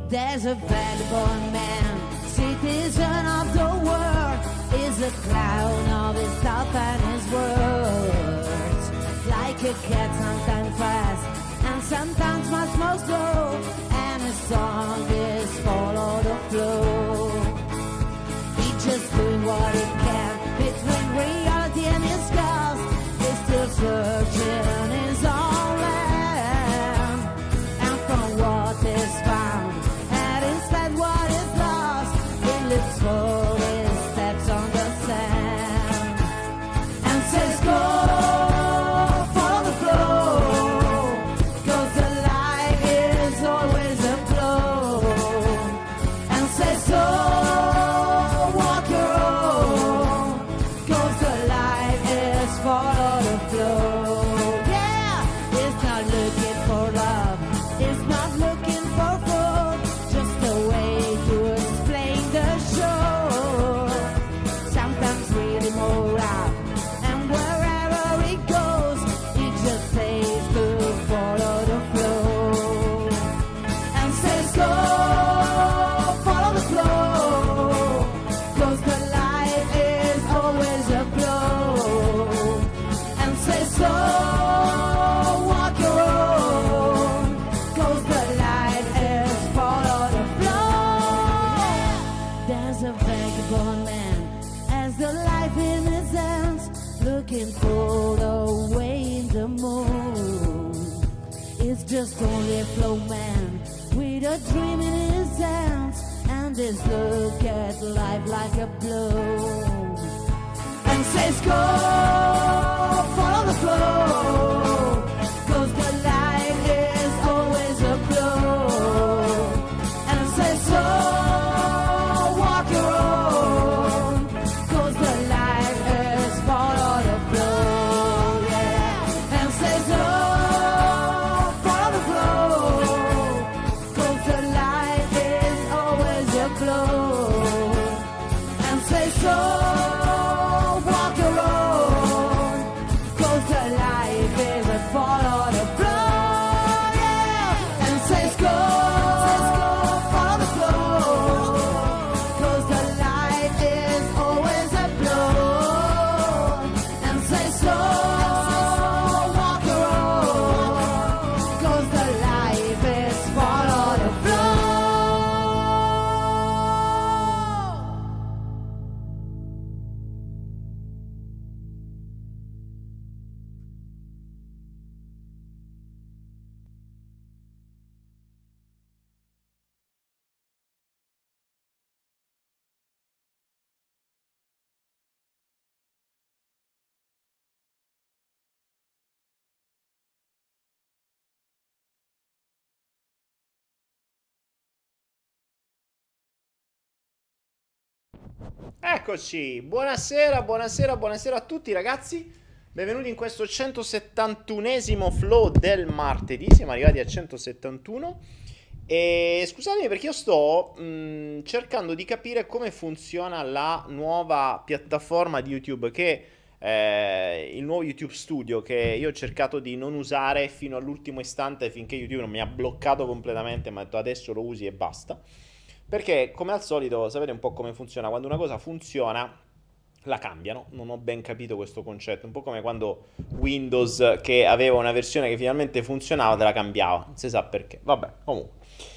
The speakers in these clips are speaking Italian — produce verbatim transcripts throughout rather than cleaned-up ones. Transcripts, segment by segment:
There's a vagabond man, citizen of the world, is a clown of his thought and his words. Like a cat, sometimes fast and sometimes much more slow, and his song is follow the flow. He's just doing what he can between reality and his ghost. He's still searching his own land, and from what is found and instead what is lost, he looks for his steps on the sand and says go. Just only a flow man with a dream in his hands, and his look at life like a blow, and says go, follow the flow, 'cause the life is always a blow, and says so, walk your own, 'cause the life is follow the flow, yeah, and says so. So walk your own, 'cause the life is a follow the flow, yeah. And says go, says go, follow the flow, 'cause the life is always a blow. And says so, walk your own, 'cause the life is follow the flow. Eccoci, buonasera, buonasera, buonasera a tutti ragazzi. Benvenuti in questo centosettantunesimo flow del martedì. Siamo arrivati a centosettantuno. E scusatemi perché io sto mh, cercando di capire come funziona la nuova piattaforma di YouTube, che è il nuovo YouTube Studio, che io ho cercato di non usare fino all'ultimo istante, finché YouTube non mi ha bloccato completamente. Mi ha detto adesso lo usi e basta. Perché come al solito sapete un po' come funziona. Quando una cosa funziona la cambiano. Non ho ben capito questo concetto. Un po' come quando Windows, che aveva una versione che finalmente funzionava, te la cambiava. Non si sa perché. Vabbè, comunque.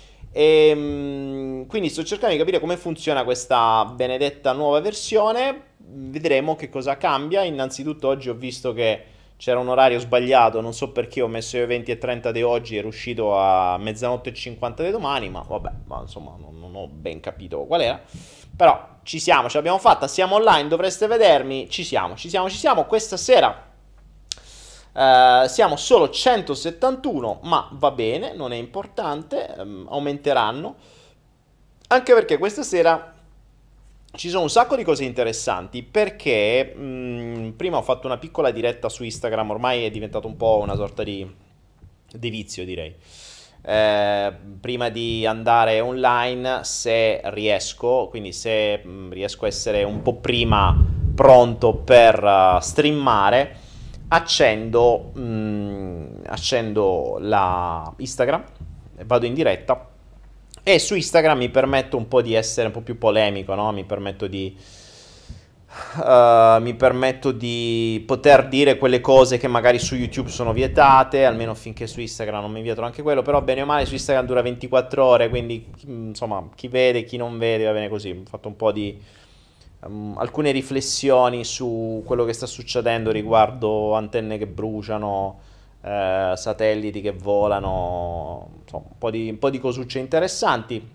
E, quindi sto cercando di capire come funziona questa benedetta nuova versione. Vedremo che cosa cambia. Innanzitutto oggi ho visto che c'era un orario sbagliato, non so perché ho messo le venti e trenta di oggi, ero uscito a mezzanotte e cinquanta di domani, ma vabbè, ma insomma non, non ho ben capito qual era. Però ci siamo, ce l'abbiamo fatta, siamo online, dovreste vedermi, ci siamo, ci siamo, ci siamo. Questa sera eh, siamo solo centosettantuno, ma va bene, non è importante, ehm, aumenteranno. Anche perché questa sera ci sono un sacco di cose interessanti, perché mh, prima ho fatto una piccola diretta su Instagram, ormai è diventato un po' una sorta di, di vizio, direi. Eh, prima di andare online, se riesco, quindi se mh, riesco a essere un po' prima pronto per uh, streamare, accendo, mh, accendo la Instagram, vado in diretta E su Instagram mi permetto un po' di essere un po' più polemico, no? Mi permetto di, uh, mi permetto di poter dire quelle cose che magari su YouTube sono vietate, almeno finché su Instagram non mi vietano anche quello, però bene o male su Instagram dura ventiquattro ore, quindi insomma chi vede, chi non vede, va bene così. Ho fatto un po' di um, alcune riflessioni su quello che sta succedendo riguardo antenne che bruciano, eh, satelliti che volano, insomma, un po' di, un po' di cosucce interessanti.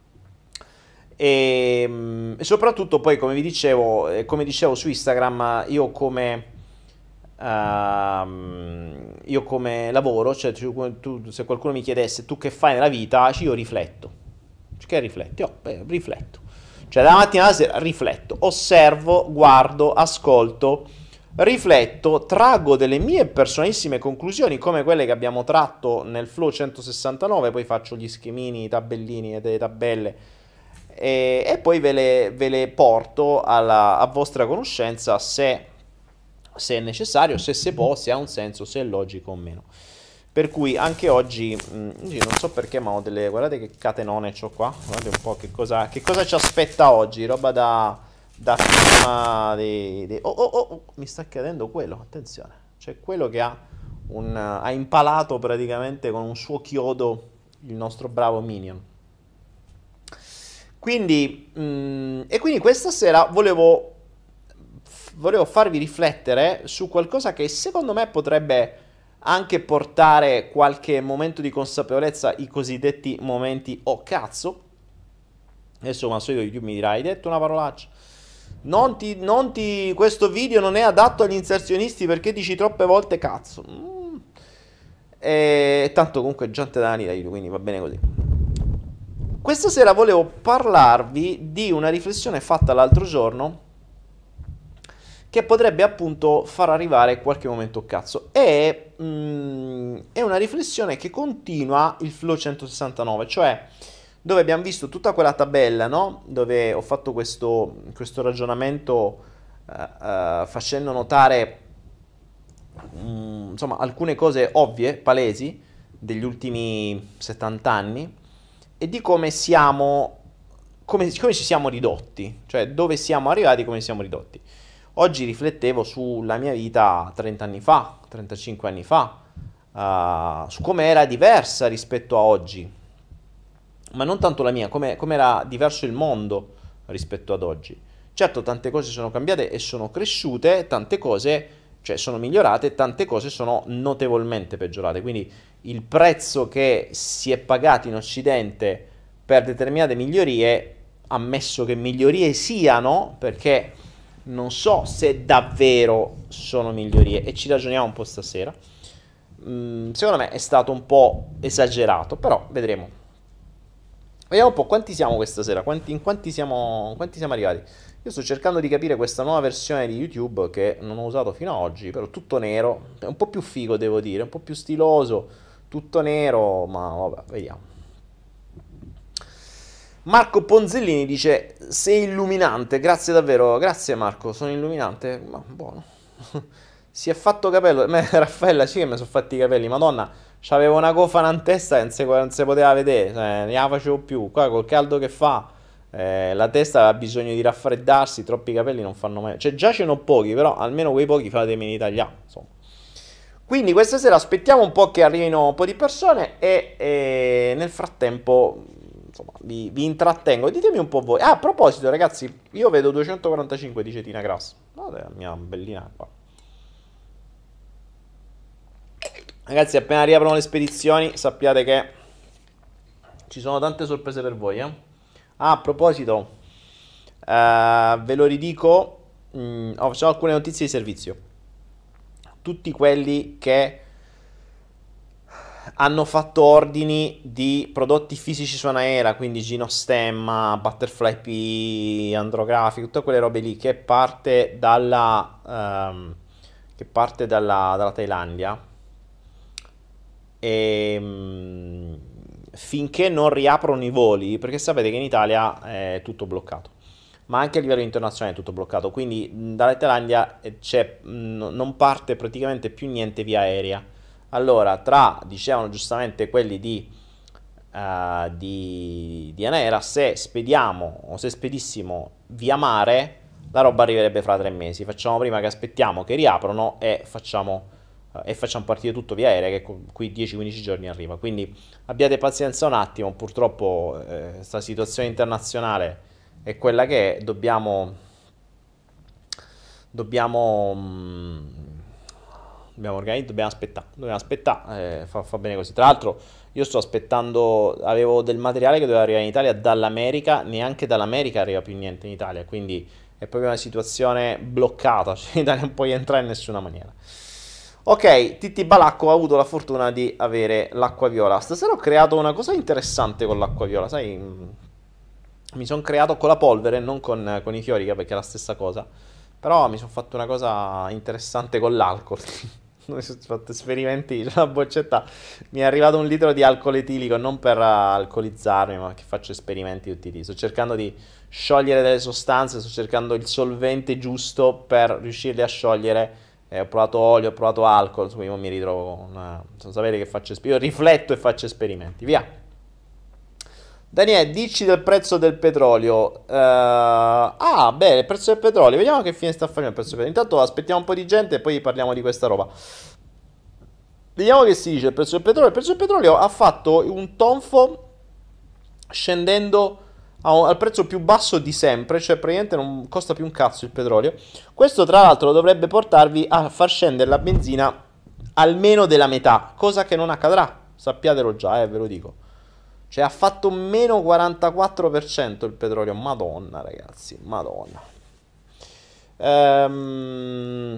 E, mm, e soprattutto poi, come vi dicevo, eh, come dicevo su Instagram, io come, ehm, io come lavoro, cioè tu- tu- se qualcuno mi chiedesse tu che fai nella vita, cioè, io rifletto. Cioè, che rifletti? Oh, beh, rifletto. Cioè, dalla mattina alla sera rifletto, osservo, guardo, ascolto, rifletto, traggo delle mie personalissime conclusioni, come quelle che abbiamo tratto nel Flow centosessantanove, poi faccio gli schemini, i tabellini e delle tabelle e, e poi ve le, ve le porto alla, a vostra conoscenza se, se è necessario, se si può, se ha un senso, se è logico o meno. Per cui anche oggi, mh, io non so perché, ma ho delle... Guardate che catenone c'ho qua. Guardate un po' che cosa, che cosa ci aspetta oggi. Roba da, da film di, di- Oh, oh, oh, oh, mi sta cadendo quello, attenzione. C'è quello che ha, un, ha impalato praticamente con un suo chiodo il nostro bravo Minion. Quindi, mh, e quindi questa sera volevo, volevo farvi riflettere su qualcosa che secondo me potrebbe anche portare qualche momento di consapevolezza, i cosiddetti momenti oh cazzo. Adesso come al solito YouTube mi dirà, hai detto una parolaccia. Non ti, non ti, questo video non è adatto agli inserzionisti perché dici troppe volte cazzo. Mm. E tanto comunque già te da YouTube, quindi va bene così. Questa sera volevo parlarvi di una riflessione fatta l'altro giorno che potrebbe appunto far arrivare qualche momento cazzo. È, mm, è una riflessione che continua il Flow centosessantanove, cioè dove abbiamo visto tutta quella tabella, no? Dove ho fatto questo, questo ragionamento eh, eh, facendo notare mm, insomma alcune cose ovvie, palesi, degli ultimi settanta anni e di come siamo, come, come ci siamo ridotti, cioè dove siamo arrivati, come siamo ridotti. Oggi riflettevo sulla mia vita trenta anni fa, trentacinque anni fa, uh, su come era diversa rispetto a oggi, ma non tanto la mia, come era diverso il mondo rispetto ad oggi. Certo, tante cose sono cambiate e sono cresciute, tante cose, cioè sono migliorate, tante cose sono notevolmente peggiorate, quindi il prezzo che si è pagato in Occidente per determinate migliorie, ammesso che migliorie siano, perché non so se davvero sono migliorie e ci ragioniamo un po' stasera, mm, secondo me è stato un po' esagerato, però vedremo. Vediamo un po' quanti siamo questa sera, quanti, in quanti siamo, quanti siamo arrivati. Io sto cercando di capire questa nuova versione di YouTube che non ho usato fino ad oggi, però tutto nero, è un po' più figo devo dire, un po' più stiloso, tutto nero, ma vabbè, vediamo. Marco Ponzellini dice, sei illuminante, grazie davvero, grazie Marco, sono illuminante, ma buono. Si è fatto capello, me, Raffaella sì che mi sono fatti i capelli, madonna, c'avevo una cofana in testa che non si, non si poteva vedere, cioè, ne la facevo più, qua col caldo che fa, eh, la testa ha bisogno di raffreddarsi, troppi capelli non fanno mai, cioè già ce n'ho pochi, però almeno quei pochi fatemeli tagliare, insomma. Quindi questa sera aspettiamo un po' che arrivino un po' di persone e, e nel frattempo insomma, vi, vi intrattengo. Ditemi un po' voi. Ah, a proposito, ragazzi, io vedo duecentoquarantacinque, dice Tina Grass. Guardate la mia bellina qua. Ragazzi, appena riaprono le spedizioni, sappiate che ci sono tante sorprese per voi. Eh? Ah, a proposito, eh, ve lo ridico, mh, ho oh, alcune notizie di servizio. Tutti quelli che hanno fatto ordini di prodotti fisici su Anaera, quindi Ginostemma, Butterfly P, Andrographic, tutte quelle robe lì che parte dalla, um, che parte dalla, dalla Thailandia e um, finché non riaprono i voli, perché sapete che in Italia è tutto bloccato, ma anche a livello internazionale è tutto bloccato, quindi dalla Thailandia c'è, non parte praticamente più niente via aerea. Allora, tra, dicevano giustamente quelli di uh, di, di Anaera, se spediamo o se spedissimo via mare, la roba arriverebbe fra tre mesi. Facciamo prima che aspettiamo che riaprono e facciamo, uh, e facciamo partire tutto via aerea, che qui dieci quindici giorni arriva. Quindi abbiate pazienza un attimo, purtroppo questa eh, situazione internazionale è quella che è, dobbiamo... Dobbiamo... Mh, Dobbiamo organizzare, dobbiamo aspettare, dobbiamo aspettare, eh, fa, fa bene così. Tra l'altro io sto aspettando, avevo del materiale che doveva arrivare in Italia dall'America, neanche dall'America arriva più niente in Italia, quindi è proprio una situazione bloccata, cioè in Italia non puoi entrare in nessuna maniera. Ok, Titti Balacco ha avuto la fortuna di avere l'acqua viola. Stasera ho creato una cosa interessante con l'acqua viola, sai, mi sono creato con la polvere, non con, con i fiori, perché è la stessa cosa, però mi sono fatto una cosa interessante con l'alcol. Ho fatto esperimenti, c'è una boccetta, mi è arrivato un litro di alcol etilico, non per alcolizzarmi, ma che faccio esperimenti tutti lì. Sto cercando di sciogliere delle sostanze, sto cercando il solvente giusto per riuscirle a sciogliere. Eh, ho provato olio, ho provato alcol, quindi mi ritrovo una... non sapere che faccio esperimenti, io rifletto e faccio esperimenti, via. Daniele, dici del prezzo del petrolio. Uh, ah, bene, il prezzo del petrolio. Vediamo che fine sta facendo il prezzo del petrolio. Intanto aspettiamo un po' di gente e poi parliamo di questa roba. Vediamo che si dice il prezzo del petrolio. Il prezzo del petrolio ha fatto un tonfo scendendo a un, al prezzo più basso di sempre, cioè praticamente non costa più un cazzo il petrolio. Questo tra l'altro dovrebbe portarvi a far scendere la benzina almeno della metà, cosa che non accadrà. Sappiatelo già, eh, ve lo dico. Cioè ha fatto meno quarantaquattro per cento il petrolio. Madonna ragazzi, madonna. Ehm...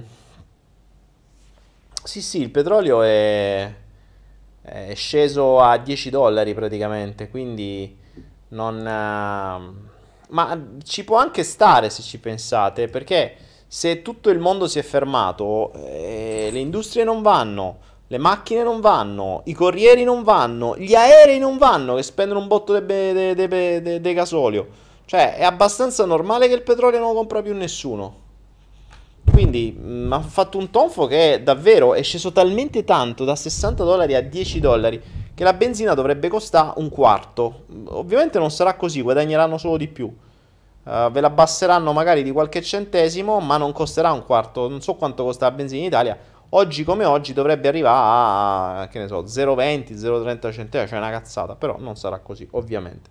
Sì sì, il petrolio è... è sceso a dieci dollari praticamente. Quindi non... Ma ci può anche stare se ci pensate. Perché se tutto il mondo si è fermato, eh, le industrie non vanno, le macchine non vanno, i corrieri non vanno, gli aerei non vanno, che spendono un botto di gasolio. Cioè, è abbastanza normale che il petrolio non lo compra più nessuno. Quindi, mh, ha fatto un tonfo che davvero è sceso talmente tanto, da sessanta dollari a dieci dollari, che la benzina dovrebbe costare un quarto. Ovviamente non sarà così, guadagneranno solo di più. Uh, ve la abbasseranno magari di qualche centesimo, ma non costerà un quarto. Non so quanto costa la benzina in Italia. Oggi come oggi dovrebbe arrivare a, che ne so, zero virgola venti, zero virgola trenta centesimi, cioè una cazzata, però non sarà così, ovviamente.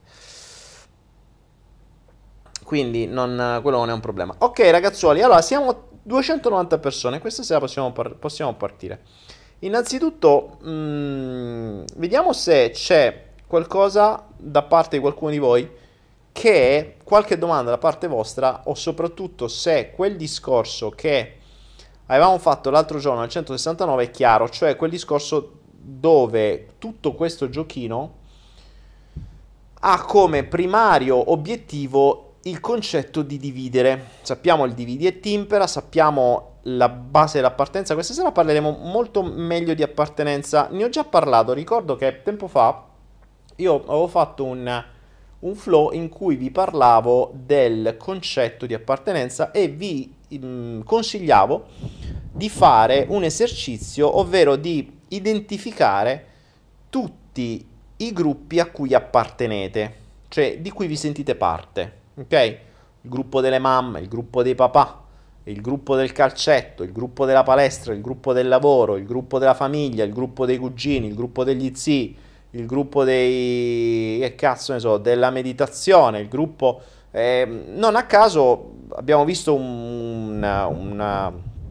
Quindi non, quello non è un problema. Ok ragazzuoli, allora siamo duecentonovanta persone, questa sera possiamo, par- possiamo partire. Innanzitutto, mh, vediamo se c'è qualcosa da parte di qualcuno di voi, che è qualche domanda da parte vostra, o soprattutto se quel discorso che avevamo fatto l'altro giorno al centosessantanove è chiaro, cioè quel discorso dove tutto questo giochino ha come primario obiettivo il concetto di dividere. Sappiamo il dividi e timpera, sappiamo la base dell'appartenenza. Questa sera parleremo molto meglio di appartenenza. Ne ho già parlato, ricordo che tempo fa io avevo fatto un, un flow in cui vi parlavo del concetto di appartenenza e vi mh, consigliavo di fare un esercizio, ovvero di identificare tutti i gruppi a cui appartenete, cioè di cui vi sentite parte. Ok? Il gruppo delle mamme, il gruppo dei papà, il gruppo del calcetto, il gruppo della palestra, il gruppo del lavoro, il gruppo della famiglia, il gruppo dei cugini, il gruppo degli zii, il gruppo dei... che cazzo ne so, della meditazione, il gruppo... Eh, non a caso abbiamo visto un, una, una,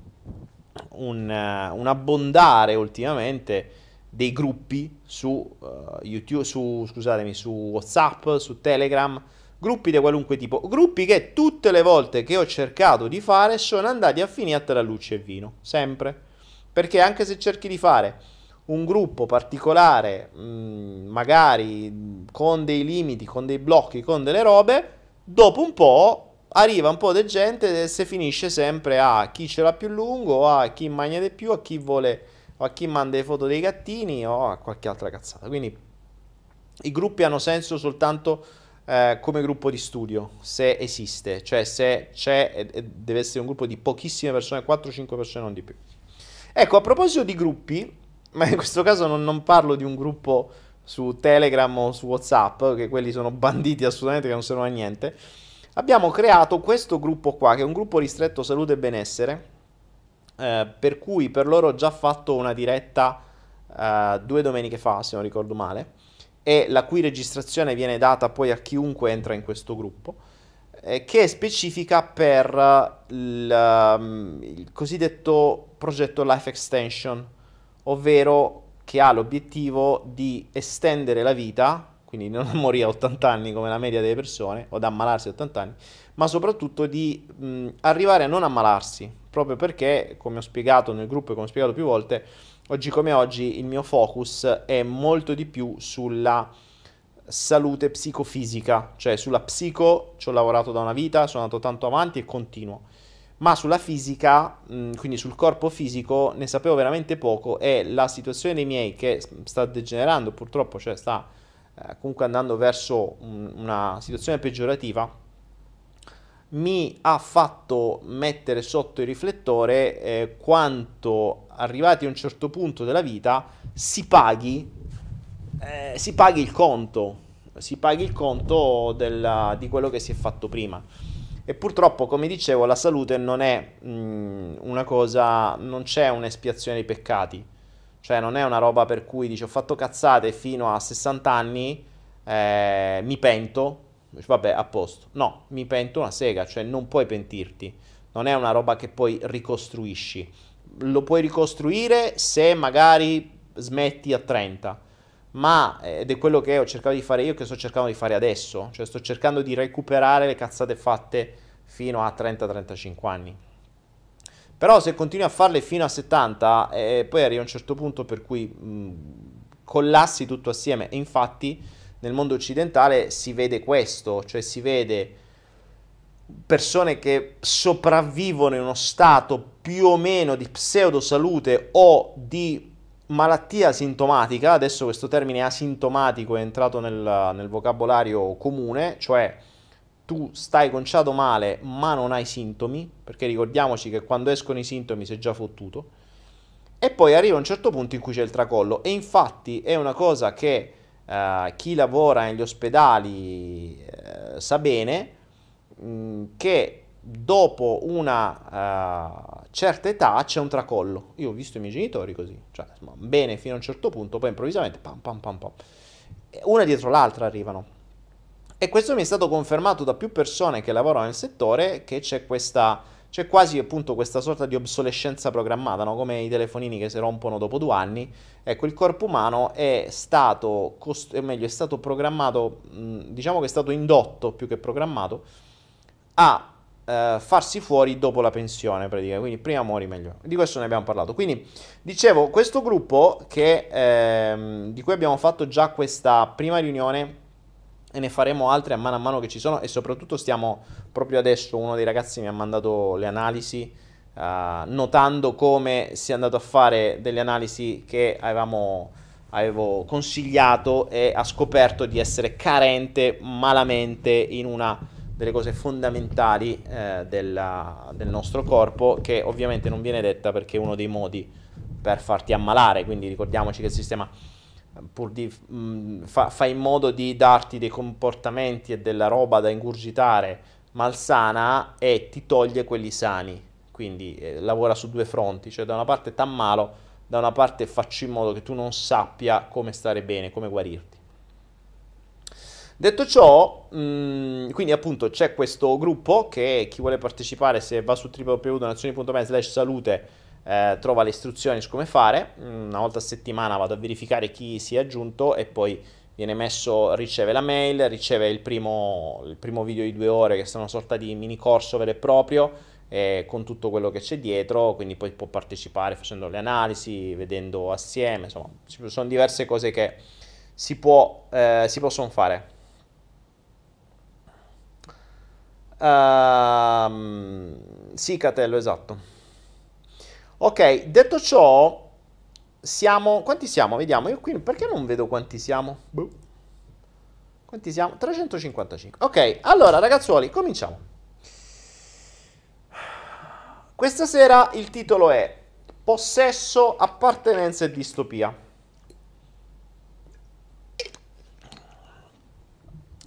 un, un abbondare ultimamente dei gruppi su uh, YouTube, su, scusatemi, su WhatsApp, su Telegram, gruppi di qualunque tipo, gruppi che tutte le volte che ho cercato di fare sono andati a finire a tarallucce e vino, sempre, perché anche se cerchi di fare un gruppo particolare, mh, magari con dei limiti, con dei blocchi, con delle robe, dopo un po' arriva un po' di gente e si finisce sempre a chi ce l'ha più lungo, a chi mangia di più, a chi vuole, o a chi manda le foto dei gattini o a qualche altra cazzata. Quindi i gruppi hanno senso soltanto Eh, come gruppo di studio, se esiste, cioè se c'è, e, e deve essere un gruppo di pochissime persone, quattro cinque persone, non di più. Ecco, a proposito di gruppi, ma in questo caso non, non parlo di un gruppo su Telegram o su WhatsApp, che quelli sono banditi assolutamente, che non servono a niente. Abbiamo creato questo gruppo qua, che è un gruppo ristretto salute e benessere, eh, per cui per loro ho già fatto una diretta eh, due domeniche fa, se non ricordo male, e la cui registrazione viene data poi a chiunque entra in questo gruppo, eh, che è specifica per il, um, il cosiddetto progetto Life Extension, ovvero che ha l'obiettivo di estendere la vita, quindi non morire a ottanta anni come la media delle persone, o ad ammalarsi a ottanta anni, ma soprattutto di mh, arrivare a non ammalarsi, proprio perché, come ho spiegato nel gruppo e come ho spiegato più volte, oggi come oggi il mio focus è molto di più sulla salute psicofisica, cioè sulla psico ci ho lavorato da una vita, sono andato tanto avanti e continuo, ma sulla fisica, mh, quindi sul corpo fisico, ne sapevo veramente poco e la situazione dei miei che sta degenerando purtroppo, cioè sta eh, comunque andando verso un, una situazione peggiorativa, mi ha fatto mettere sotto il riflettore eh, quanto arrivati a un certo punto della vita si paghi, eh, si paghi il conto, si paghi il conto della- di quello che si è fatto prima. E purtroppo, come dicevo, la salute non è mm, una cosa, non c'è un'espiazione dei peccati, cioè non è una roba per cui dici ho fatto cazzate fino a sessanta anni, eh, mi pento, vabbè, a posto. No, mi pento una sega, cioè non puoi pentirti, non è una roba che poi ricostruisci. Lo puoi ricostruire se magari smetti a trenta, ma eh, ed è quello che ho cercato di fare io, che sto cercando di fare adesso, cioè sto cercando di recuperare le cazzate fatte fino a trenta trentacinque anni. Però se continui a farle fino a settanta, eh, poi arriva un certo punto per cui mh, collassi tutto assieme. E infatti nel mondo occidentale si vede questo, cioè si vede persone che sopravvivono in uno stato più o meno di pseudosalute o di malattia asintomatica. Adesso questo termine asintomatico è entrato nel, nel vocabolario comune, cioè tu stai conciato male ma non hai sintomi, perché ricordiamoci che quando escono i sintomi sei già fottuto, e poi arriva un certo punto in cui c'è il tracollo. E infatti è una cosa che eh, chi lavora negli ospedali eh, sa bene, mh, che dopo una eh, certa età c'è un tracollo. Io ho visto i miei genitori così, cioè insomma, bene fino a un certo punto, poi improvvisamente pam pam pam pam, una dietro l'altra arrivano. E questo mi è stato confermato da più persone che lavorano nel settore, che c'è questa, c'è quasi appunto questa sorta di obsolescenza programmata, no? Come i telefonini che si rompono dopo due anni. Ecco, il corpo umano è stato, cost- o meglio, è stato programmato, mh, diciamo che è stato indotto più che programmato a eh, farsi fuori dopo la pensione, praticamente. Quindi prima muori meglio. Di questo ne abbiamo parlato. Quindi, dicevo, questo gruppo che, ehm, di cui abbiamo fatto già questa prima riunione e ne faremo altre a mano a mano che ci sono, e soprattutto stiamo proprio adesso, uno dei ragazzi mi ha mandato le analisi, uh, notando come si è andato a fare delle analisi che avevamo, avevo consigliato, e ha scoperto di essere carente malamente in una delle cose fondamentali eh, della, del nostro corpo, che ovviamente non viene detta perché è uno dei modi per farti ammalare. Quindi ricordiamoci che il sistema pur di mh, fa, fa in modo di darti dei comportamenti e della roba da ingurgitare malsana, e ti toglie quelli sani. Quindi eh, lavora su due fronti, cioè da una parte t'ammalo, da una parte faccio in modo che tu non sappia come stare bene, come guarirti. Detto ciò, mh, quindi appunto c'è questo gruppo che chi vuole partecipare, se va su w w w punto donazioni punto me slash salute, eh, trova le istruzioni su come fare. Una volta a settimana vado a verificare chi si è aggiunto e poi viene messo, riceve la mail, riceve il primo, il primo video di due ore, che sono una sorta di mini corso vero e proprio, eh, con tutto quello che c'è dietro. Quindi poi può partecipare facendo le analisi, vedendo assieme, insomma ci sono diverse cose che si, può, eh, si possono fare. Uh, sì, Catello, esatto. Ok, detto ciò, siamo... Quanti siamo? Vediamo. Io qui perché non vedo quanti siamo? Boh. Quanti siamo? trecentocinquantacinque. Ok, allora ragazzuoli, cominciamo. Questa sera il titolo è Possesso, appartenenza e distopia.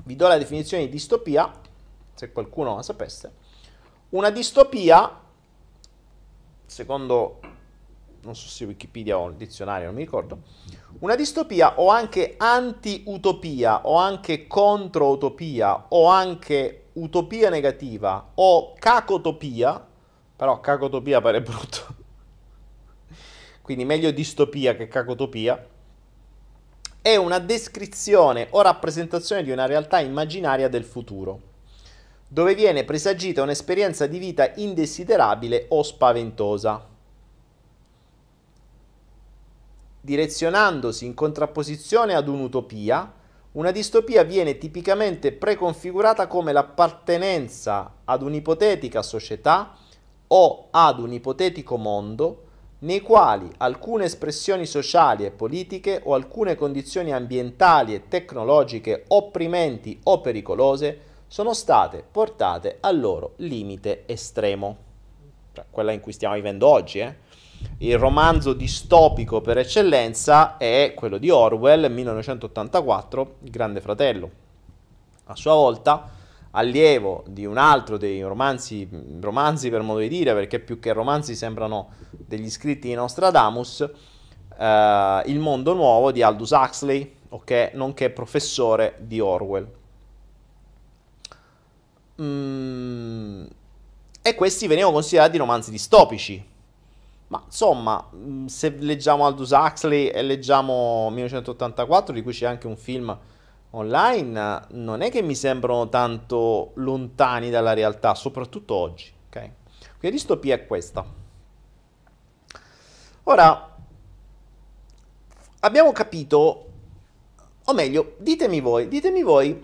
Vi do la definizione di distopia, se qualcuno la sapesse. Una distopia, secondo, non so se Wikipedia o il dizionario, non mi ricordo, una distopia o anche anti-utopia o anche contro-utopia o anche utopia negativa o cacotopia, però cacotopia pare brutto, quindi meglio distopia che cacotopia, è una descrizione o rappresentazione di una realtà immaginaria del futuro, dove viene presagita un'esperienza di vita indesiderabile o spaventosa, direzionandosi in contrapposizione ad un'utopia. Una distopia viene tipicamente preconfigurata come l'appartenenza ad un'ipotetica società o ad un ipotetico mondo nei quali alcune espressioni sociali e politiche o alcune condizioni ambientali e tecnologiche opprimenti o pericolose sono state portate al loro limite estremo. Cioè, quella in cui stiamo vivendo oggi, eh? Il romanzo distopico per eccellenza è quello di Orwell, millenovecentottantaquattro, Il Grande Fratello. A sua volta, allievo di un altro dei romanzi, romanzi per modo di dire, perché più che romanzi sembrano degli scritti di Nostradamus, eh, Il Mondo Nuovo di Aldous Huxley, okay, nonché professore di Orwell. Mm, e questi venivano considerati romanzi distopici. Ma insomma, se leggiamo Aldous Huxley e leggiamo millenovecentottantaquattro, di cui c'è anche un film online, non è che mi sembrano tanto lontani dalla realtà, soprattutto oggi, ok? Quindi la distopia è questa. Ora, abbiamo capito, o meglio, ditemi voi, ditemi voi,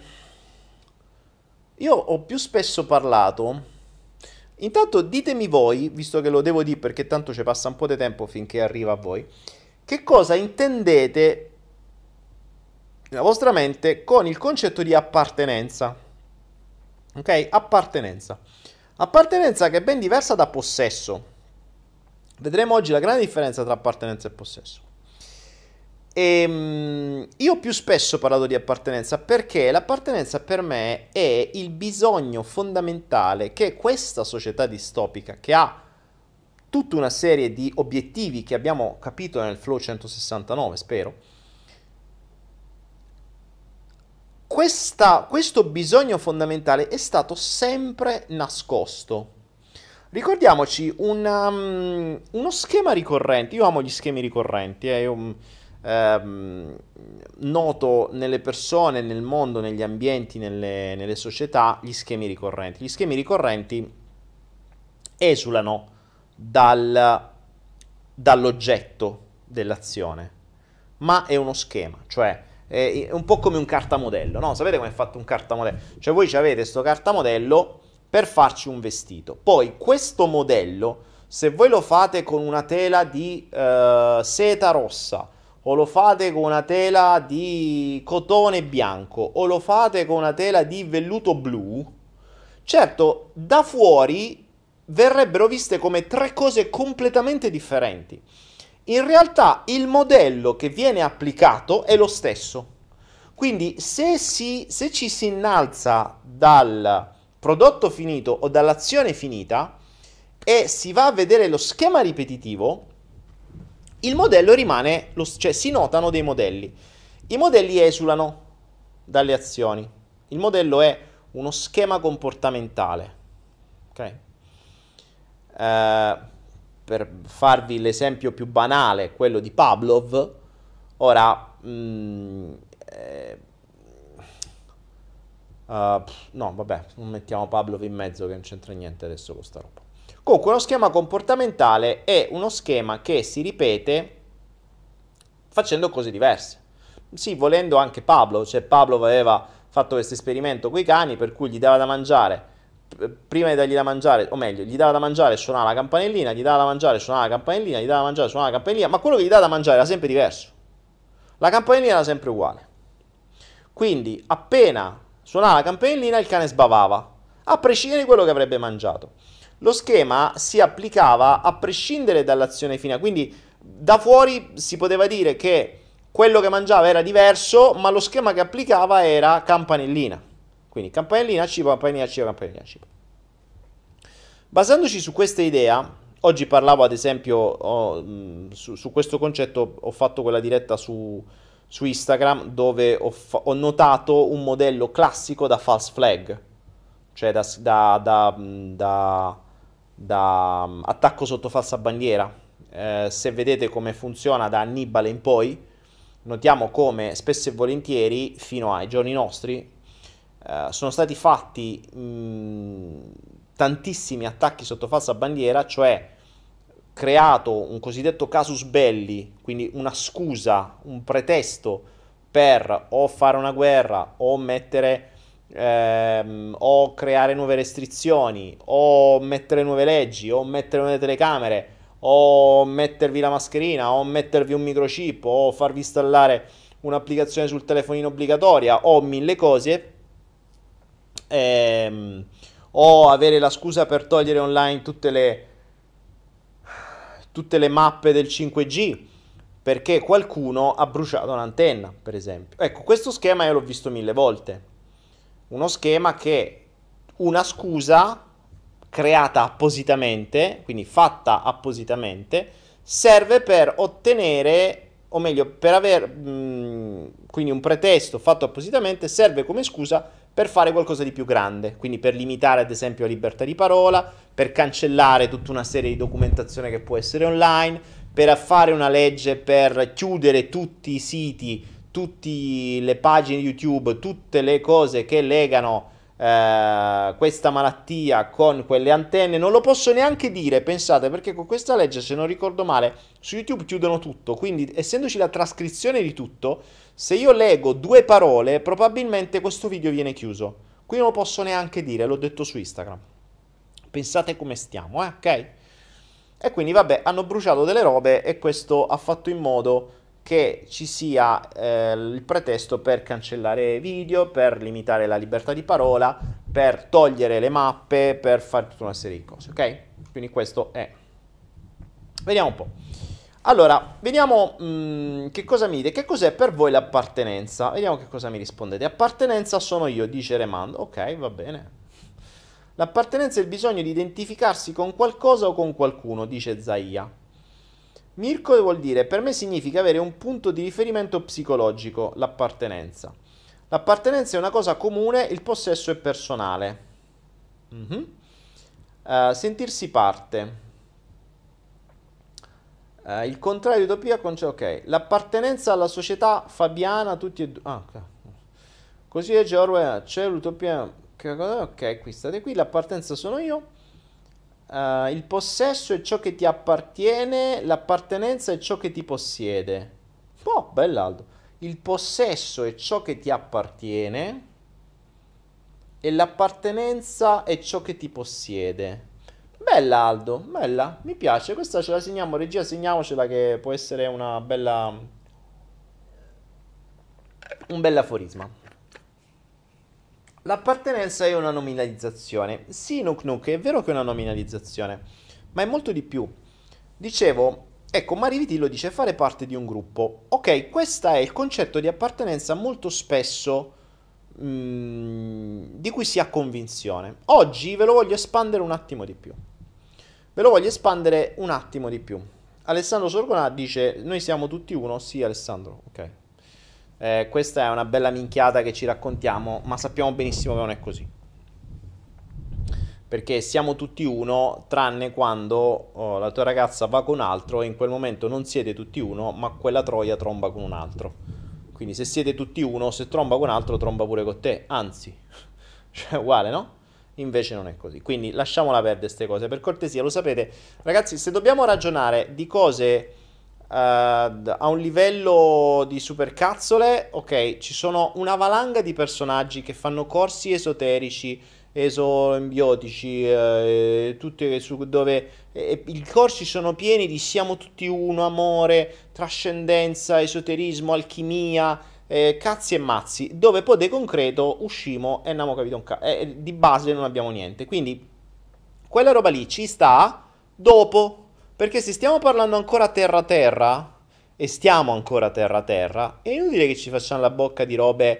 io ho più spesso parlato, intanto ditemi voi, visto che lo devo dire perché tanto ci passa un po' di tempo finché arriva a voi, che cosa intendete nella vostra mente con il concetto di appartenenza. Ok? Appartenenza. Appartenenza che è ben diversa da possesso. Vedremo oggi la grande differenza tra appartenenza e possesso. E, um, io più spesso ho parlato di appartenenza perché l'appartenenza per me è il bisogno fondamentale che questa società distopica, che ha tutta una serie di obiettivi che abbiamo capito nel Flow centosessantanove, spero, questa, questo bisogno fondamentale è stato sempre nascosto. Ricordiamoci un, um, uno schema ricorrente. Io amo gli schemi ricorrenti, eh, io, Ehm, noto nelle persone, nel mondo, negli ambienti, nelle, nelle società, gli schemi ricorrenti. Gli schemi ricorrenti esulano dal, dall'oggetto dell'azione, ma è uno schema, cioè è un po' come un cartamodello, no? Sapete come è fatto un cartamodello? Cioè voi avete questo cartamodello per farci un vestito, poi questo modello, se voi lo fate con una tela di uh, seta rossa, o lo fate con una tela di cotone bianco, o lo fate con una tela di velluto blu, certo, da fuori verrebbero viste come tre cose completamente differenti. In realtà il modello che viene applicato è lo stesso. Quindi se, si, se ci si innalza dal prodotto finito o dall'azione finita e si va a vedere lo schema ripetitivo, il modello rimane, lo, cioè si notano dei modelli. I modelli esulano dalle azioni. Il modello è uno schema comportamentale. Ok? Eh, per farvi l'esempio più banale, quello di Pavlov, ora, mh, eh, uh, no, vabbè, non mettiamo Pavlov in mezzo che non c'entra niente adesso con sta roba. Comunque uno schema comportamentale è uno schema che si ripete facendo cose diverse. Sì, volendo anche Pavlov, cioè Pavlov aveva fatto questo esperimento con i cani per cui gli dava da mangiare, prima di dargli da mangiare, o meglio, gli dava da mangiare, suonava la campanellina, gli dava da mangiare, suonava la campanellina, gli dava da mangiare, suonava la campanellina, ma quello che gli dava da mangiare era sempre diverso. La campanellina era sempre uguale. Quindi appena suonava la campanellina il cane sbavava, a prescindere di quello che avrebbe mangiato. Lo schema si applicava a prescindere dall'azione fine, quindi da fuori si poteva dire che quello che mangiava era diverso, ma lo schema che applicava era campanellina. Quindi campanellina, cibo, campanellina, cibo, campanellina, cibo. Basandoci su questa idea, oggi parlavo ad esempio oh, mh, su, su questo concetto, ho fatto quella diretta su, su Instagram dove ho, fa- ho notato un modello classico da false flag, cioè da, da, da, da, da um, attacco sotto falsa bandiera. Eh, se vedete come funziona da Annibale in poi, notiamo come spesso e volentieri, fino ai giorni nostri, eh, sono stati fatti mh, tantissimi attacchi sotto falsa bandiera, cioè creato un cosiddetto casus belli, quindi una scusa, un pretesto per o fare una guerra o mettere ehm, o creare nuove restrizioni o mettere nuove leggi o mettere nuove telecamere o mettervi la mascherina o mettervi un microchip o farvi installare un'applicazione sul telefonino obbligatoria o mille cose, ehm, o avere la scusa per togliere online tutte le tutte le mappe del cinque G perché qualcuno ha bruciato un'antenna, per esempio. Ecco, questo schema io l'ho visto mille volte. Uno schema che una scusa creata appositamente, quindi fatta appositamente, serve per ottenere, o meglio, per aver, mh, quindi un pretesto fatto appositamente serve come scusa per fare qualcosa di più grande, quindi per limitare ad esempio la libertà di parola, per cancellare tutta una serie di documentazione che può essere online, per fare una legge per chiudere tutti i siti, tutte le pagine YouTube, tutte le cose che legano eh, questa malattia con quelle antenne. Non lo posso neanche dire, pensate, perché con questa legge, se non ricordo male, su YouTube chiudono tutto, quindi essendoci la trascrizione di tutto, se io leggo due parole, probabilmente questo video viene chiuso. Qui non lo posso neanche dire, l'ho detto su Instagram. Pensate come stiamo, eh, ok? E quindi, vabbè, hanno bruciato delle robe e questo ha fatto in modo che ci sia eh, il pretesto per cancellare video, per limitare la libertà di parola, per togliere le mappe, per fare tutta una serie di cose, ok? Quindi questo è... Vediamo un po'. Allora, vediamo mh, che cosa mi dite. Che cos'è per voi l'appartenenza? Vediamo che cosa mi rispondete. Appartenenza sono io, dice Remando. Ok, va bene. L'appartenenza è il bisogno di identificarsi con qualcosa o con qualcuno, dice Zaia. Mirko vuol dire, per me significa avere un punto di riferimento psicologico, l'appartenenza. L'appartenenza è una cosa comune, il possesso è personale. Mm-hmm. Uh, sentirsi parte. Uh, il contrario di utopia, ok. L'appartenenza alla società fabiana, tutti e due. Ah, ok. Così è Orwell, c'è l'utopia. Ok, qui state qui. L'appartenenza sono io. Uh, il possesso è ciò che ti appartiene. L'appartenenza è ciò che ti possiede. Oh, bell'Aldo. Il possesso è ciò che ti appartiene. E l'appartenenza è ciò che ti possiede. Bella Aldo, bella, mi piace, questa ce la segniamo, regia, segniamocela che può essere una bella, un bel aforisma. L'appartenenza è una nominalizzazione. Sì, Nuk Nuk, è vero che è una nominalizzazione, ma è molto di più. Dicevo, ecco, Marivitillo dice fare parte di un gruppo. Ok, questo è il concetto di appartenenza molto spesso mh, di cui si ha convinzione. Oggi ve lo voglio espandere un attimo di più. Ve lo voglio espandere un attimo di più. Alessandro Sorgonà dice, noi siamo tutti uno. Sì, Alessandro, ok. Eh, questa è una bella minchiata che ci raccontiamo, ma sappiamo benissimo che non è così. Perché siamo tutti uno, tranne quando oh, la tua ragazza va con un altro e in quel momento non siete tutti uno, ma quella troia tromba con un altro. Quindi se siete tutti uno, se tromba con un altro, tromba pure con te. Anzi, cioè uguale, no? Invece non è così, quindi lasciamola perdere queste cose, per cortesia, lo sapete. Ragazzi, se dobbiamo ragionare di cose uh, a un livello di supercazzole, ok, ci sono una valanga di personaggi che fanno corsi esoterici, esoembiotici, eh, tutte su dove eh, i corsi sono pieni di siamo tutti uno, amore, trascendenza, esoterismo, alchimia, Eh, cazzi e mazzi, dove poi di concreto uscimo e non abbiamo capito un cazzo, eh, di base non abbiamo niente. Quindi quella roba lì ci sta dopo, perché se stiamo parlando ancora terra terra e stiamo ancora terra terra, è inutile che ci facciamo la bocca di robe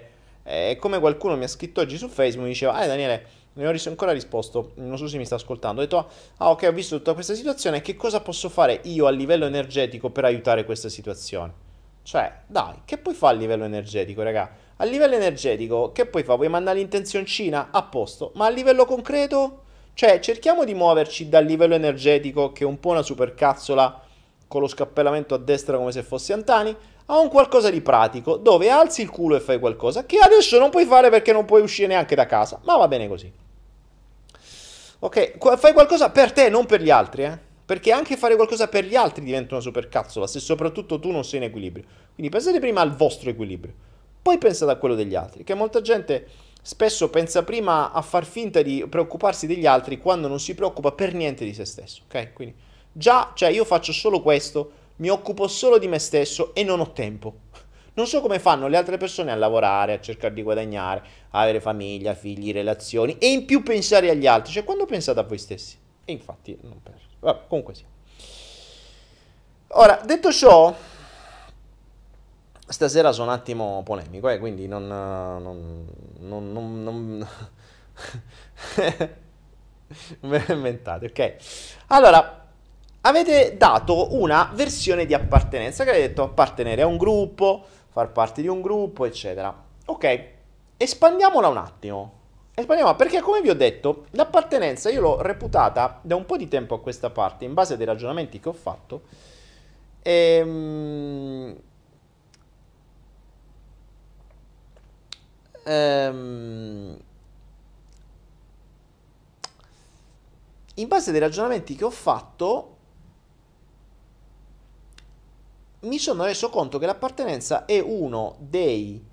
È come qualcuno mi ha scritto oggi su Facebook, mi diceva, ah Daniele, non ho ris- ancora risposto, non so se mi sta ascoltando, ho detto, ah ok, ho visto tutta questa situazione, che cosa posso fare io a livello energetico per aiutare questa situazione? Cioè, dai, che puoi fare a livello energetico, raga? A livello energetico, che puoi fare? Vuoi mandare l'intenzioncina? A posto. Ma a livello concreto? Cioè, cerchiamo di muoverci dal livello energetico, che è un po' una supercazzola, con lo scappellamento a destra come se fosse Antani, a un qualcosa di pratico, dove alzi il culo e fai qualcosa, che adesso non puoi fare perché non puoi uscire neanche da casa. Ma va bene così. Ok, fai qualcosa per te, non per gli altri, eh? Perché anche fare qualcosa per gli altri diventa una supercazzola, se soprattutto tu non sei in equilibrio. Quindi pensate prima al vostro equilibrio, poi pensate a quello degli altri, che molta gente spesso pensa prima a far finta di preoccuparsi degli altri quando non si preoccupa per niente di se stesso, ok? Quindi già, cioè io faccio solo questo, mi occupo solo di me stesso e non ho tempo. Non so come fanno le altre persone a lavorare, a cercare di guadagnare, a avere famiglia, figli, relazioni e in più pensare agli altri. Cioè, quando pensate a voi stessi? E infatti, non penso. Vabbè, comunque sì. Ora, detto ciò, stasera sono un attimo polemico, eh, quindi non... non, non, non, non... me lo inventate, ok? Allora... Avete dato una versione di appartenenza, che avete detto appartenere a un gruppo, far parte di un gruppo, eccetera. Ok, espandiamola un attimo. Espandiamola perché, come vi ho detto, l'appartenenza io l'ho reputata da un po' di tempo a questa parte, in base ai ragionamenti che ho fatto, ehm, ehm, in base ai ragionamenti che ho fatto, mi sono reso conto che l'appartenenza è uno dei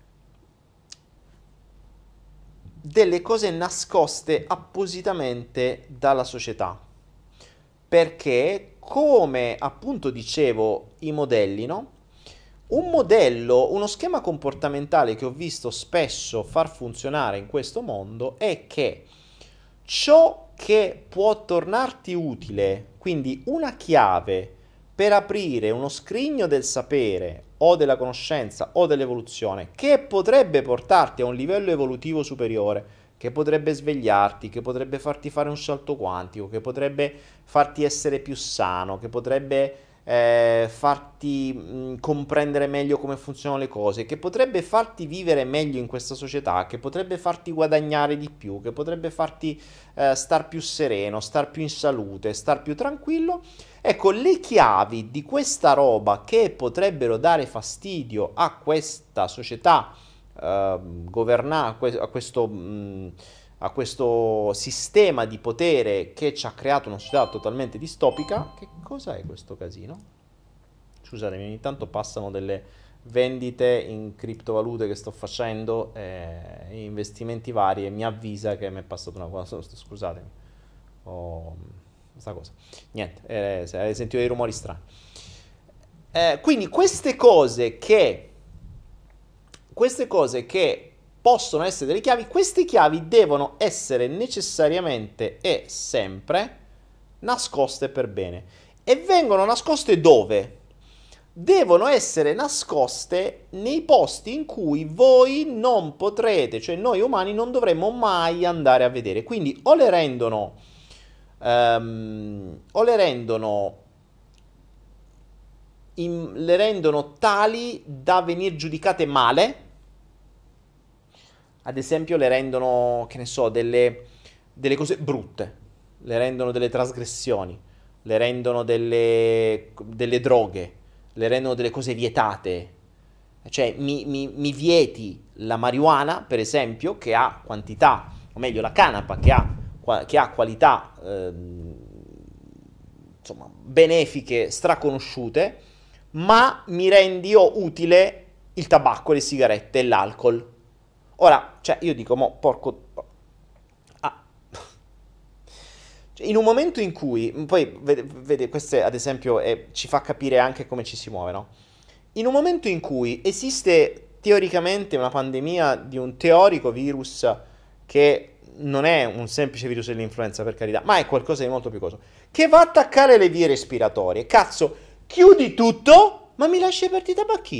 delle cose nascoste appositamente dalla società. Perché, come appunto dicevo, i modelli, no? Un modello, uno schema comportamentale che ho visto spesso far funzionare in questo mondo è che ciò che può tornarti utile, quindi una chiave per aprire uno scrigno del sapere o della conoscenza o dell'evoluzione che potrebbe portarti a un livello evolutivo superiore, che potrebbe svegliarti, che potrebbe farti fare un salto quantico, che potrebbe farti essere più sano, che potrebbe eh, farti mh, comprendere meglio come funzionano le cose, che potrebbe farti vivere meglio in questa società, che potrebbe farti guadagnare di più, che potrebbe farti eh, star più sereno, star più in salute, star più tranquillo. Ecco, le chiavi di questa roba che potrebbero dare fastidio a questa società eh, governata, a questo, mh, a questo sistema di potere che ci ha creato una società totalmente distopica. Che cosa è questo casino? Scusatemi, ogni tanto passano delle vendite in criptovalute che sto facendo, eh, investimenti vari, e mi avvisa che mi è passata una cosa. Scusatemi. Oh, questa cosa. Niente, eh, se hai sentito dei rumori strani. Eh, quindi queste cose che queste cose che possono essere delle chiavi, queste chiavi devono essere necessariamente e sempre nascoste per bene. E vengono nascoste dove? Devono essere nascoste nei posti in cui voi non potrete, cioè noi umani non dovremmo mai andare a vedere. Quindi o le rendono um, o le rendono in, le rendono tali da venire giudicate male. Ad esempio le rendono, che ne so, delle, delle cose brutte, le rendono delle trasgressioni, le rendono delle, delle droghe, le rendono delle cose vietate. Cioè mi, mi, mi vieti la marijuana, per esempio, che ha quantità, o meglio la canapa, che ha, che ha qualità eh, insomma benefiche straconosciute, ma mi rendi io utile il tabacco, le sigarette e l'alcol. Ora, cioè, io dico, mo, porco... Ah. Cioè, in un momento in cui... Poi, vede, vede questo ad esempio è, ci fa capire anche come ci si muove, no? In un momento in cui esiste teoricamente una pandemia di un teorico virus che non è un semplice virus dell'influenza, per carità, ma è qualcosa di molto più coso, che va a attaccare le vie respiratorie, cazzo, chiudi tutto, ma mi lasci aperti i tabacchini?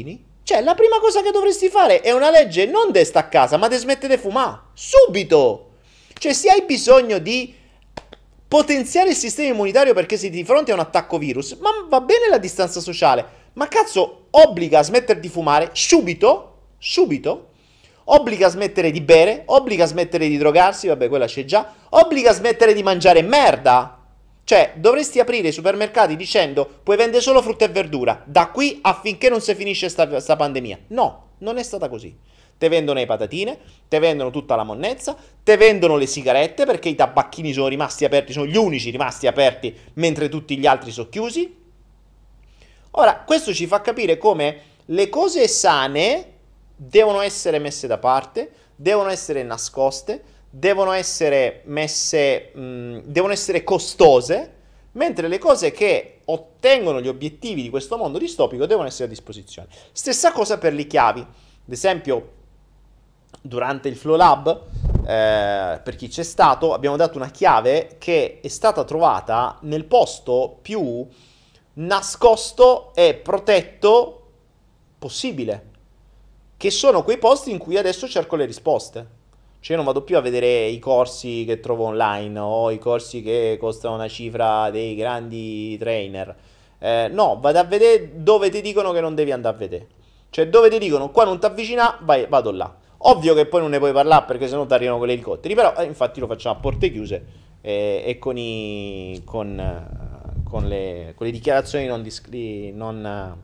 Cioè, la prima cosa che dovresti fare è una legge non de sta a casa, ma de smettere di fumare. Subito! Cioè, se hai bisogno di potenziare il sistema immunitario perché sei di fronte a un attacco virus, ma va bene la distanza sociale, ma cazzo, obbliga a smettere di fumare subito, subito, obbliga a smettere di bere, obbliga a smettere di drogarsi, vabbè, quella c'è già, obbliga a smettere di mangiare merda. Cioè, dovresti aprire i supermercati dicendo puoi vendere solo frutta e verdura da qui affinché non si finisce sta, sta pandemia. No, non è stata così. Te vendono le patatine, te vendono tutta la monnezza, te vendono le sigarette perché i tabacchini sono rimasti aperti, sono gli unici rimasti aperti mentre tutti gli altri sono chiusi. Ora, questo ci fa capire come le cose sane devono essere messe da parte, devono essere nascoste, devono essere messe, mh, devono essere costose, mentre le cose che ottengono gli obiettivi di questo mondo distopico devono essere a disposizione. Stessa cosa per le chiavi. Ad esempio, durante il Flow Lab, eh, per chi c'è stato, abbiamo dato una chiave che è stata trovata nel posto più nascosto e protetto possibile, che sono quei posti in cui adesso cerco le risposte. Cioè io non vado più a vedere i corsi che trovo online o i corsi che costano una cifra dei grandi trainer. Eh, no, vado a vedere dove ti dicono che non devi andare a vedere. Cioè dove ti dicono qua non ti avvicina, vai, vado là. Ovvio che poi non ne puoi parlare perché sennò ti arrivano con gli elicotteri, però eh, infatti lo facciamo a porte chiuse eh, e con, i, con, eh, con, le, con le dichiarazioni non, discri, non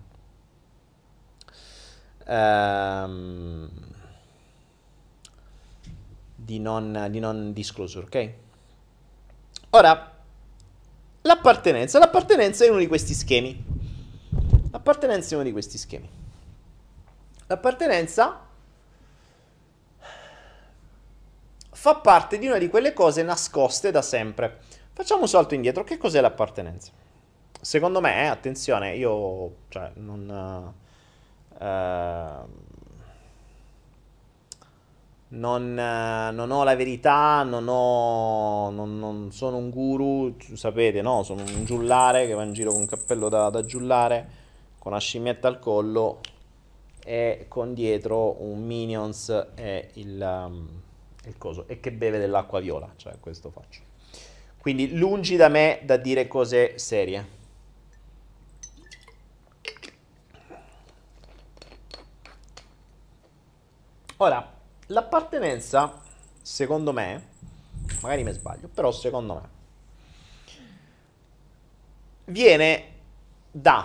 ehm, di non, di non disclosure, ok? Ora, l'appartenenza. L'appartenenza è uno di questi schemi. L'appartenenza è uno di questi schemi. L'appartenenza fa parte di una di quelle cose nascoste da sempre. Facciamo un salto indietro. Che cos'è l'appartenenza? Secondo me, eh, attenzione, io cioè, non... Uh, Non, eh, non ho la verità, non ho, non, non sono un guru, sapete, no? Sono un giullare che va in giro con un cappello da, da giullare, con una scimmietta al collo e con dietro un Minions e il, um, il coso, e che beve dell'acqua viola, cioè questo faccio. Quindi lungi da me da dire cose serie. Ora, l'appartenenza, secondo me, magari mi sbaglio, però secondo me, viene da,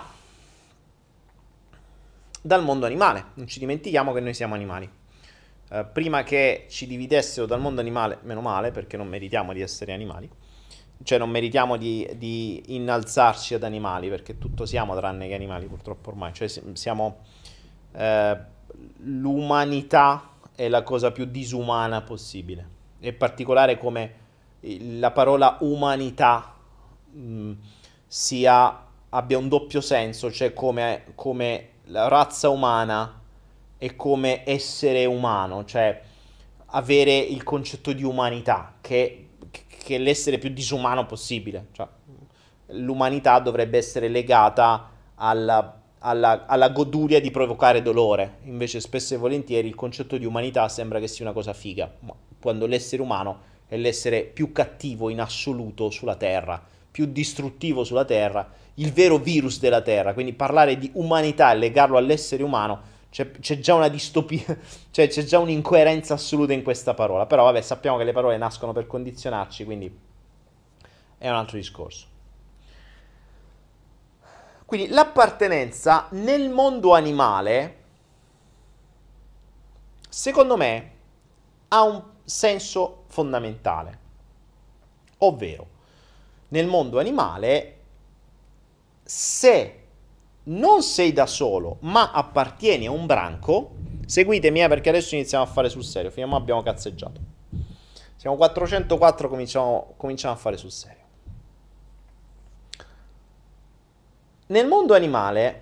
dal mondo animale. Non ci dimentichiamo che noi siamo animali. Eh, prima che ci dividessero dal mondo animale, meno male, perché non meritiamo di essere animali, cioè non meritiamo di, di innalzarci ad animali, perché tutto siamo tranne che animali, purtroppo ormai. Cioè siamo eh, l'umanità è la cosa più disumana possibile. È particolare come la parola umanità mh, sia, abbia un doppio senso, cioè come, come la razza umana e come essere umano, cioè avere il concetto di umanità, che, che è l'essere più disumano possibile. Cioè, l'umanità dovrebbe essere legata alla Alla, alla goduria di provocare dolore. Invece spesso e volentieri il concetto di umanità sembra che sia una cosa figa, quando l'essere umano è l'essere più cattivo in assoluto sulla Terra, più distruttivo sulla Terra, il vero virus della Terra. Quindi parlare di umanità e legarlo all'essere umano, c'è, c'è già una distopia, cioè c'è già un'incoerenza assoluta in questa parola. Però vabbè, sappiamo che le parole nascono per condizionarci, quindi è un altro discorso. Quindi l'appartenenza nel mondo animale, secondo me, ha un senso fondamentale. Ovvero, nel mondo animale, se non sei da solo, ma appartieni a un branco, seguitemi eh, perché adesso iniziamo a fare sul serio, fino a mo' abbiamo cazzeggiato. Siamo quattrocentoquattro, cominciamo, cominciamo a fare sul serio. Nel mondo animale,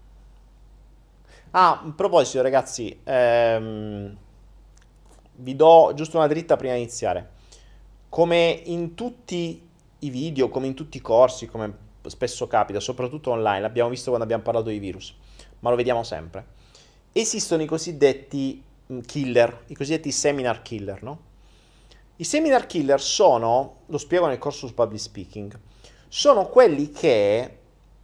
ah, a proposito ragazzi, ehm, vi do giusto una dritta prima di iniziare. Come in tutti i video, come in tutti i corsi, come spesso capita, soprattutto online, l'abbiamo visto quando abbiamo parlato di virus, ma lo vediamo sempre. esistono i cosiddetti killer, i cosiddetti seminar killer, no? I seminar killer sono, lo spiego nel corso su public speaking, sono quelli che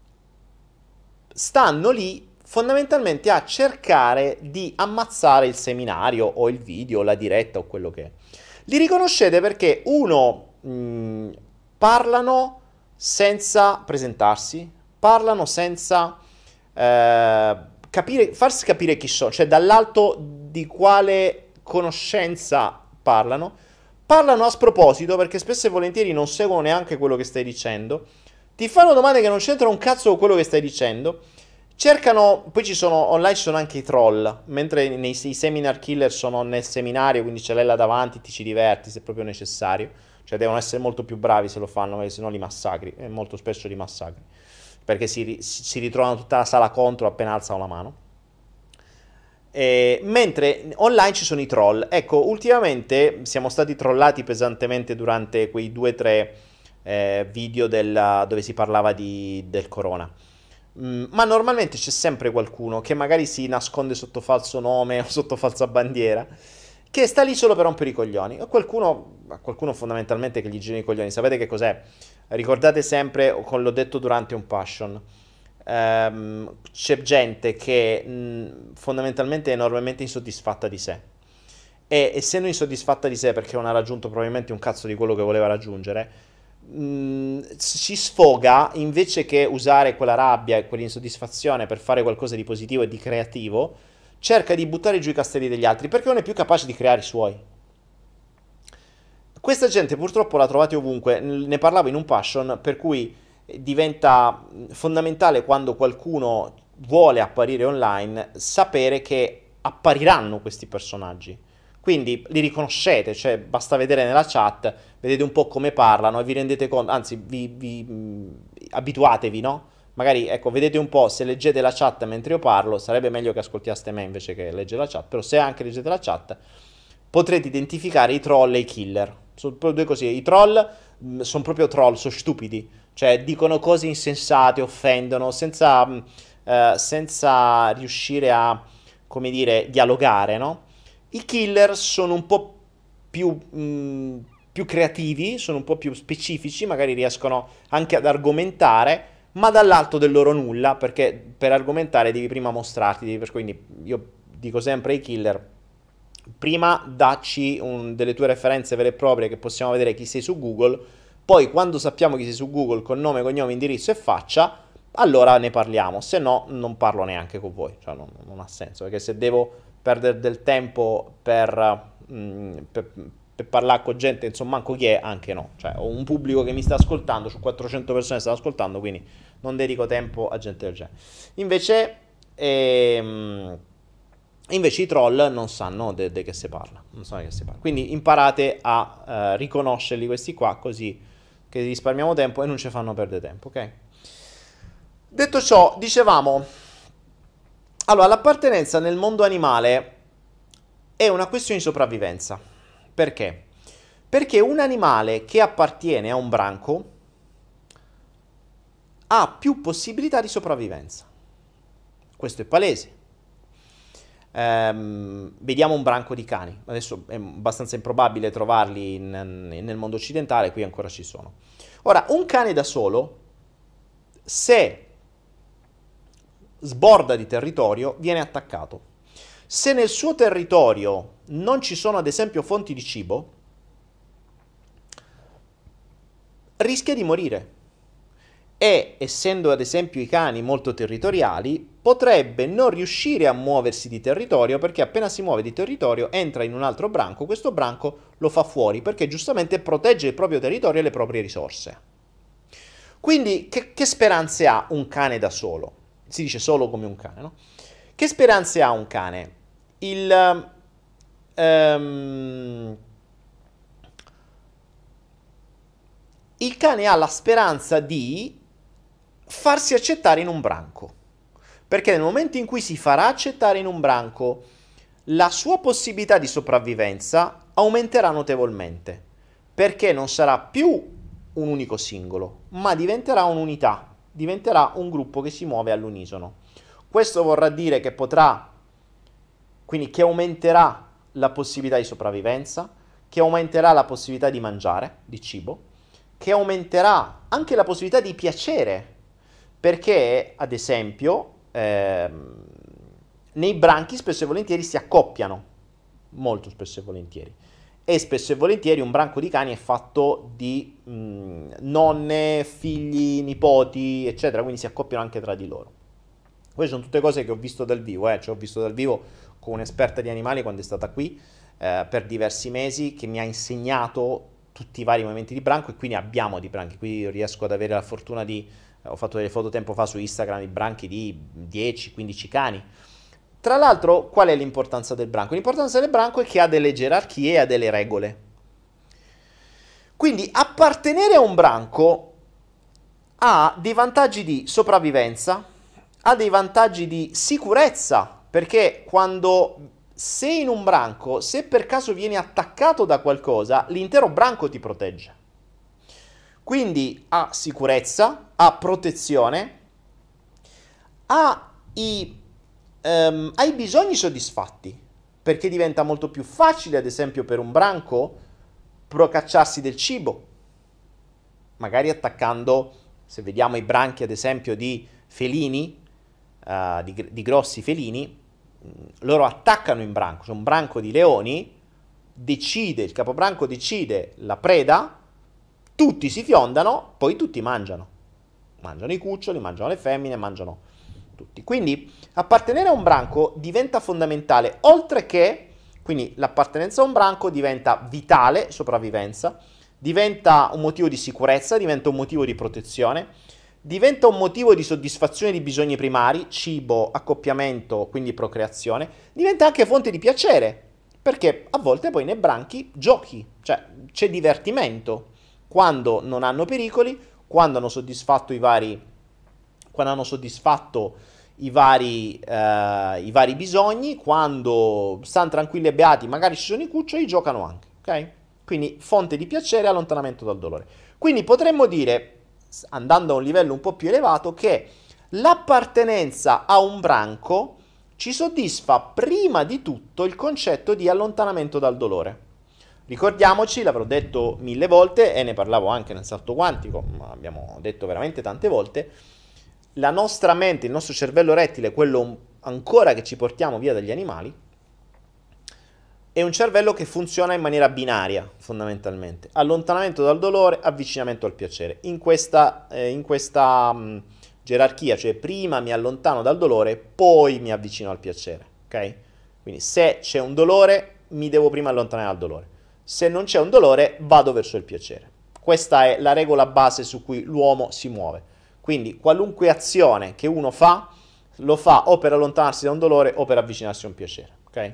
stanno lì fondamentalmente a cercare di ammazzare il seminario o il video, la diretta o quello che è. Li riconoscete perché uno, mh, parlano senza presentarsi, parlano senza eh, capire, farsi capire chi sono, cioè dall'alto di quale conoscenza parlano. Parlano a sproposito perché spesso e volentieri non seguono neanche quello che stai dicendo, ti fanno domande che non c'entrano un cazzo con quello che stai dicendo, cercano, poi ci sono, online ci sono anche i troll, mentre nei, i seminar killer sono nel seminario, quindi ce l'hai là davanti, ti ci diverti se è proprio necessario, cioè devono essere molto più bravi se lo fanno, perché se no li massacri, e molto spesso li massacri, perché si, si ritrovano tutta la sala contro appena alzano la mano. Eh, mentre online ci sono i troll. Ecco, ultimamente siamo stati trollati pesantemente durante quei due o tre eh, video del, dove si parlava di, del corona. Mm, ma normalmente c'è sempre qualcuno che magari si nasconde sotto falso nome o sotto falsa bandiera, che sta lì solo per rompere i coglioni. O qualcuno, qualcuno fondamentalmente che gli girano i coglioni. Sapete che cos'è? Ricordate sempre, l'ho detto durante un passion, Um, c'è gente che mh, fondamentalmente è enormemente insoddisfatta di sé e essendo insoddisfatta di sé perché non ha raggiunto probabilmente un cazzo di quello che voleva raggiungere, mh, si sfoga, invece che usare quella rabbia e quell'insoddisfazione per fare qualcosa di positivo e di creativo, cerca di buttare giù i castelli degli altri perché non è più capace di creare i suoi. Questa gente purtroppo la trovate ovunque, ne parlavo in un passion, per cui diventa fondamentale quando qualcuno vuole apparire online sapere che appariranno questi personaggi, quindi li riconoscete, cioè basta vedere nella chat, vedete un po' come parlano e vi rendete conto, anzi vi, vi mh, abituatevi, no? Magari ecco, vedete un po', se leggete la chat mentre io parlo, sarebbe meglio che ascoltiaste me invece che leggere la chat, però se anche leggete la chat potrete identificare i troll e i killer. Sono proprio due cose. I troll mh, sono proprio troll, sono stupidi, cioè dicono cose insensate, offendono senza, mh, eh, senza riuscire a, come dire, dialogare, no? I killer sono un po' più, mh, più creativi, sono un po' più specifici, magari riescono anche ad argomentare, ma dall'alto del loro nulla, perché per argomentare devi prima mostrarti, devi, quindi io dico sempre ai killer: prima dacci un, delle tue referenze vere e proprie che possiamo vedere chi sei su Google, poi quando sappiamo chi sei su Google con nome, cognome, indirizzo e faccia, allora ne parliamo, se no non parlo neanche con voi, cioè non, non ha senso, perché se devo perdere del tempo per, mh, per, per parlare con gente, insomma, manco chi è, anche no, cioè ho un pubblico che mi sta ascoltando, su quattrocento persone che stanno ascoltando, quindi non dedico tempo a gente del genere. Invece... Ehm, Invece i troll non sanno di che si parla, non sanno di che si parla. Quindi imparate a uh, riconoscerli questi qua, così che risparmiamo tempo e non ci fanno perdere tempo, ok? Detto ciò, dicevamo, allora l'appartenenza nel mondo animale è una questione di sopravvivenza. Perché? Perché un animale che appartiene a un branco ha più possibilità di sopravvivenza. Questo è palese. Um, vediamo un branco di cani. Adesso è abbastanza improbabile trovarli in, in, nel mondo occidentale, qui ancora ci sono. Ora, un cane da solo, se sborda di territorio, viene attaccato. Se nel suo territorio non ci sono, ad esempio, fonti di cibo, rischia di morire. E, essendo ad esempio i cani molto territoriali, potrebbe non riuscire a muoversi di territorio, perché appena si muove di territorio entra in un altro branco, questo branco lo fa fuori perché giustamente protegge il proprio territorio e le proprie risorse. Quindi che, che speranze ha un cane da solo? Si dice solo come un cane, no? Che speranze ha un cane? Il... Um, il cane ha la speranza di farsi accettare in un branco, perché nel momento in cui si farà accettare in un branco, la sua possibilità di sopravvivenza aumenterà notevolmente, perché non sarà più un unico singolo, ma diventerà un'unità, diventerà un gruppo che si muove all'unisono. Questo vorrà dire che potrà quindi che aumenterà la possibilità di sopravvivenza, che aumenterà la possibilità di mangiare, di cibo, che aumenterà anche la possibilità di piacere, perché, ad esempio, ehm, nei branchi spesso e volentieri si accoppiano, molto spesso e volentieri, e spesso e volentieri un branco di cani è fatto di mh, nonne, figli, nipoti, eccetera, quindi si accoppiano anche tra di loro. Queste sono tutte cose che ho visto dal vivo, eh. Cioè, ho visto dal vivo con un'esperta di animali quando è stata qui eh, per diversi mesi, che mi ha insegnato tutti i vari movimenti di branco, e quindi abbiamo di branchi, qui riesco ad avere la fortuna di, eh, ho fatto delle foto tempo fa su Instagram di branchi di dieci quindici cani. Tra l'altro, qual è l'importanza del branco? L'importanza del branco è che ha delle gerarchie e ha delle regole. Quindi appartenere a un branco ha dei vantaggi di sopravvivenza, ha dei vantaggi di sicurezza, perché quando sei in un branco, se per caso vieni attaccato da qualcosa, l'intero branco ti protegge. Quindi ha sicurezza, ha protezione, ha i, um, ha i bisogni soddisfatti, perché diventa molto più facile, ad esempio, per un branco procacciarsi del cibo, magari attaccando, se vediamo i branchi, ad esempio, di felini, uh, di, di grossi felini, loro attaccano in branco. Cioè un branco di leoni decide, il capobranco decide la preda, tutti si fiondano, poi tutti mangiano. Mangiano i cuccioli, mangiano le femmine, mangiano tutti. Quindi appartenere a un branco diventa fondamentale, oltre che, quindi l'appartenenza a un branco diventa vitale, sopravvivenza, diventa un motivo di sicurezza, diventa un motivo di protezione, diventa un motivo di soddisfazione di bisogni primari, cibo, accoppiamento, quindi procreazione, diventa anche fonte di piacere, perché a volte poi nei branchi giochi, cioè c'è divertimento, quando non hanno pericoli, quando hanno soddisfatto i vari, quando hanno soddisfatto i vari, eh, i vari bisogni, quando stanno tranquilli e beati, magari ci sono i cuccioli, giocano anche, ok? Quindi fonte di piacere e allontanamento dal dolore. Quindi potremmo dire, andando a un livello un po' più elevato, che l'appartenenza a un branco ci soddisfa prima di tutto il concetto di allontanamento dal dolore. Ricordiamoci, l'avrò detto mille volte e ne parlavo anche nel salto quantico, ma abbiamo detto veramente tante volte, la nostra mente, il nostro cervello rettile, quello ancora che ci portiamo via dagli animali, è un cervello che funziona in maniera binaria, fondamentalmente. Allontanamento dal dolore, avvicinamento al piacere. In questa, eh, in questa mh, gerarchia, cioè prima mi allontano dal dolore, poi mi avvicino al piacere, ok? Quindi se c'è un dolore, mi devo prima allontanare dal dolore. Se non c'è un dolore, vado verso il piacere. Questa è la regola base su cui l'uomo si muove. Quindi qualunque azione che uno fa, lo fa o per allontanarsi da un dolore o per avvicinarsi a un piacere, ok?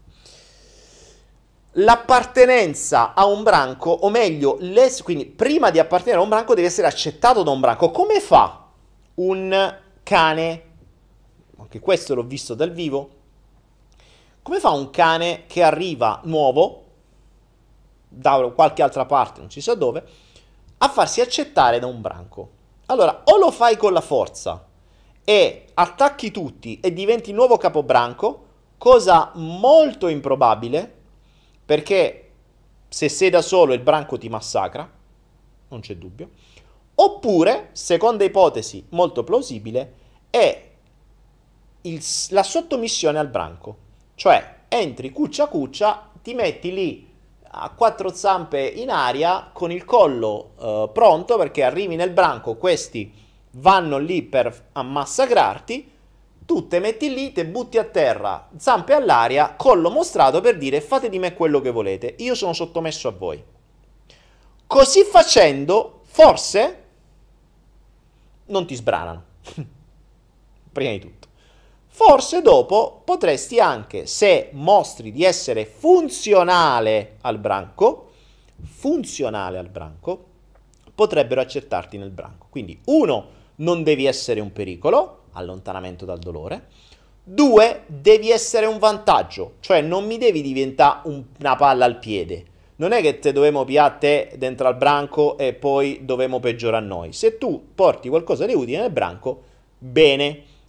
L'appartenenza a un branco, o meglio, les- quindi prima di appartenere a un branco deve essere accettato da un branco. Come fa un cane, anche questo l'ho visto dal vivo, come fa un cane che arriva nuovo, da qualche altra parte, non si sa dove, a farsi accettare da un branco? Allora, o lo fai con la forza e attacchi tutti e diventi nuovo capobranco, cosa molto improbabile, perché se sei da solo il branco ti massacra, non c'è dubbio. Oppure, seconda ipotesi molto plausibile, è il, la sottomissione al branco. Cioè, entri cuccia cuccia, ti metti lì a quattro zampe in aria, con il collo eh, pronto, perché arrivi nel branco, questi vanno lì per ammassacrarti, tu te metti lì, te butti a terra, zampe all'aria, collo mostrato per dire fate di me quello che volete, io sono sottomesso a voi. Così facendo, forse, non ti sbranano, prima di tutto. Forse dopo potresti anche, se mostri di essere funzionale al branco, funzionale al branco, potrebbero accettarti nel branco. Quindi, uno, non devi essere un pericolo, allontanamento dal dolore. Due, devi essere un vantaggio, cioè non mi devi diventare un, una palla al piede. Non è che te dovemo piare te dentro al branco e poi dovemo peggiorare noi. Se tu porti qualcosa di utile nel branco, bene.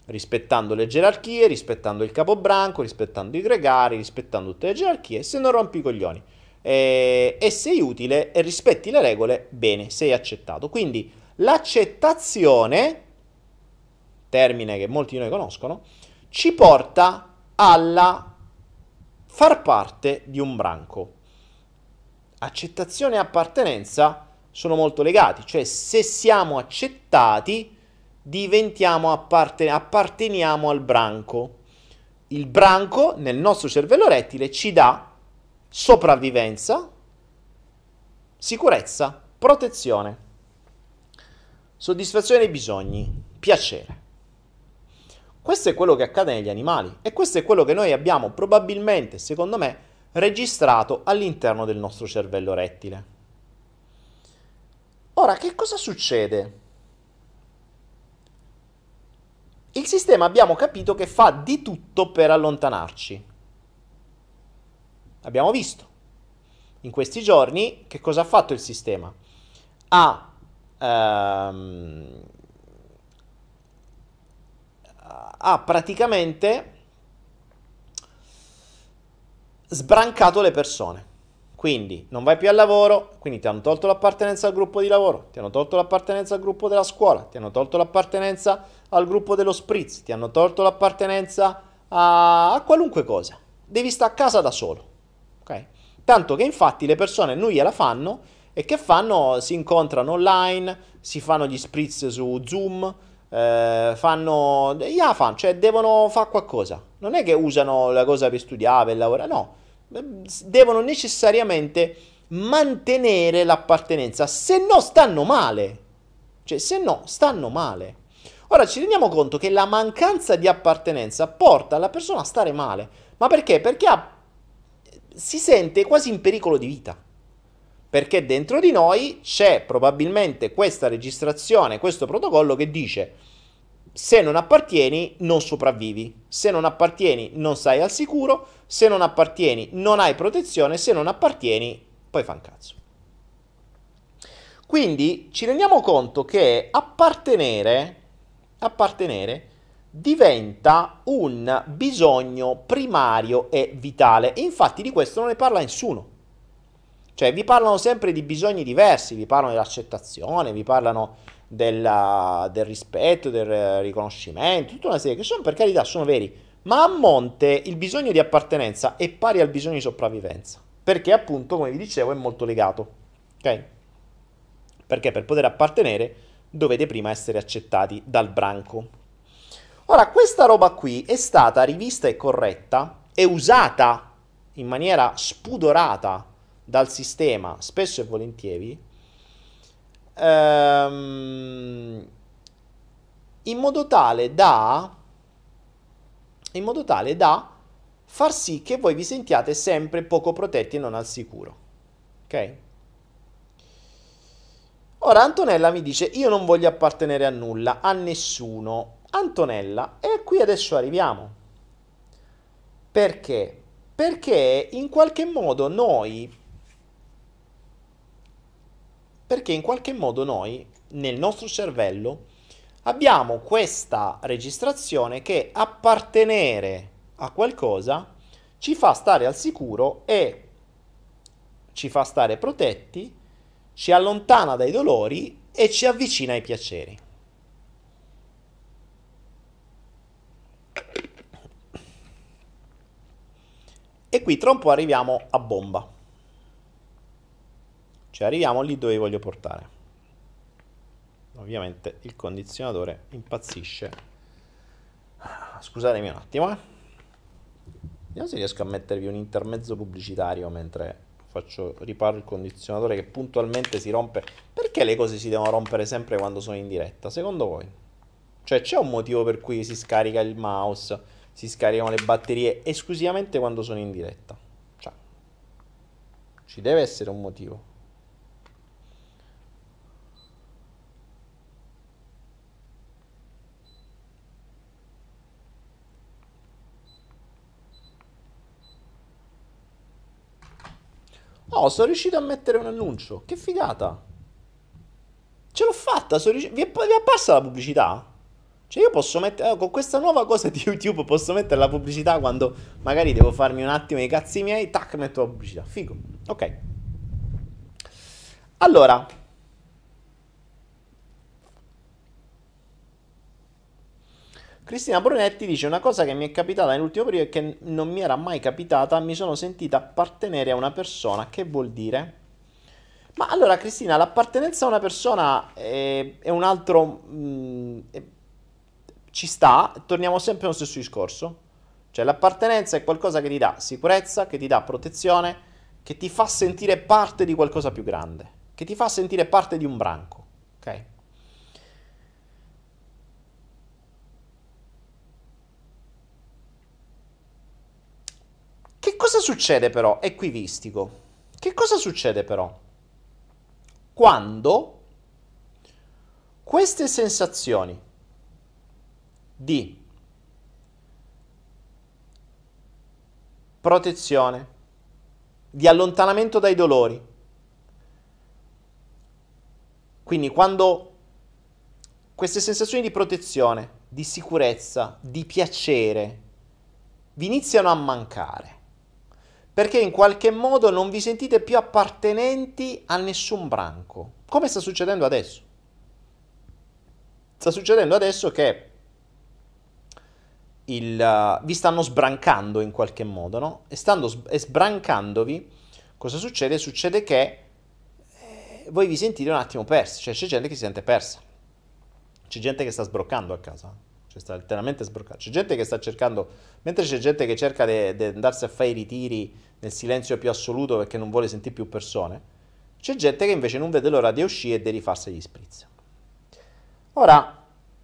rispettando le gerarchie, rispettando il capobranco, rispettando i gregari, rispettando tutte le gerarchie, se non rompi i coglioni e, e sei utile e rispetti le regole, bene, sei accettato. Quindi l'accettazione, termine che molti di noi conoscono, ci porta alla far parte di un branco. Accettazione e appartenenza sono molto legati, cioè se siamo accettati diventiamo apparte- apparteniamo al branco. Il branco nel nostro cervello rettile ci dà sopravvivenza, sicurezza, protezione, soddisfazione dei bisogni, piacere. Questo è quello che accade negli animali e questo è quello che noi abbiamo probabilmente, secondo me, registrato all'interno del nostro cervello rettile. Ora, che cosa succede? Il sistema abbiamo capito che fa di tutto per allontanarci. Abbiamo visto. In questi giorni che cosa ha fatto il sistema? Ha, ehm, ha praticamente sbrancato le persone. Quindi non vai più al lavoro, quindi ti hanno tolto l'appartenenza al gruppo di lavoro, ti hanno tolto l'appartenenza al gruppo della scuola, ti hanno tolto l'appartenenza al gruppo dello spritz, ti hanno tolto l'appartenenza a, a qualunque cosa. Devi stare a casa da solo, ok? Tanto che infatti le persone nulla la fanno e che fanno? Si incontrano online, si fanno gli spritz su Zoom, eh, fanno, yeah, fanno, cioè devono fare qualcosa. Non è che usano la cosa per studiare, per lavorare, no. Devono necessariamente mantenere l'appartenenza, se no stanno male. Cioè, se no stanno male. Ora ci rendiamo conto che la mancanza di appartenenza porta la persona a stare male. Ma perché? Perché ha, si sente quasi in pericolo di vita. Perché dentro di noi c'è probabilmente questa registrazione, questo protocollo che dice: se non appartieni non sopravvivi, se non appartieni non stai al sicuro, se non appartieni non hai protezione, se non appartieni poi fa un cazzo. Quindi ci rendiamo conto che appartenere, appartenere diventa un bisogno primario e vitale. E infatti di questo non ne parla nessuno. Cioè vi parlano sempre di bisogni diversi, vi parlano dell'accettazione, vi parlano della, del rispetto, del riconoscimento, tutta una serie che sono, per carità, sono veri, ma a monte il bisogno di appartenenza è pari al bisogno di sopravvivenza, perché appunto, come vi dicevo, è molto legato, ok? Perché per poter appartenere dovete prima essere accettati dal branco. Ora, questa roba qui è stata rivista e corretta e usata in maniera spudorata dal sistema, spesso e volentieri, ehm, in modo tale da in modo tale da far sì che voi vi sentiate sempre poco protetti e non al sicuro. Ok? Ora Antonella mi dice: io non voglio appartenere a nulla, a nessuno. Antonella, e qui adesso arriviamo. Perché? Perché in qualche modo noi Perché in qualche modo noi, nel nostro cervello, abbiamo questa registrazione che appartenere a qualcosa ci fa stare al sicuro e ci fa stare protetti, ci allontana dai dolori e ci avvicina ai piaceri. E qui tra un po' arriviamo a bomba. Cioè arriviamo lì dove vi voglio portare. Ovviamente il condizionatore impazzisce. Scusatemi un attimo, eh. Vediamo se riesco a mettervi un intermezzo pubblicitario mentre faccio, riparo il condizionatore che puntualmente si rompe. Perché le cose si devono rompere sempre quando sono in diretta? Secondo voi? Cioè c'è un motivo per cui si scarica il mouse, si scaricano le batterie esclusivamente quando sono in diretta? Cioè, ci deve essere un motivo. Oh, sono riuscito a mettere un annuncio. Che figata. Ce l'ho fatta. Sono riuscito... vi, è... vi è apparsa la pubblicità? Cioè io posso mettere, con questa nuova cosa di YouTube posso mettere la pubblicità quando magari devo farmi un attimo i cazzi miei, tac, metto la pubblicità. Figo. Ok. Allora, Cristina Brunetti dice una cosa che mi è capitata nell'ultimo periodo e che non mi era mai capitata, mi sono sentita appartenere a una persona. Che vuol dire? Ma allora, Cristina, l'appartenenza a una persona è, è un altro... mh, è- ci sta, torniamo sempre allo stesso discorso. Cioè, l'appartenenza è qualcosa che ti dà sicurezza, che ti dà protezione, che ti fa sentire parte di qualcosa più grande, che ti fa sentire parte di un branco. Ok? Che cosa succede però? Equivistico. Che cosa succede però? Quando queste sensazioni di protezione, di allontanamento dai dolori, quindi quando queste sensazioni di protezione, di sicurezza, di piacere vi iniziano a mancare, perché in qualche modo non vi sentite più appartenenti a nessun branco, come sta succedendo adesso. Sta succedendo adesso che il, uh, vi stanno sbrancando in qualche modo, no? E, stando s- e sbrancandovi, cosa succede? Succede che eh, voi vi sentite un attimo persi, cioè c'è gente che si sente persa, c'è gente che sta sbroccando a casa, cioè sta letteralmente sbroccando, c'è gente che sta cercando, mentre c'è gente che cerca di andarsi a fare i ritiri nel silenzio più assoluto perché non vuole sentire più persone, c'è gente che invece non vede l'ora di uscire e di rifarsi gli spritz. Ora,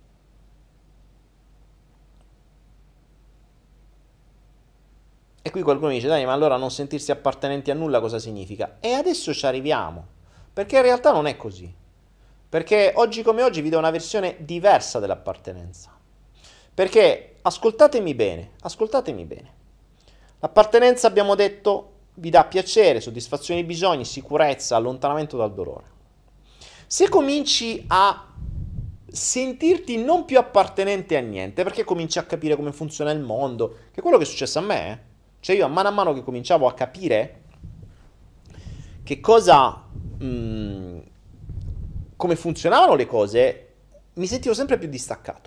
e qui qualcuno dice, dai, ma allora non sentirsi appartenenti a nulla cosa significa? E adesso ci arriviamo, perché in realtà non è così. Perché oggi come oggi vi do una versione diversa dell'appartenenza. Perché ascoltatemi bene, ascoltatemi bene. L'appartenenza, abbiamo detto, vi dà piacere, soddisfazione di bisogni, sicurezza, allontanamento dal dolore. Se cominci a sentirti non più appartenente a niente, perché cominci a capire come funziona il mondo, che è quello che è successo a me, eh? Cioè io a mano a mano che cominciavo a capire che cosa, mh, come funzionavano le cose, mi sentivo sempre più distaccato.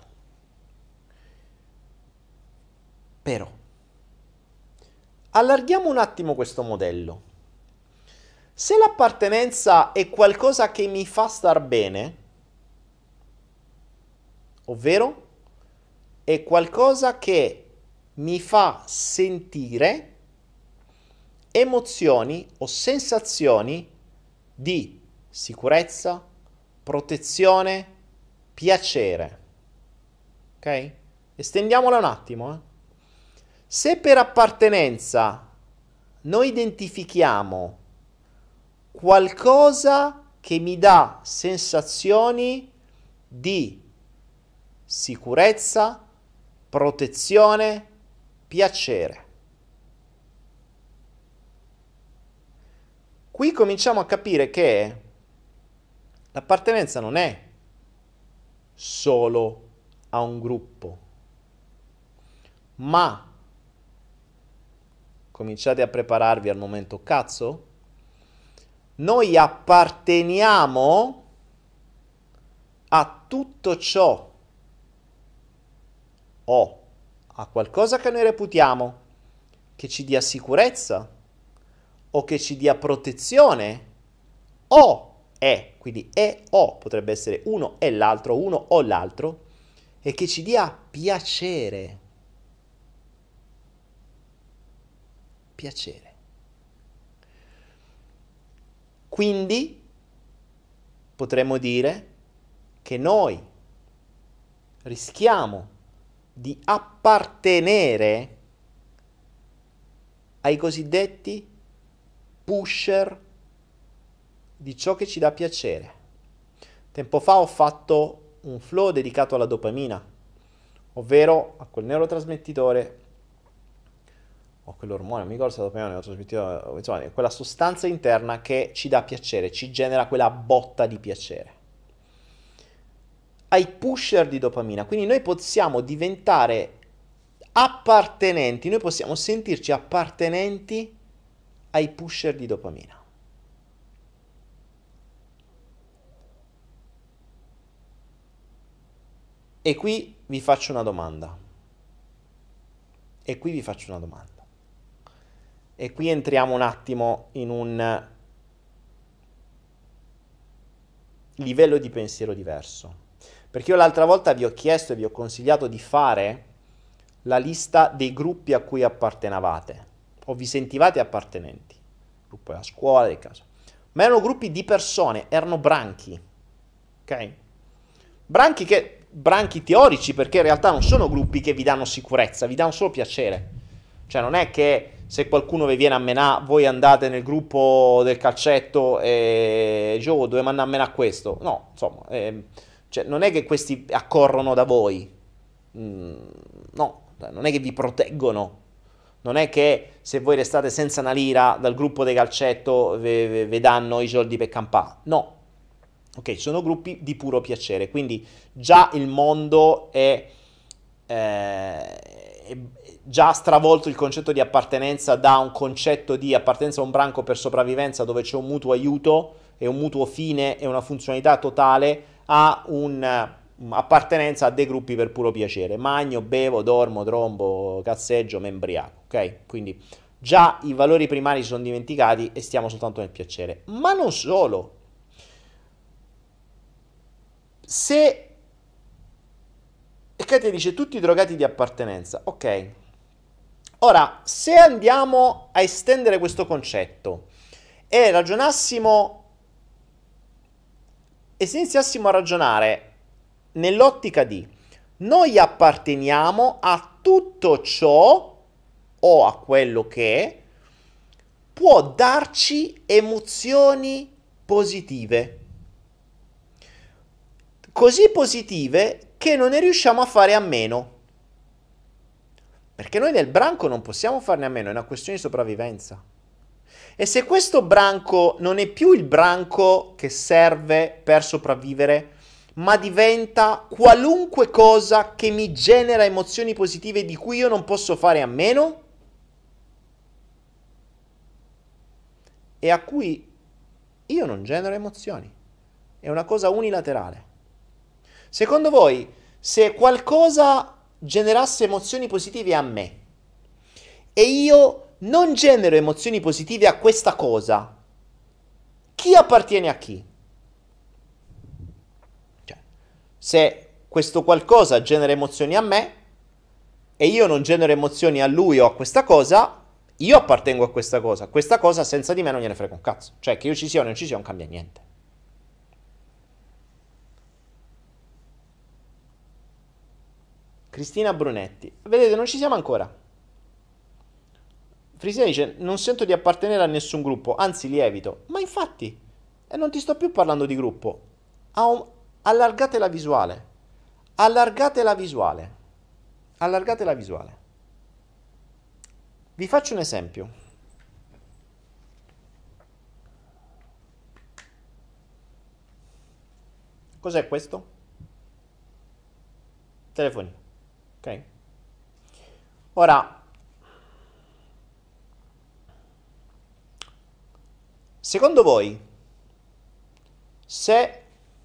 Però, allarghiamo un attimo questo modello. Se l'appartenenza è qualcosa che mi fa star bene, ovvero è qualcosa che mi fa sentire emozioni o sensazioni di sicurezza, protezione, piacere. Ok? Estendiamola un attimo. Eh? Se per appartenenza noi identifichiamo qualcosa che mi dà sensazioni di sicurezza, protezione, piacere. Qui cominciamo a capire che l'appartenenza non è solo a un gruppo, ma cominciate a prepararvi al momento cazzo. Noi apparteniamo a tutto ciò o a qualcosa che noi reputiamo che ci dia sicurezza o che ci dia protezione o è, quindi è o potrebbe essere uno e l'altro, uno o l'altro, e che ci dia piacere. Piacere. Quindi potremmo dire che noi rischiamo di appartenere ai cosiddetti pusher di ciò che ci dà piacere. Tempo fa ho fatto un flow dedicato alla dopamina, ovvero a quel neurotrasmettitore o quell'ormone, non mi ricordo se la dopamina è un neurotrasmettitore, insomma, è quella sostanza interna che ci dà piacere, ci genera quella botta di piacere. ai pusher di dopamina. Quindi noi possiamo diventare appartenenti, noi possiamo sentirci appartenenti ai pusher di dopamina. E qui vi faccio una domanda. E qui vi faccio una domanda. E qui entriamo un attimo in un livello di pensiero diverso. Perché io l'altra volta vi ho chiesto e vi ho consigliato di fare la lista dei gruppi a cui appartenevate o vi sentivate appartenenti. Gruppo della scuola, del caso. Ma erano gruppi di persone, erano branchi. Ok? Branchi che branchi teorici, perché in realtà non sono gruppi che vi danno sicurezza, vi danno solo piacere. Cioè non è che se qualcuno vi viene a menà, voi andate nel gruppo del calcetto e dice, oh, dove andare a menà questo? No, insomma, eh, cioè, non è che questi accorrono da voi. Mm, no, non è che vi proteggono. Non è che se voi restate senza una lira dal gruppo del calcetto vi, vi danno i soldi per campà. No. Ok, sono gruppi di puro piacere, quindi già il mondo è, eh, è già stravolto il concetto di appartenenza da un concetto di appartenenza a un branco per sopravvivenza dove c'è un mutuo aiuto e un mutuo fine e una funzionalità totale a un'appartenenza a dei gruppi per puro piacere. Magno, bevo, dormo, trombo, cazzeggio, membriaco, ok? Quindi già i valori primari si sono dimenticati e stiamo soltanto nel piacere. Ma non solo. Se e Katia dice tutti drogati di appartenenza, ok. Ora, se andiamo a estendere questo concetto e ragionassimo e se iniziassimo a ragionare nell'ottica di noi apparteniamo a tutto ciò o a quello che può darci emozioni positive. Così positive che non ne riusciamo a fare a meno. Perché noi nel branco non possiamo farne a meno, è una questione di sopravvivenza. E se questo branco non è più il branco che serve per sopravvivere, ma diventa qualunque cosa che mi genera emozioni positive di cui io non posso fare a meno, e a cui io non genero emozioni. È una cosa unilaterale. Secondo voi, se qualcosa generasse emozioni positive a me e io non genero emozioni positive a questa cosa, chi appartiene a chi? Cioè, se questo qualcosa genera emozioni a me e io non genero emozioni a lui o a questa cosa, io appartengo a questa cosa. Questa cosa senza di me non gliene frega un cazzo. Cioè, che io ci sia o non ci sia non cambia niente. Cristina Brunetti. Vedete, non ci siamo ancora. Frisina dice, non sento di appartenere a nessun gruppo, anzi li evito. Ma infatti, e non ti sto più parlando di gruppo. Un... Allargate la visuale. Allargate la visuale. Allargate la visuale. Vi faccio un esempio. Cos'è questo? Telefonino. Ok? Ora, secondo voi, se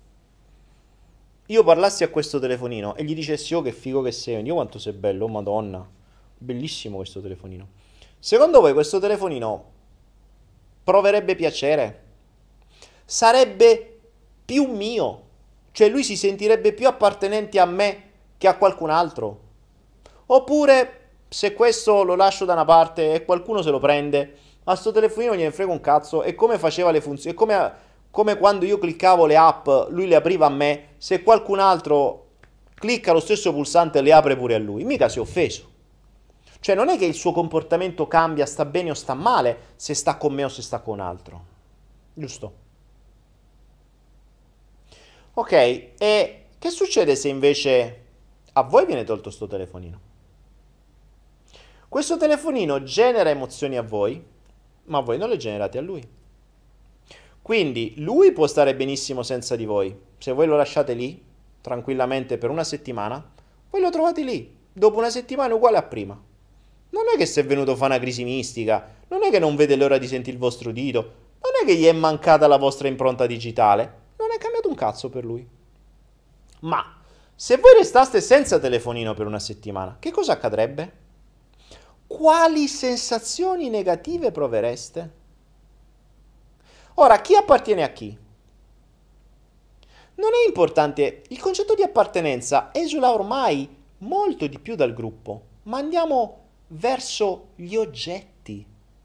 io parlassi a questo telefonino e gli dicessi, oh che figo che sei, io quanto sei bello, oh madonna, bellissimo questo telefonino. Secondo voi questo telefonino proverebbe piacere? Sarebbe più mio? Cioè lui si sentirebbe più appartenente a me che a qualcun altro? Oppure, se questo lo lascio da una parte e qualcuno se lo prende, a sto telefonino gliene frega un cazzo, e come faceva le funzioni, come, come quando io cliccavo le app, lui le apriva a me, se qualcun altro clicca lo stesso pulsante e le apre pure a lui, mica si è offeso. Cioè non è che il suo comportamento cambia, sta bene o sta male, se sta con me o se sta con un altro. Giusto? Ok, e che succede se invece a voi viene tolto sto telefonino? Questo telefonino genera emozioni a voi, ma voi non le generate a lui. Quindi lui può stare benissimo senza di voi. Se voi lo lasciate lì, tranquillamente per una settimana, voi lo trovate lì, dopo una settimana uguale a prima. Non è che si è venuto a fare una crisi mistica, non è che non vede l'ora di sentire il vostro dito, non è che gli è mancata la vostra impronta digitale, non è cambiato un cazzo per lui. Ma se voi restaste senza telefonino per una settimana, che cosa accadrebbe? Quali sensazioni negative provereste? Ora, chi appartiene a chi? Non è importante, il concetto di appartenenza esula ormai molto di più dal gruppo, ma andiamo verso gli oggetti,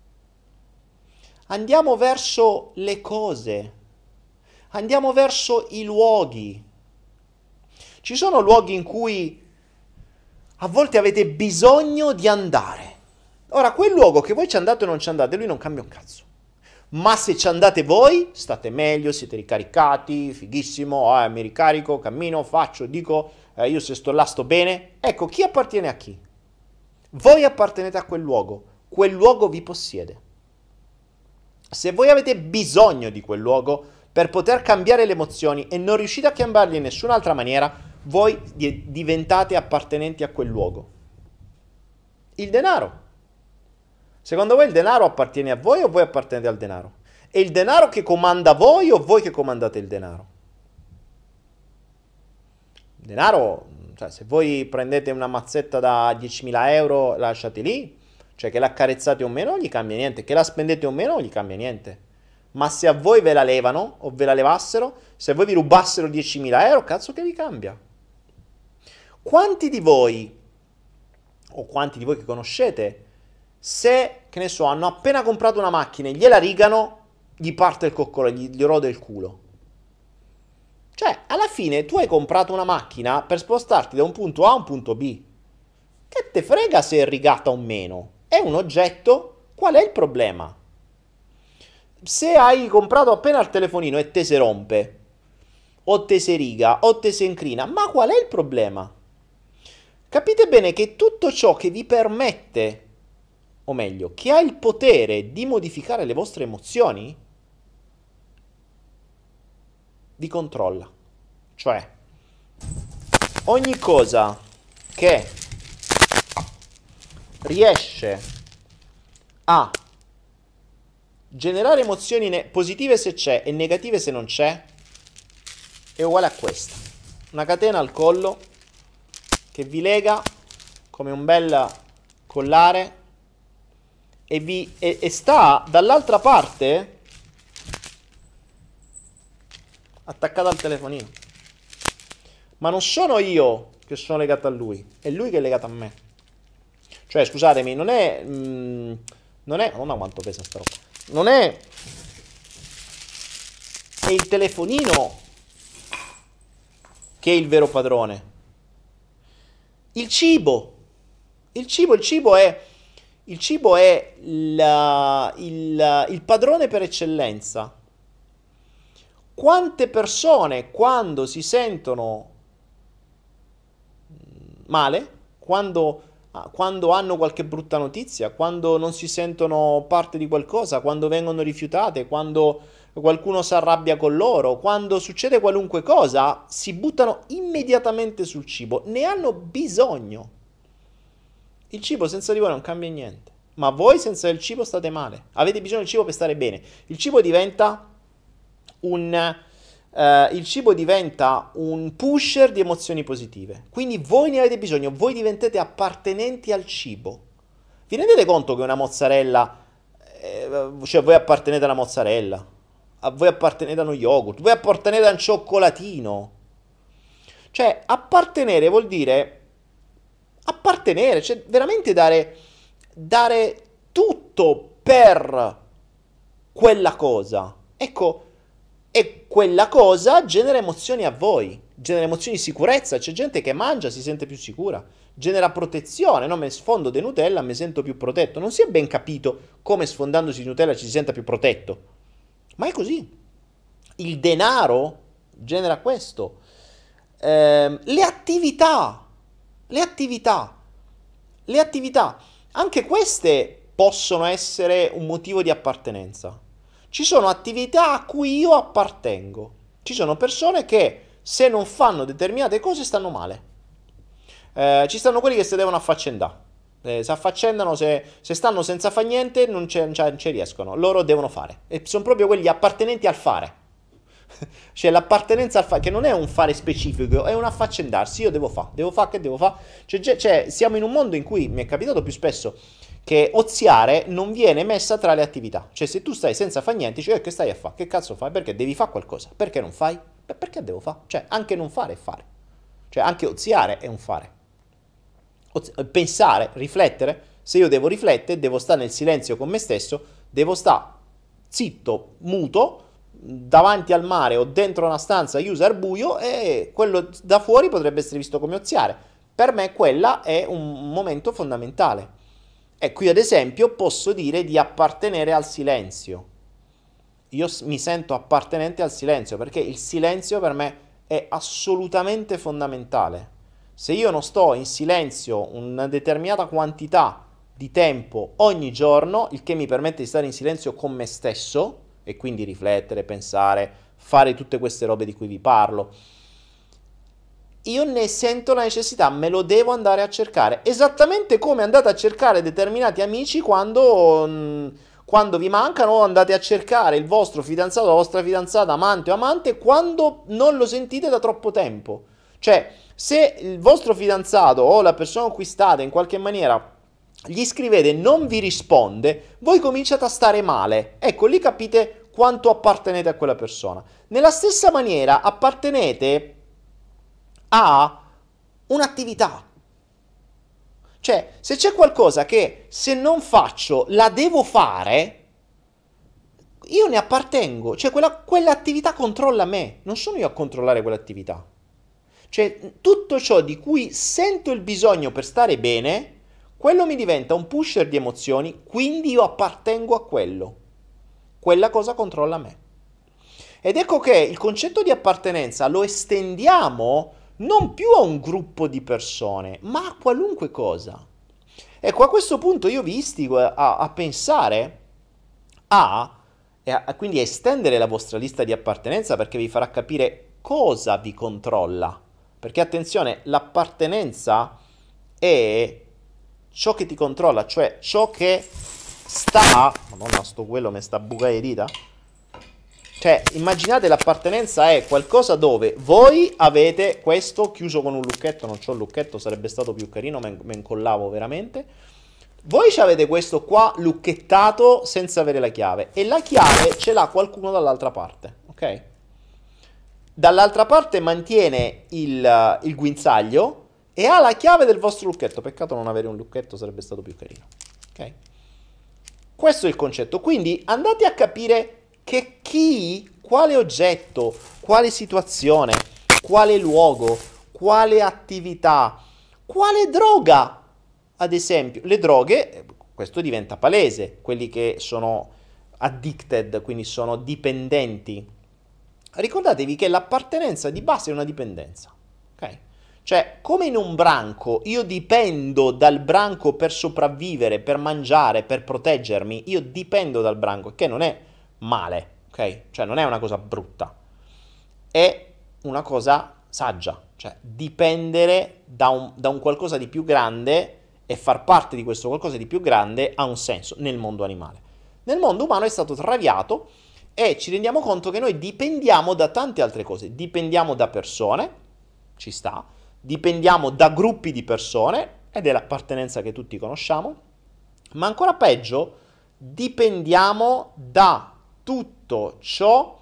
andiamo verso le cose, andiamo verso i luoghi. Ci sono luoghi in cui a volte avete bisogno di andare. Ora, quel luogo che voi ci andate o non ci andate, lui non cambia un cazzo. Ma se ci andate voi, state meglio, siete ricaricati, fighissimo, eh, mi ricarico, cammino, faccio, dico, eh, io se sto là sto bene. Ecco, chi appartiene a chi? Voi appartenete a quel luogo, quel luogo vi possiede. Se voi avete bisogno di quel luogo per poter cambiare le emozioni e non riuscite a cambiarle in nessun'altra maniera, voi di- diventate appartenenti a quel luogo. Il denaro. Secondo voi il denaro appartiene a voi o voi appartenete al denaro? È il denaro che comanda voi o voi che comandate il denaro? Il denaro, cioè se voi prendete una mazzetta da diecimila euro, la lasciate lì, cioè che l'accarezzate o meno non gli cambia niente, che la spendete o meno non gli cambia niente. Ma se a voi ve la levano o ve la levassero, se a voi vi rubassero diecimila euro, cazzo che vi cambia? Quanti di voi, o quanti di voi che conoscete, se, che ne so, hanno appena comprato una macchina e gliela rigano, gli parte il coccolo, gli, gli rode il culo. Cioè, alla fine tu hai comprato una macchina per spostarti da un punto A a un punto B. Che te frega se è rigata o meno? È un oggetto, qual è il problema? Se hai comprato appena il telefonino e te si rompe, o te si riga, o te si incrina, ma qual è il problema? Capite bene che tutto ciò che vi permette, o meglio, che ha il potere di modificare le vostre emozioni, vi controlla. Cioè, ogni cosa che riesce a generare emozioni ne- positive se c'è e negative se non c'è, è uguale a questa. Una catena al collo che vi lega come un bel collare e, vi, e, e sta dall'altra parte attaccata al telefonino. Ma non sono io che sono legato a lui, è lui che è legato a me. Cioè, scusatemi, non è... Mm, non è... non so quanto pesa sta roba. Non è... è il telefonino che è il vero padrone. Il cibo. Il cibo, il cibo è... Il cibo è la, il, il padrone per eccellenza. Quante persone quando si sentono male, quando, quando hanno qualche brutta notizia, quando non si sentono parte di qualcosa, quando vengono rifiutate, quando qualcuno si arrabbia con loro, quando succede qualunque cosa, si buttano immediatamente sul cibo, ne hanno bisogno. Il cibo senza di voi non cambia niente, ma voi senza il cibo state male, avete bisogno del cibo per stare bene. Il cibo diventa un... Uh, il cibo diventa un pusher di emozioni positive, quindi voi ne avete bisogno, voi diventate appartenenti al cibo. Vi rendete conto che una mozzarella, eh, cioè voi appartenete alla mozzarella, a voi appartenete a uno yogurt, voi appartenete a un cioccolatino. Cioè appartenere vuol dire appartenere, cioè veramente dare, dare tutto per quella cosa. Ecco. E quella cosa genera emozioni a voi, genera emozioni di sicurezza, c'è gente che mangia, si sente più sicura, genera protezione, no? Me sfondo di Nutella, mi sento più protetto. Non si è ben capito come sfondandosi di Nutella ci si senta più protetto, ma è così. Il denaro genera questo. Eh, le attività, le attività, le attività, anche queste possono essere un motivo di appartenenza. Ci sono attività a cui io appartengo. Ci sono persone che se non fanno determinate cose stanno male. Eh, ci stanno quelli che si devono affaccendare. Eh, si affaccendano, se, se stanno senza fare niente non ci riescono, loro devono fare. E sono proprio quelli appartenenti al fare. Cioè l'appartenenza al fare, che non è un fare specifico, è un affaccendarsi. Io devo fare, devo fare che devo fare. Cioè, cioè, siamo in un mondo in cui mi è capitato più spesso che oziare non viene messa tra le attività. Cioè se tu stai senza fare niente, cioè che stai a fare? Che cazzo fai? Perché devi fare qualcosa. Perché non fai? Beh, perché devo fare? Cioè anche non fare è fare. Cioè anche oziare è un fare. Ozi- pensare, riflettere. Se io devo riflettere, devo stare nel silenzio con me stesso, devo stare zitto, muto, davanti al mare o dentro una stanza chiusa al buio, e quello da fuori potrebbe essere visto come oziare. Per me quella è un momento fondamentale. E qui ad esempio posso dire di appartenere al silenzio. Io mi sento appartenente al silenzio perché il silenzio per me è assolutamente fondamentale. Se io non sto in silenzio una determinata quantità di tempo ogni giorno, il che mi permette di stare in silenzio con me stesso e quindi riflettere, pensare, fare tutte queste robe di cui vi parlo, io ne sento la necessità, me lo devo andare a cercare, esattamente come andate a cercare determinati amici quando, mh, quando vi mancano, o andate a cercare il vostro fidanzato, la vostra fidanzata, amante o amante, quando non lo sentite da troppo tempo. Cioè, se il vostro fidanzato o la persona con cui state in qualche maniera gli scrivete e non vi risponde, voi cominciate a stare male. Ecco, lì capite quanto appartenete a quella persona. Nella stessa maniera appartenete a un'attività. Cioè, se c'è qualcosa che se non faccio la devo fare, io ne appartengo. Cioè, quella, quell'attività controlla me, non sono io a controllare quell'attività. Cioè, tutto ciò di cui sento il bisogno per stare bene, quello mi diventa un pusher di emozioni, quindi io appartengo a quello. Quella cosa controlla me. Ed ecco che il concetto di appartenenza lo estendiamo non più a un gruppo di persone, ma a qualunque cosa. Ecco, a questo punto io vi istigo a, a pensare a, a, quindi a estendere la vostra lista di appartenenza, perché vi farà capire cosa vi controlla. Perché attenzione, l'appartenenza è ciò che ti controlla, cioè ciò che sta... Madonna, sto quello mi sta bucando le dita. Cioè, immaginate, l'appartenenza è qualcosa dove voi avete questo chiuso con un lucchetto, non c'ho il lucchetto, sarebbe stato più carino, me ne incollavo veramente. Voi avete questo qua lucchettato senza avere la chiave, e la chiave ce l'ha qualcuno dall'altra parte, ok? Dall'altra parte mantiene il, il guinzaglio e ha la chiave del vostro lucchetto. Peccato non avere un lucchetto, sarebbe stato più carino, ok? Questo è il concetto, quindi andate a capire che chi, quale oggetto, quale situazione, quale luogo, quale attività, quale droga, ad esempio, le droghe, questo diventa palese, quelli che sono addicted, quindi sono dipendenti. Ricordatevi che l'appartenenza di base è una dipendenza, ok? Cioè, come in un branco, io dipendo dal branco per sopravvivere, per mangiare, per proteggermi, io dipendo dal branco, che non è male, ok? Cioè non è una cosa brutta, è una cosa saggia, cioè dipendere da un, da un qualcosa di più grande e far parte di questo qualcosa di più grande ha un senso nel mondo animale. Nel mondo umano è stato traviato e ci rendiamo conto che noi dipendiamo da tante altre cose, dipendiamo da persone, ci sta, dipendiamo da gruppi di persone, ed è l'appartenenza che tutti conosciamo, ma ancora peggio, dipendiamo da tutto ciò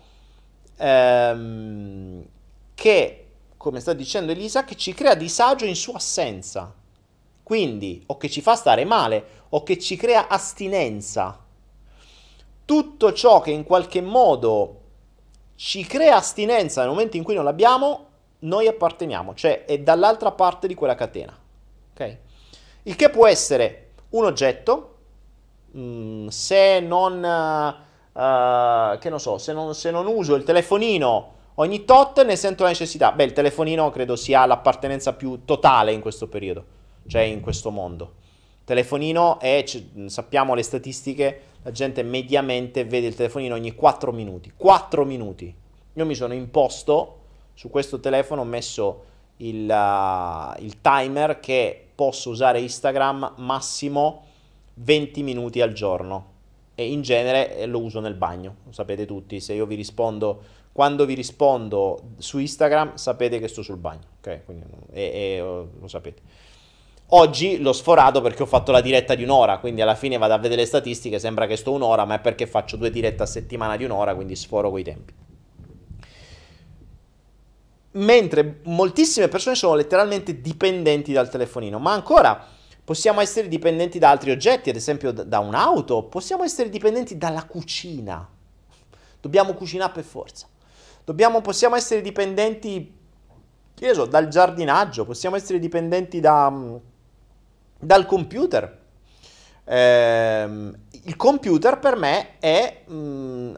ehm, che, come sta dicendo Elisa, che ci crea disagio in sua assenza, quindi o che ci fa stare male o che ci crea astinenza. Tutto ciò che in qualche modo ci crea astinenza nel momento in cui non l'abbiamo, noi apparteniamo, cioè è dall'altra parte di quella catena, ok? Il che può essere un oggetto. Mm, se non uh, che non so, se non, se non uso il telefonino ogni tot, ne sento la necessità. Beh, il telefonino credo sia l'appartenenza più totale in questo periodo, cioè in questo mondo. Il telefonino è, c- sappiamo le statistiche, la gente mediamente vede il telefonino ogni quattro minuti. quattro minuti. Io mi sono imposto Su questo telefono ho messo il, uh, il timer che posso usare Instagram massimo venti minuti al giorno e in genere lo uso nel bagno, lo sapete tutti, se io vi rispondo, quando vi rispondo su Instagram sapete che sto sul bagno, ok? Quindi, e, e, lo sapete. Oggi l'ho sforato perché ho fatto la diretta di un'ora, quindi alla fine vado a vedere le statistiche, sembra che sto un'ora, ma è perché faccio due dirette a settimana di un'ora, quindi sforo quei tempi. Mentre moltissime persone sono letteralmente dipendenti dal telefonino, ma ancora possiamo essere dipendenti da altri oggetti, ad esempio da un'auto, possiamo essere dipendenti dalla cucina, dobbiamo cucinare per forza, dobbiamo, possiamo essere dipendenti, che ne so, dal giardinaggio, possiamo essere dipendenti da, dal computer. Eh, il computer per me è... Mh,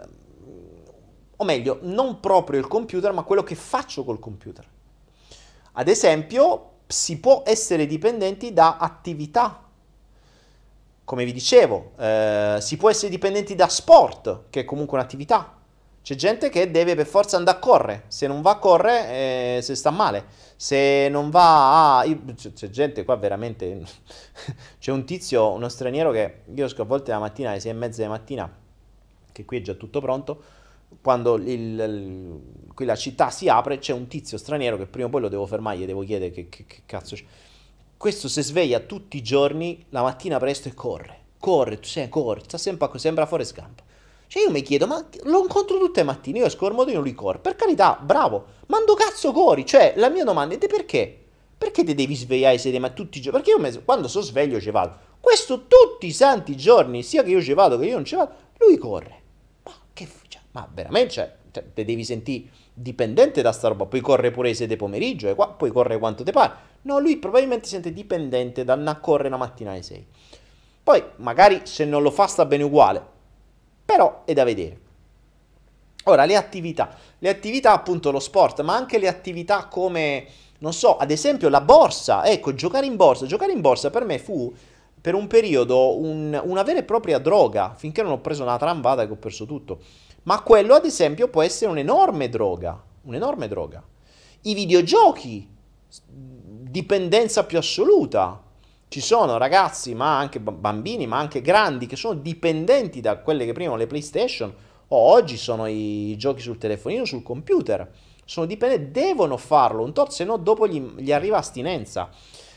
o meglio, non proprio il computer, ma quello che faccio col computer. Ad esempio, si può essere dipendenti da attività. Come vi dicevo, eh, si può essere dipendenti da sport, che è comunque un'attività. C'è gente che deve per forza andare a correre. Se non va a correre, eh, se sta male. Se non va a... C'è gente qua veramente... C'è un tizio, uno straniero che... Io esco a volte la mattina alle sei e mezza di mattina, che qui è già tutto pronto. Quando il, il, qui la città si apre, c'è un tizio straniero che prima o poi lo devo fermare, gli devo chiedere che, che, che cazzo c'è. Questo si sveglia tutti i giorni, la mattina presto e corre. Corre, tu sai, corre, sta sempre, sembra fuori scampo. Cioè io mi chiedo, ma lo incontro tutte le mattine, io esco al modo e non lui corre. Per carità, bravo, ma ando cazzo corri? Cioè, la mia domanda è, te perché? Perché ti devi svegliare sei ma tutti i giorni? Perché io me, quando sono sveglio ci vado. Questo tutti i santi giorni, sia che io ci vado che io non ci vado, lui corre. Ma che cioè, ma veramente, cioè, cioè, te devi sentire dipendente da sta roba, puoi correre pure le sei di pomeriggio, e qua, puoi correre quanto ti pare. No, lui probabilmente si sente dipendente da andare a correre la mattina alle sei. Poi, magari, se non lo fa sta bene uguale, però è da vedere. Ora, le attività. Le attività, appunto, lo sport, ma anche le attività come, non so, ad esempio la borsa. Ecco, giocare in borsa. Giocare in borsa per me fu, per un periodo, un, una vera e propria droga, finché non ho preso una trambata che ho perso tutto. Ma quello, ad esempio, può essere un'enorme droga, un'enorme droga. I videogiochi, dipendenza più assoluta. Ci sono ragazzi, ma anche bambini, ma anche grandi, che sono dipendenti da quelle che prima erano le PlayStation, o oggi sono i giochi sul telefonino, sul computer. Sono dipendenti, devono farlo, un tot, se no dopo gli, gli arriva astinenza.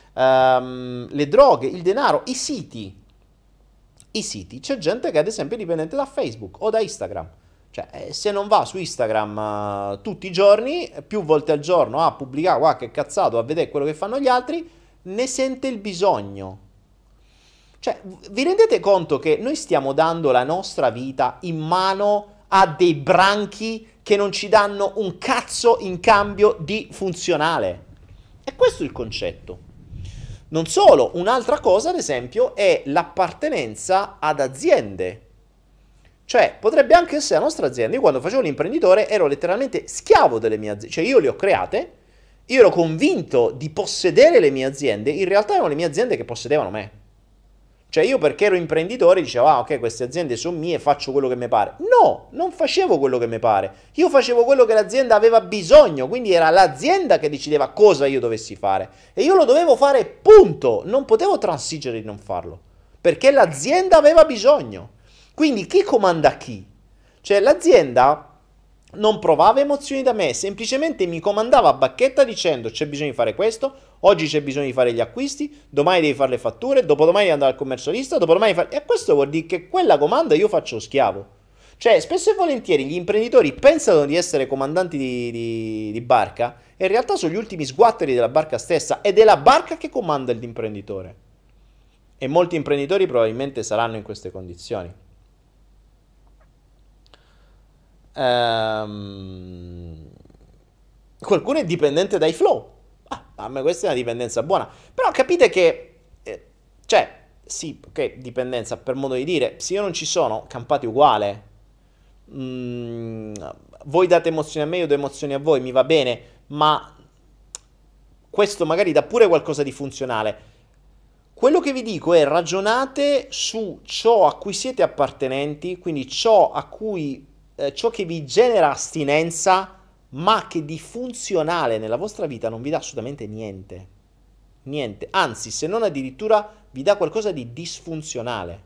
Um, le droghe, il denaro, i siti. I siti, c'è gente che ad esempio è dipendente da Facebook o da Instagram. Cioè, se non va su Instagram uh, tutti i giorni, più volte al giorno, a pubblicare qualche cazzato, a vedere quello che fanno gli altri, ne sente il bisogno. Cioè, vi rendete conto che noi stiamo dando la nostra vita in mano a dei branchi che non ci danno un cazzo in cambio di funzionale? E questo è il concetto. Non solo, un'altra cosa, ad esempio, è l'appartenenza ad aziende. Cioè, potrebbe anche essere la nostra azienda. Io quando facevo l'imprenditore ero letteralmente schiavo delle mie aziende. Cioè, io le ho create, io ero convinto di possedere le mie aziende, in realtà erano le mie aziende che possedevano me. Cioè, io perché ero imprenditore dicevo, ah, ok, queste aziende sono mie, faccio quello che mi pare. No, non facevo quello che mi pare. Io facevo quello che l'azienda aveva bisogno, quindi era l'azienda che decideva cosa io dovessi fare. E io lo dovevo fare, punto. Non potevo transigere di non farlo, perché l'azienda aveva bisogno. Quindi chi comanda chi? Cioè l'azienda non provava emozioni da me, semplicemente mi comandava a bacchetta dicendo c'è bisogno di fare questo, oggi c'è bisogno di fare gli acquisti, domani devi fare le fatture, dopodomani devi andare al commercialista, dopodomani fare... E questo vuol dire che quella comanda io faccio schiavo. Cioè spesso e volentieri gli imprenditori pensano di essere comandanti di, di, di barca e in realtà sono gli ultimi sguatteri della barca stessa ed è la barca che comanda l'imprenditore. E molti imprenditori probabilmente saranno in queste condizioni. Um, qualcuno è dipendente dai flow. Ah, a me questa è una dipendenza buona. Però capite che eh, cioè, sì, ok, dipendenza per modo di dire. Se io non ci sono, campate uguale. Mm, voi date emozioni a me, io do emozioni a voi, mi va bene. Ma questo magari dà pure qualcosa di funzionale. Quello che vi dico è ragionate su ciò a cui siete appartenenti, quindi ciò a cui ciò che vi genera astinenza ma che di funzionale nella vostra vita non vi dà assolutamente niente. Niente, anzi, se non addirittura vi dà qualcosa di disfunzionale,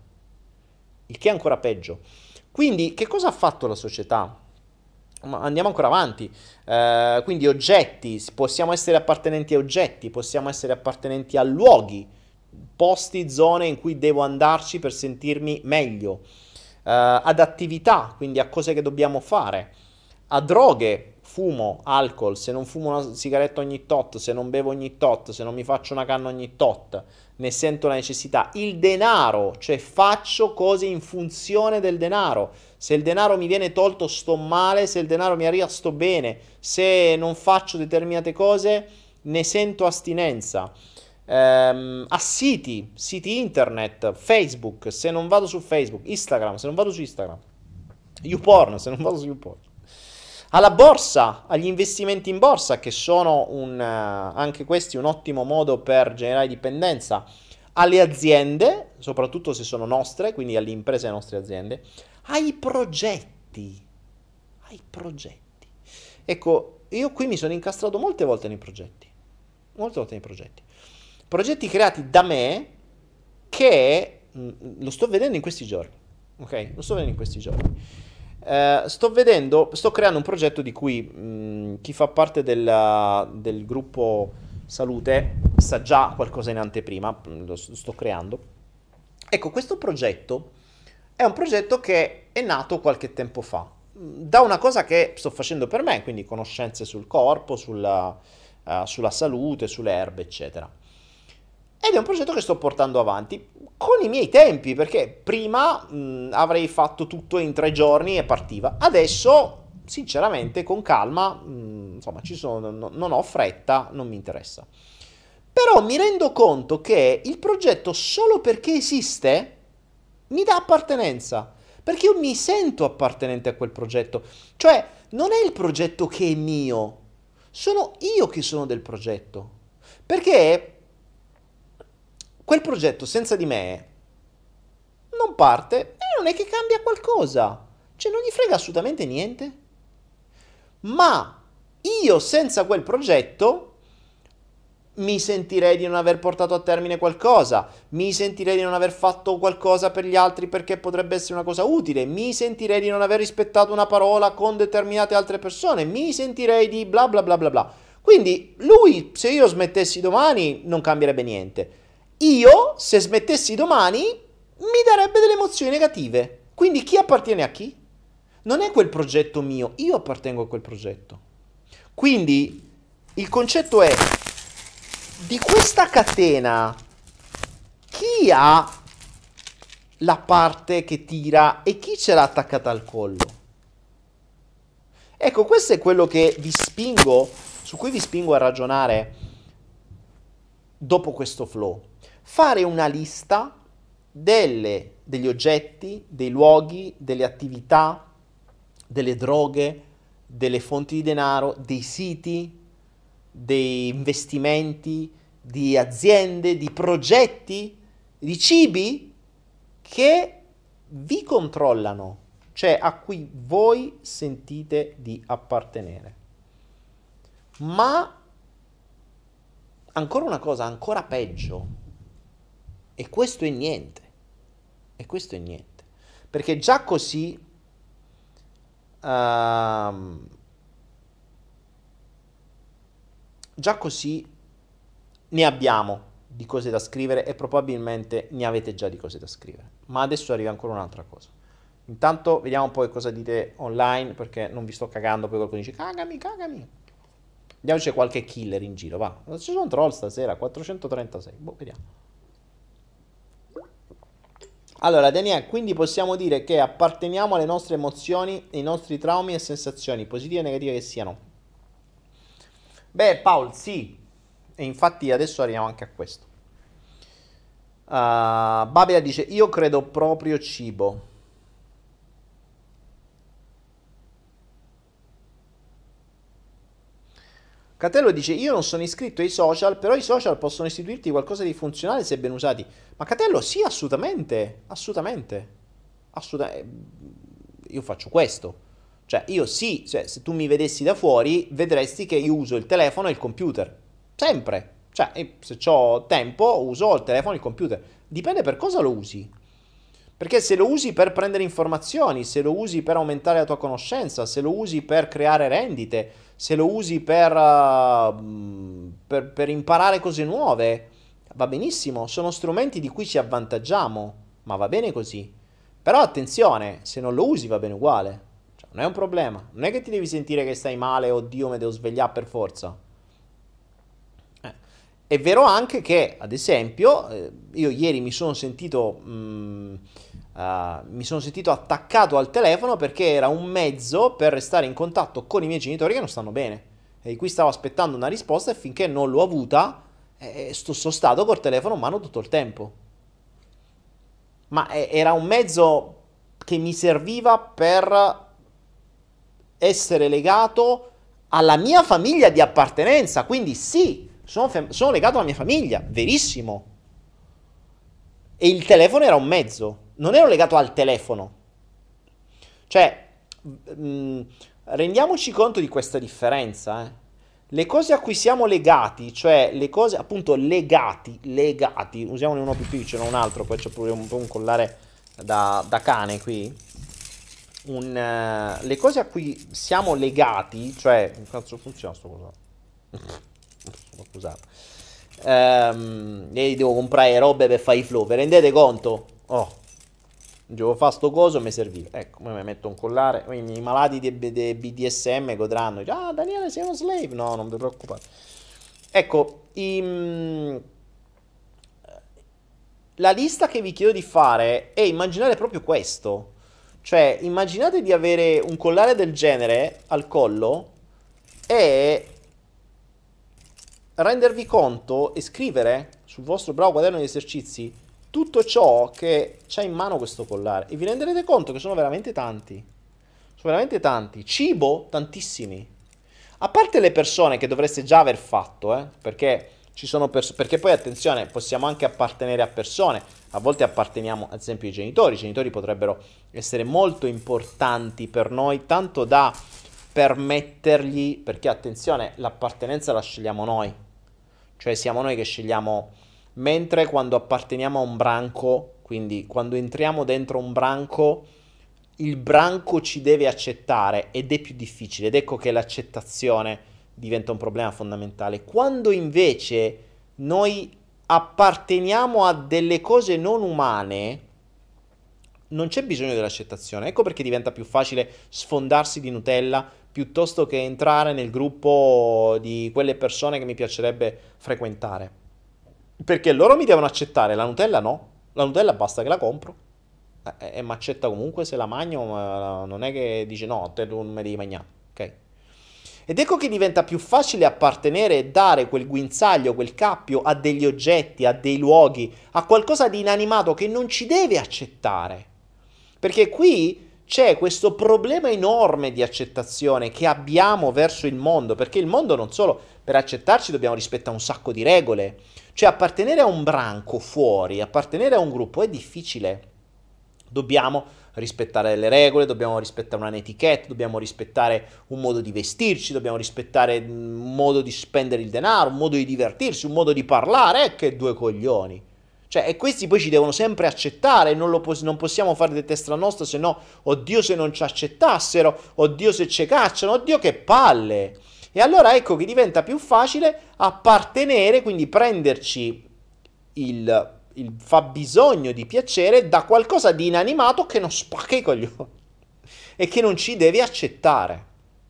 il che è ancora peggio. Quindi, che cosa ha fatto la società? Ma andiamo ancora avanti. Eh, quindi oggetti, possiamo essere appartenenti a oggetti, possiamo essere appartenenti a luoghi, posti, zone in cui devo andarci per sentirmi meglio, eh, ad attività, quindi a cose che dobbiamo fare, a droghe, fumo, alcol, se non fumo una sigaretta ogni tot, se non bevo ogni tot, se non mi faccio una canna ogni tot, ne sento la necessità. Il denaro, cioè faccio cose in funzione del denaro. Se il denaro mi viene tolto sto male, se il denaro mi arriva sto bene, se non faccio determinate cose ne sento astinenza. Ehm, a siti, siti internet, Facebook, se non vado su Facebook, Instagram, se non vado su Instagram, YouPorn, se non vado su YouPorn. Alla borsa, agli investimenti in borsa, che sono un, eh, anche questi un ottimo modo per generare dipendenza, alle aziende, soprattutto se sono nostre, quindi alle imprese e alle nostre aziende, ai progetti, ai progetti. Ecco, io qui mi sono incastrato molte volte nei progetti, molte volte nei progetti. Progetti creati da me che mh, lo sto vedendo in questi giorni, ok? Lo sto vedendo in questi giorni. Uh, sto vedendo, sto creando un progetto di cui mh, chi fa parte del, del gruppo salute sa già qualcosa in anteprima, lo sto creando. Ecco, questo progetto è un progetto che è nato qualche tempo fa, da una cosa che sto facendo per me, quindi conoscenze sul corpo, sulla, uh, sulla salute, sulle erbe, eccetera. Ed è un progetto che sto portando avanti con i miei tempi, perché prima mh, avrei fatto tutto in tre giorni e partiva. Adesso, sinceramente, con calma, mh, insomma, ci sono, no, non ho fretta, non mi interessa. Però mi rendo conto che il progetto, solo perché esiste, mi dà appartenenza. Perché io mi sento appartenente a quel progetto. Cioè, non è il progetto che è mio, sono io che sono del progetto. Perché quel progetto senza di me non parte e non è che cambia qualcosa, cioè non gli frega assolutamente niente. Ma io senza quel progetto mi sentirei di non aver portato a termine qualcosa, mi sentirei di non aver fatto qualcosa per gli altri perché potrebbe essere una cosa utile, mi sentirei di non aver rispettato una parola con determinate altre persone, mi sentirei di bla bla bla bla bla. Quindi lui, se io smettessi domani, non cambierebbe niente. Io, se smettessi domani, mi darebbe delle emozioni negative. Quindi chi appartiene a chi? Non è quel progetto mio, io appartengo a quel progetto. Quindi il concetto è, di questa catena, chi ha la parte che tira e chi ce l'ha attaccata al collo? Ecco, questo è quello che vi spingo, su cui vi spingo a ragionare dopo questo flow. Fare una lista delle, degli oggetti, dei luoghi, delle attività, delle droghe, delle fonti di denaro, dei siti, dei investimenti, di aziende, di progetti, di cibi che vi controllano, cioè a cui voi sentite di appartenere. Ma ancora una cosa, ancora peggio, e questo è niente, e questo è niente, perché già così uh, già così ne abbiamo di cose da scrivere e probabilmente ne avete già di cose da scrivere, ma adesso arriva ancora un'altra cosa. Intanto vediamo un po' che cosa dite online, perché non vi sto cagando, poi qualcuno dice cagami, cagami. Vediamo se c'è qualche killer in giro, va. Ci sono troll stasera, quattrocentotrentasei, boh, vediamo. Allora, Daniele, quindi possiamo dire che apparteniamo alle nostre emozioni, ai nostri traumi e sensazioni, positive e negative che siano. Beh, Paul, sì. E infatti adesso arriviamo anche a questo. Uh, Babila dice, io credo proprio cibo. Catello dice, io non sono iscritto ai social, però i social possono istituirti qualcosa di funzionale se ben usati. Ma Catello, sì, assolutamente, assolutamente, assolutamente. Io faccio questo. Cioè, io sì, cioè, se tu mi vedessi da fuori, vedresti che io uso il telefono e il computer. Sempre. Cioè, eh, se ho tempo, uso il telefono e il computer. Dipende per cosa lo usi. Perché se lo usi per prendere informazioni, se lo usi per aumentare la tua conoscenza, se lo usi per creare rendite, se lo usi per, uh, per, per imparare cose nuove, va benissimo, sono strumenti di cui ci avvantaggiamo, ma va bene così. Però attenzione, se non lo usi va bene uguale, cioè, non è un problema, non è che ti devi sentire che stai male, oddio mi devo svegliare per forza. Eh. È vero anche che, ad esempio, eh, io ieri mi sono sentito... mh, Uh, mi sono sentito attaccato al telefono perché era un mezzo per restare in contatto con i miei genitori che non stanno bene e di cui stavo aspettando una risposta e finché non l'ho avuta eh, sto, sono stato col telefono in mano tutto il tempo. Ma eh, era un mezzo che mi serviva per essere legato alla mia famiglia di appartenenza, quindi sì, sono, fam- sono legato alla mia famiglia, verissimo. E il telefono era un mezzo, non ero legato al telefono. Cioè, mh, rendiamoci conto di questa differenza, eh. Le cose a cui siamo legati, cioè le cose appunto legati, legati, usiamone uno più piccolo, un altro, poi c'è pure un po' un collare da, da cane qui. Un, uh, le cose a cui siamo legati, cioè, come cazzo funziona sto cosa? Scusate. Ehm, e devo comprare robe per fare i flow, vi rendete conto? Oh, devo fare sto coso, mi serviva. Ecco, mi metto un collare, quindi i malati di, di B D S M godranno. Ah, Daniele, sei uno slave? No, non vi preoccupate. Ecco, i, la lista che vi chiedo di fare è immaginare proprio questo. Cioè, immaginate di avere un collare del genere al collo e rendervi conto e scrivere sul vostro bravo quaderno di esercizi tutto ciò che c'è in mano questo collare e vi renderete conto che sono veramente tanti. Sono veramente tanti. Cibo, tantissimi. A parte le persone che dovreste già aver fatto, eh, perché ci sono persone, perché poi attenzione, possiamo anche appartenere a persone. A volte apparteniamo, ad esempio, ai genitori. I genitori potrebbero essere molto importanti per noi, tanto da permettergli, perché attenzione, l'appartenenza la scegliamo noi. Cioè siamo noi che scegliamo, mentre quando apparteniamo a un branco, quindi quando entriamo dentro un branco, il branco ci deve accettare ed è più difficile, ed ecco che l'accettazione diventa un problema fondamentale. Quando invece noi apparteniamo a delle cose non umane, non c'è bisogno dell'accettazione. Ecco perché diventa più facile sfondarsi di Nutella piuttosto che entrare nel gruppo di quelle persone che mi piacerebbe frequentare. Perché loro mi devono accettare, la Nutella no. La Nutella basta che la compro e, e mi accetta comunque se la mangio, ma non è che dice no, te non me devi mangiare, ok? Ed ecco che diventa più facile appartenere e dare quel guinzaglio, quel cappio a degli oggetti, a dei luoghi, a qualcosa di inanimato che non ci deve accettare. Perché qui c'è questo problema enorme di accettazione che abbiamo verso il mondo, perché il mondo non solo per accettarci dobbiamo rispettare un sacco di regole, cioè appartenere a un branco fuori, appartenere a un gruppo è difficile. Dobbiamo rispettare le regole, dobbiamo rispettare un'etichetta, dobbiamo rispettare un modo di vestirci, dobbiamo rispettare un modo di spendere il denaro, un modo di divertirsi, un modo di parlare, eh, che due coglioni. Cioè, e questi poi ci devono sempre accettare, non, lo pos- non possiamo fare di testa nostra, se no, oddio se non ci accettassero, oddio se ci cacciano, oddio che palle. E allora ecco che diventa più facile appartenere, quindi prenderci il, il fabbisogno di piacere da qualcosa di inanimato che non spacca i coglioni e che non ci deve accettare.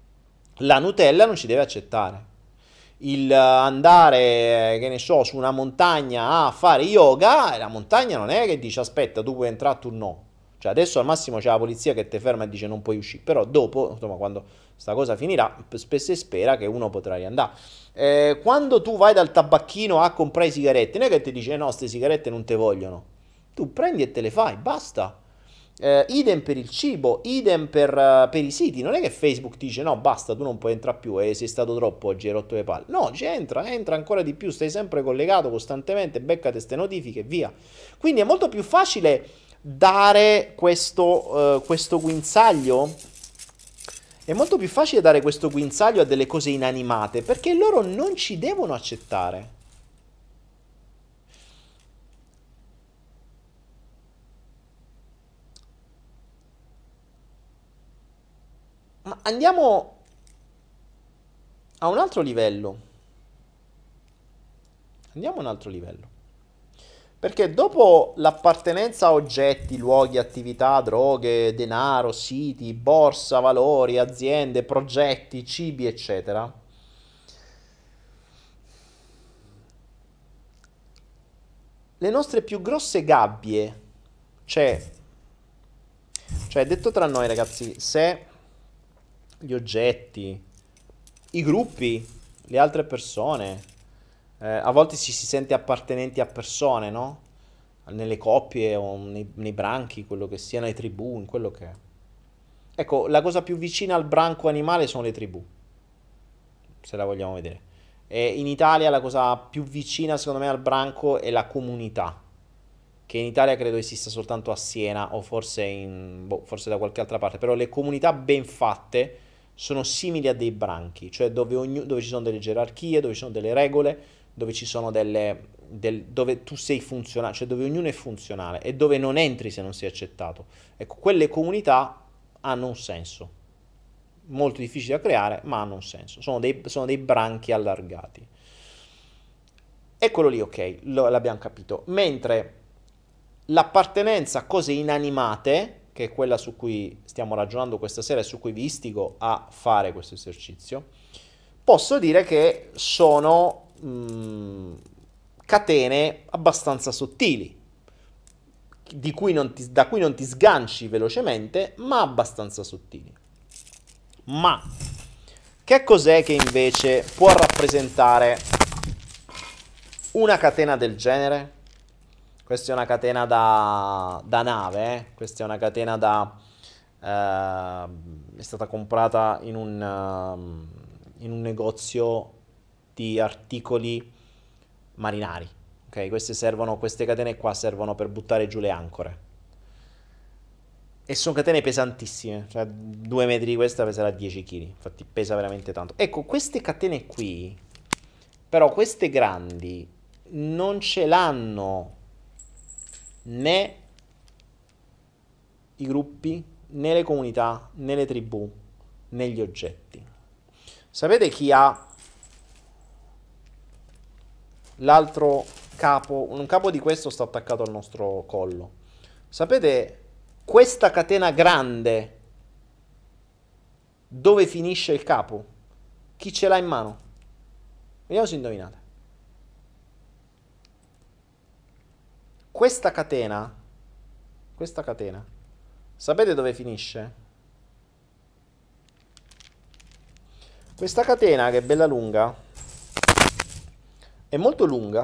La Nutella non ci deve accettare. Il andare, che ne so, su una montagna a fare yoga, la montagna non è che dice aspetta, tu puoi entrare, tu no. Cioè adesso al massimo c'è la polizia che ti ferma e dice non puoi uscire, però dopo, insomma, quando sta cosa finirà, spesso e spera che uno potrà riandare. Eh, quando tu vai dal tabacchino a comprare sigarette, non è che ti dice no, queste sigarette non te vogliono. Tu prendi e te le fai, basta. Eh, idem per il cibo, idem per, uh, per i siti. Non è che Facebook ti dice no, basta, tu non puoi entrare più e sei stato troppo oggi, hai rotto le palle. No, c'entra, entra ancora di più, stai sempre collegato costantemente, beccate ste notifiche e via. Quindi è molto più facile dare questo, uh, questo guinzaglio È molto più facile dare questo guinzaglio a delle cose inanimate, perché loro non ci devono accettare. Ma andiamo a un altro livello. Andiamo a un altro livello. Perché dopo l'appartenenza a oggetti, luoghi, attività, droghe, denaro, siti, borsa, valori, aziende, progetti, cibi, eccetera, le nostre più grosse gabbie, cioè, cioè detto tra noi ragazzi, se gli oggetti, i gruppi, le altre persone, eh, a volte ci si sente appartenenti a persone, no? Nelle coppie o nei, nei branchi, quello che sia, nei tribù, in quello che è. Ecco, la cosa più vicina al branco animale sono le tribù, se la vogliamo vedere. E in Italia la cosa più vicina, secondo me, al branco è la comunità, che in Italia credo esista soltanto a Siena o forse, in, boh, forse da qualche altra parte, però le comunità ben fatte sono simili a dei branchi, cioè dove, ognu- dove ci sono delle gerarchie, dove ci sono delle regole, dove ci sono delle, del- dove tu sei funzionale, cioè dove ognuno è funzionale e dove non entri se non sei accettato. Ecco, quelle comunità hanno un senso, molto difficili da creare, ma hanno un senso, sono dei, sono dei branchi allargati. Eccolo lì, ok, lo- l'abbiamo capito. Mentre l'appartenenza a cose inanimate, che è quella su cui stiamo ragionando questa sera e su cui vi istigo a fare questo esercizio, posso dire che sono mh, catene abbastanza sottili, di cui non ti- da cui non ti sganci velocemente, ma abbastanza sottili. Ma che cos'è che invece può rappresentare una catena del genere? Questa è una catena da, da nave, eh? Questa è una catena da... eh, è stata comprata in un, ehm, in un negozio di articoli marinari. Ok, queste servono, queste catene qua servono per buttare giù le ancore. E sono catene pesantissime, cioè due metri di questa peserà dieci chili, infatti pesa veramente tanto. Ecco, queste catene qui, però queste grandi, non ce l'hanno né i gruppi, né le comunità, né le tribù, né gli oggetti. Sapete chi ha l'altro capo? Un capo di questo sta attaccato al nostro collo. Sapete questa catena grande dove finisce il capo? Chi ce l'ha in mano? Vediamo se indovinate. Questa catena, questa catena, sapete dove finisce? Questa catena, che è bella lunga, è molto lunga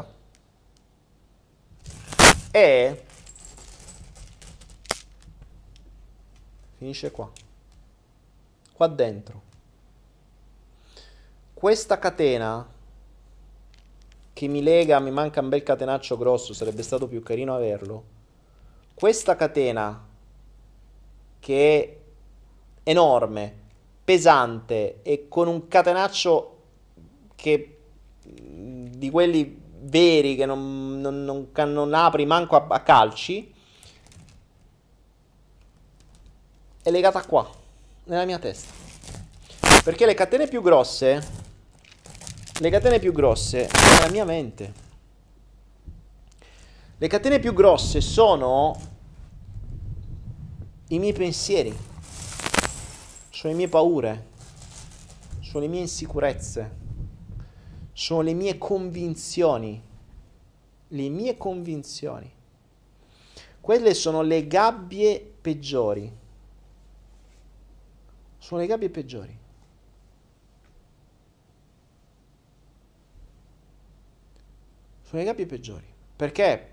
e finisce qua, qua dentro. Questa catena che mi lega, mi manca un bel catenaccio grosso, sarebbe stato più carino averlo. Questa catena che è enorme, pesante e con un catenaccio che di quelli veri che non, non, non, non apri manco a, a calci, è legata qua, nella mia testa. Perché le catene più grosse, le catene più grosse sono nella mia mente. Le catene più grosse sono i miei pensieri, sono le mie paure, sono le mie insicurezze, sono le mie convinzioni, le mie convinzioni. Quelle sono le gabbie peggiori. Sono le gabbie peggiori. Sono le gabbie peggiori. Perché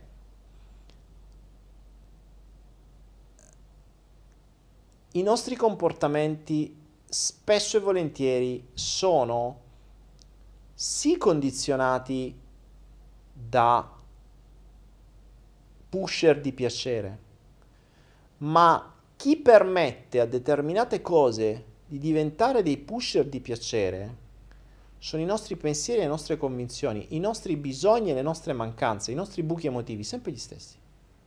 i nostri comportamenti spesso e volentieri sono sì condizionati da pusher di piacere, ma chi permette a determinate cose di diventare dei pusher di piacere sono i nostri pensieri e le nostre convinzioni, i nostri bisogni e le nostre mancanze, i nostri buchi emotivi, sempre gli stessi.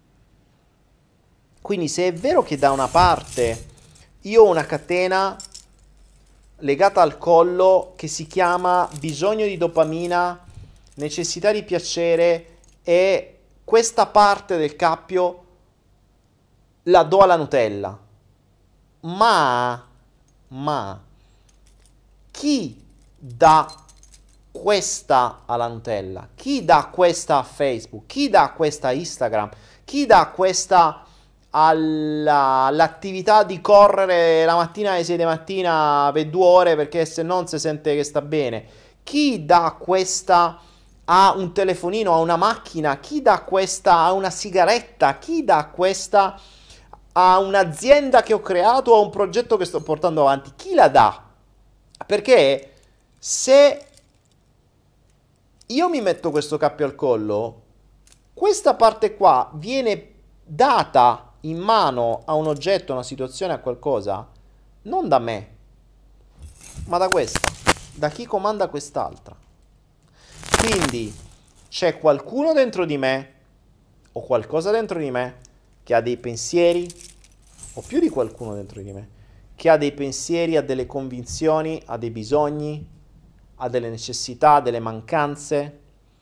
Quindi se è vero che da una parte io ho una catena legata al collo che si chiama bisogno di dopamina, necessità di piacere, e questa parte del cappio la do alla Nutella, ma, ma chi dà questa alla Nutella? Chi dà questa a Facebook? Chi dà questa a Instagram? Chi dà questa alla, all'attività di correre la mattina alle sei di mattina per due ore perché se non si sente che sta bene? Chi dà questa a un telefonino, a una macchina? Chi dà questa a una sigaretta? Chi dà questa a un'azienda che ho creato o a un progetto che sto portando avanti? Chi la dà? Perché se io mi metto questo cappio al collo, questa parte qua viene data in mano a un oggetto, a una situazione, a qualcosa, non da me, ma da questa, da chi comanda quest'altra. Quindi c'è qualcuno dentro di me, o qualcosa dentro di me, che ha dei pensieri, o più di qualcuno dentro di me, che ha dei pensieri, ha delle convinzioni, ha dei bisogni, ha delle necessità, delle mancanze,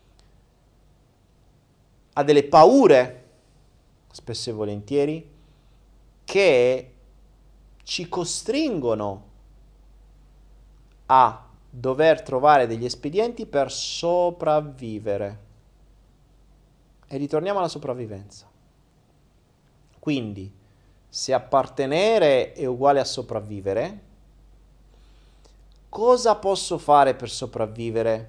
ha delle paure, spesso e volentieri, che ci costringono a dover trovare degli espedienti per sopravvivere. E ritorniamo alla sopravvivenza. Quindi, se appartenere è uguale a sopravvivere, cosa posso fare per sopravvivere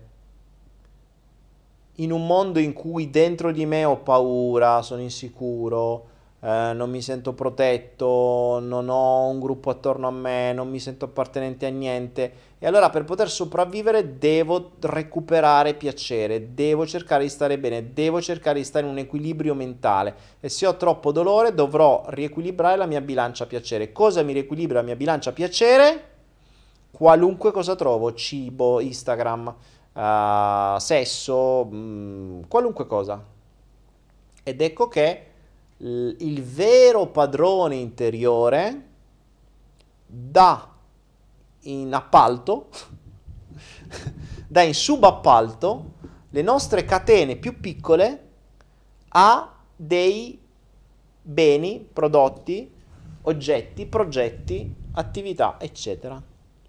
in un mondo in cui dentro di me ho paura, sono insicuro, eh, non mi sento protetto, non ho un gruppo attorno a me, non mi sento appartenente a niente? E allora per poter sopravvivere devo recuperare piacere, devo cercare di stare bene, devo cercare di stare in un equilibrio mentale, e se ho troppo dolore dovrò riequilibrare la mia bilancia piacere. Cosa mi riequilibra la mia bilancia piacere? Qualunque cosa trovo, cibo, Instagram, uh, sesso, mh, qualunque cosa. Ed ecco che l- il vero padrone interiore dà in appalto, dà in subappalto le nostre catene più piccole a dei beni, prodotti, oggetti, progetti, attività, eccetera.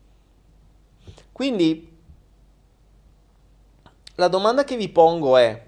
Quindi la domanda che vi pongo è: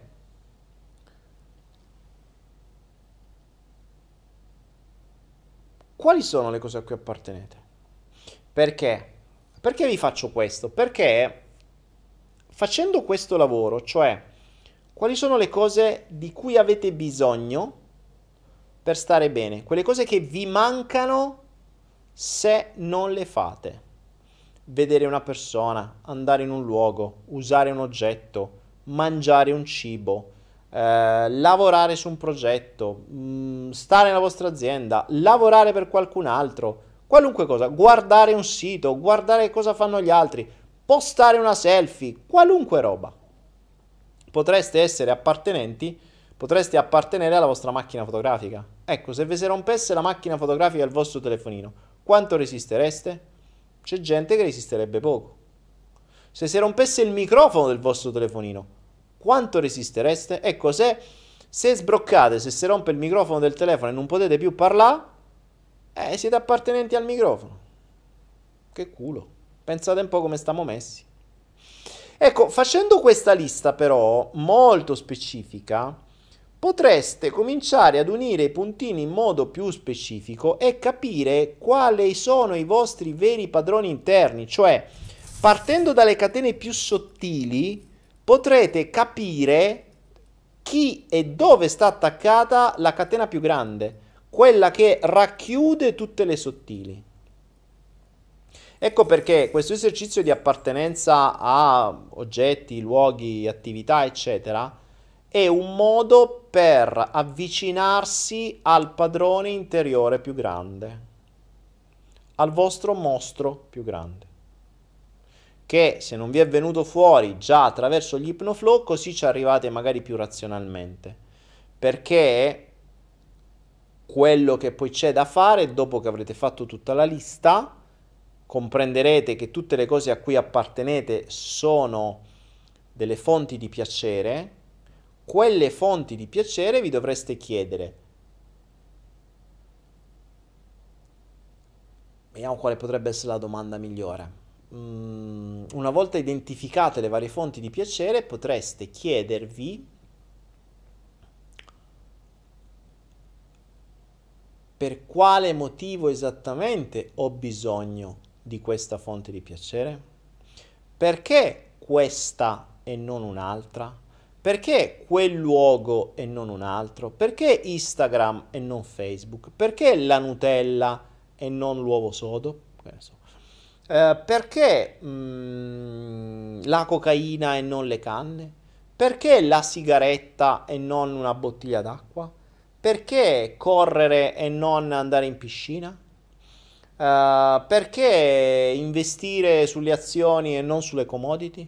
quali sono le cose a cui appartenete? Perché? Perché vi faccio questo? Perché facendo questo lavoro, cioè quali sono le cose di cui avete bisogno per stare bene, quelle cose che vi mancano se non le fate. Vedere una persona, andare in un luogo, usare un oggetto, mangiare un cibo, eh, lavorare su un progetto, mh, stare nella vostra azienda, lavorare per qualcun altro, qualunque cosa, guardare un sito, guardare cosa fanno gli altri, postare una selfie, qualunque roba. Potreste essere appartenenti, potreste appartenere alla vostra macchina fotografica. Ecco, se vi si rompesse la macchina fotografica del vostro telefonino, quanto resistereste? C'è gente che resisterebbe poco. Se si rompesse il microfono del vostro telefonino, quanto resistereste? Ecco, se, se sbroccate, se si rompe il microfono del telefono e non potete più parlare, eh, siete appartenenti al microfono. Che culo. Pensate un po' come stiamo messi. Ecco, facendo questa lista però molto specifica, potreste cominciare ad unire i puntini in modo più specifico e capire quali sono i vostri veri padroni interni. Cioè, partendo dalle catene più sottili, potrete capire chi e dove sta attaccata la catena più grande, quella che racchiude tutte le sottili. Ecco perché questo esercizio di appartenenza a oggetti, luoghi, attività, eccetera, è un modo per avvicinarsi al padrone interiore più grande, al vostro mostro più grande, che se non vi è venuto fuori già attraverso gli ipnoflow, così ci arrivate magari più razionalmente, perché quello che poi c'è da fare dopo che avrete fatto tutta la lista, comprenderete che tutte le cose a cui appartenete sono delle fonti di piacere. Quelle fonti di piacere vi dovreste chiedere: vediamo quale potrebbe essere la domanda migliore. Mm, una volta identificate le varie fonti di piacere, potreste chiedervi per quale motivo esattamente ho bisogno di questa fonte di piacere? Perché questa e non un'altra? Perché quel luogo e non un altro? Perché Instagram e non Facebook? Perché la Nutella e non l'uovo sodo? Che ne so. Eh, perché mm, la cocaina e non le canne? Perché la sigaretta e non una bottiglia d'acqua? Perché correre e non andare in piscina? Eh, perché investire sulle azioni e non sulle commodity?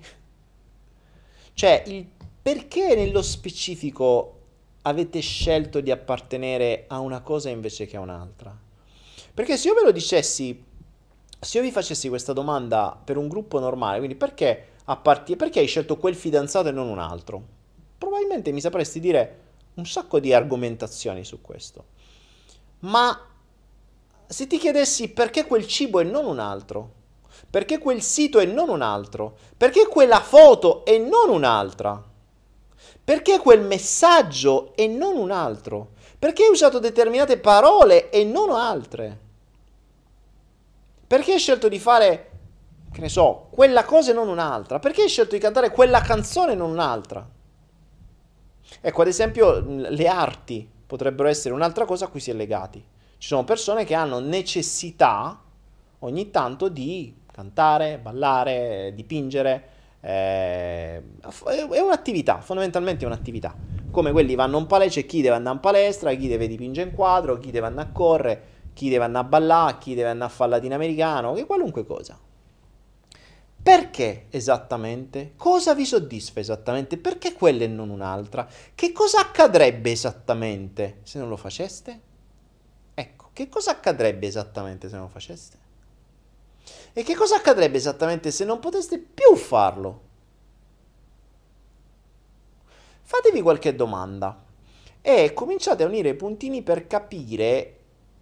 Cioè, il perché nello specifico avete scelto di appartenere a una cosa invece che a un'altra? Perché se io ve lo dicessi, se io vi facessi questa domanda per un gruppo normale, quindi perché, apparti- perché hai scelto quel fidanzato e non un altro? Probabilmente mi sapresti dire un sacco di argomentazioni su questo. Ma se ti chiedessi perché quel cibo e non un altro? Perché quel sito e non un altro? Perché quella foto e non un'altra? Perché quel messaggio e non un altro? Perché hai usato determinate parole e non altre? Perché hai scelto di fare, che ne so, quella cosa e non un'altra? Perché hai scelto di cantare quella canzone e non un'altra? Ecco, ad esempio, le arti potrebbero essere un'altra cosa a cui si è legati. Ci sono persone che hanno necessità ogni tanto di cantare, ballare, dipingere. Eh, è un'attività, fondamentalmente è un'attività. Come quelli vanno in palestra, c'è chi deve andare in palestra, chi deve dipingere in quadro, chi deve andare a correre, chi deve andare a ballare, chi deve andare a fare latinoamericano, che qualunque cosa. Perché esattamente? Cosa vi soddisfa esattamente? Perché quella e non un'altra? Che cosa accadrebbe esattamente se non lo faceste? Ecco, che cosa accadrebbe esattamente se non lo faceste? E che cosa accadrebbe esattamente se non poteste più farlo? Fatevi qualche domanda e cominciate a unire i puntini per capire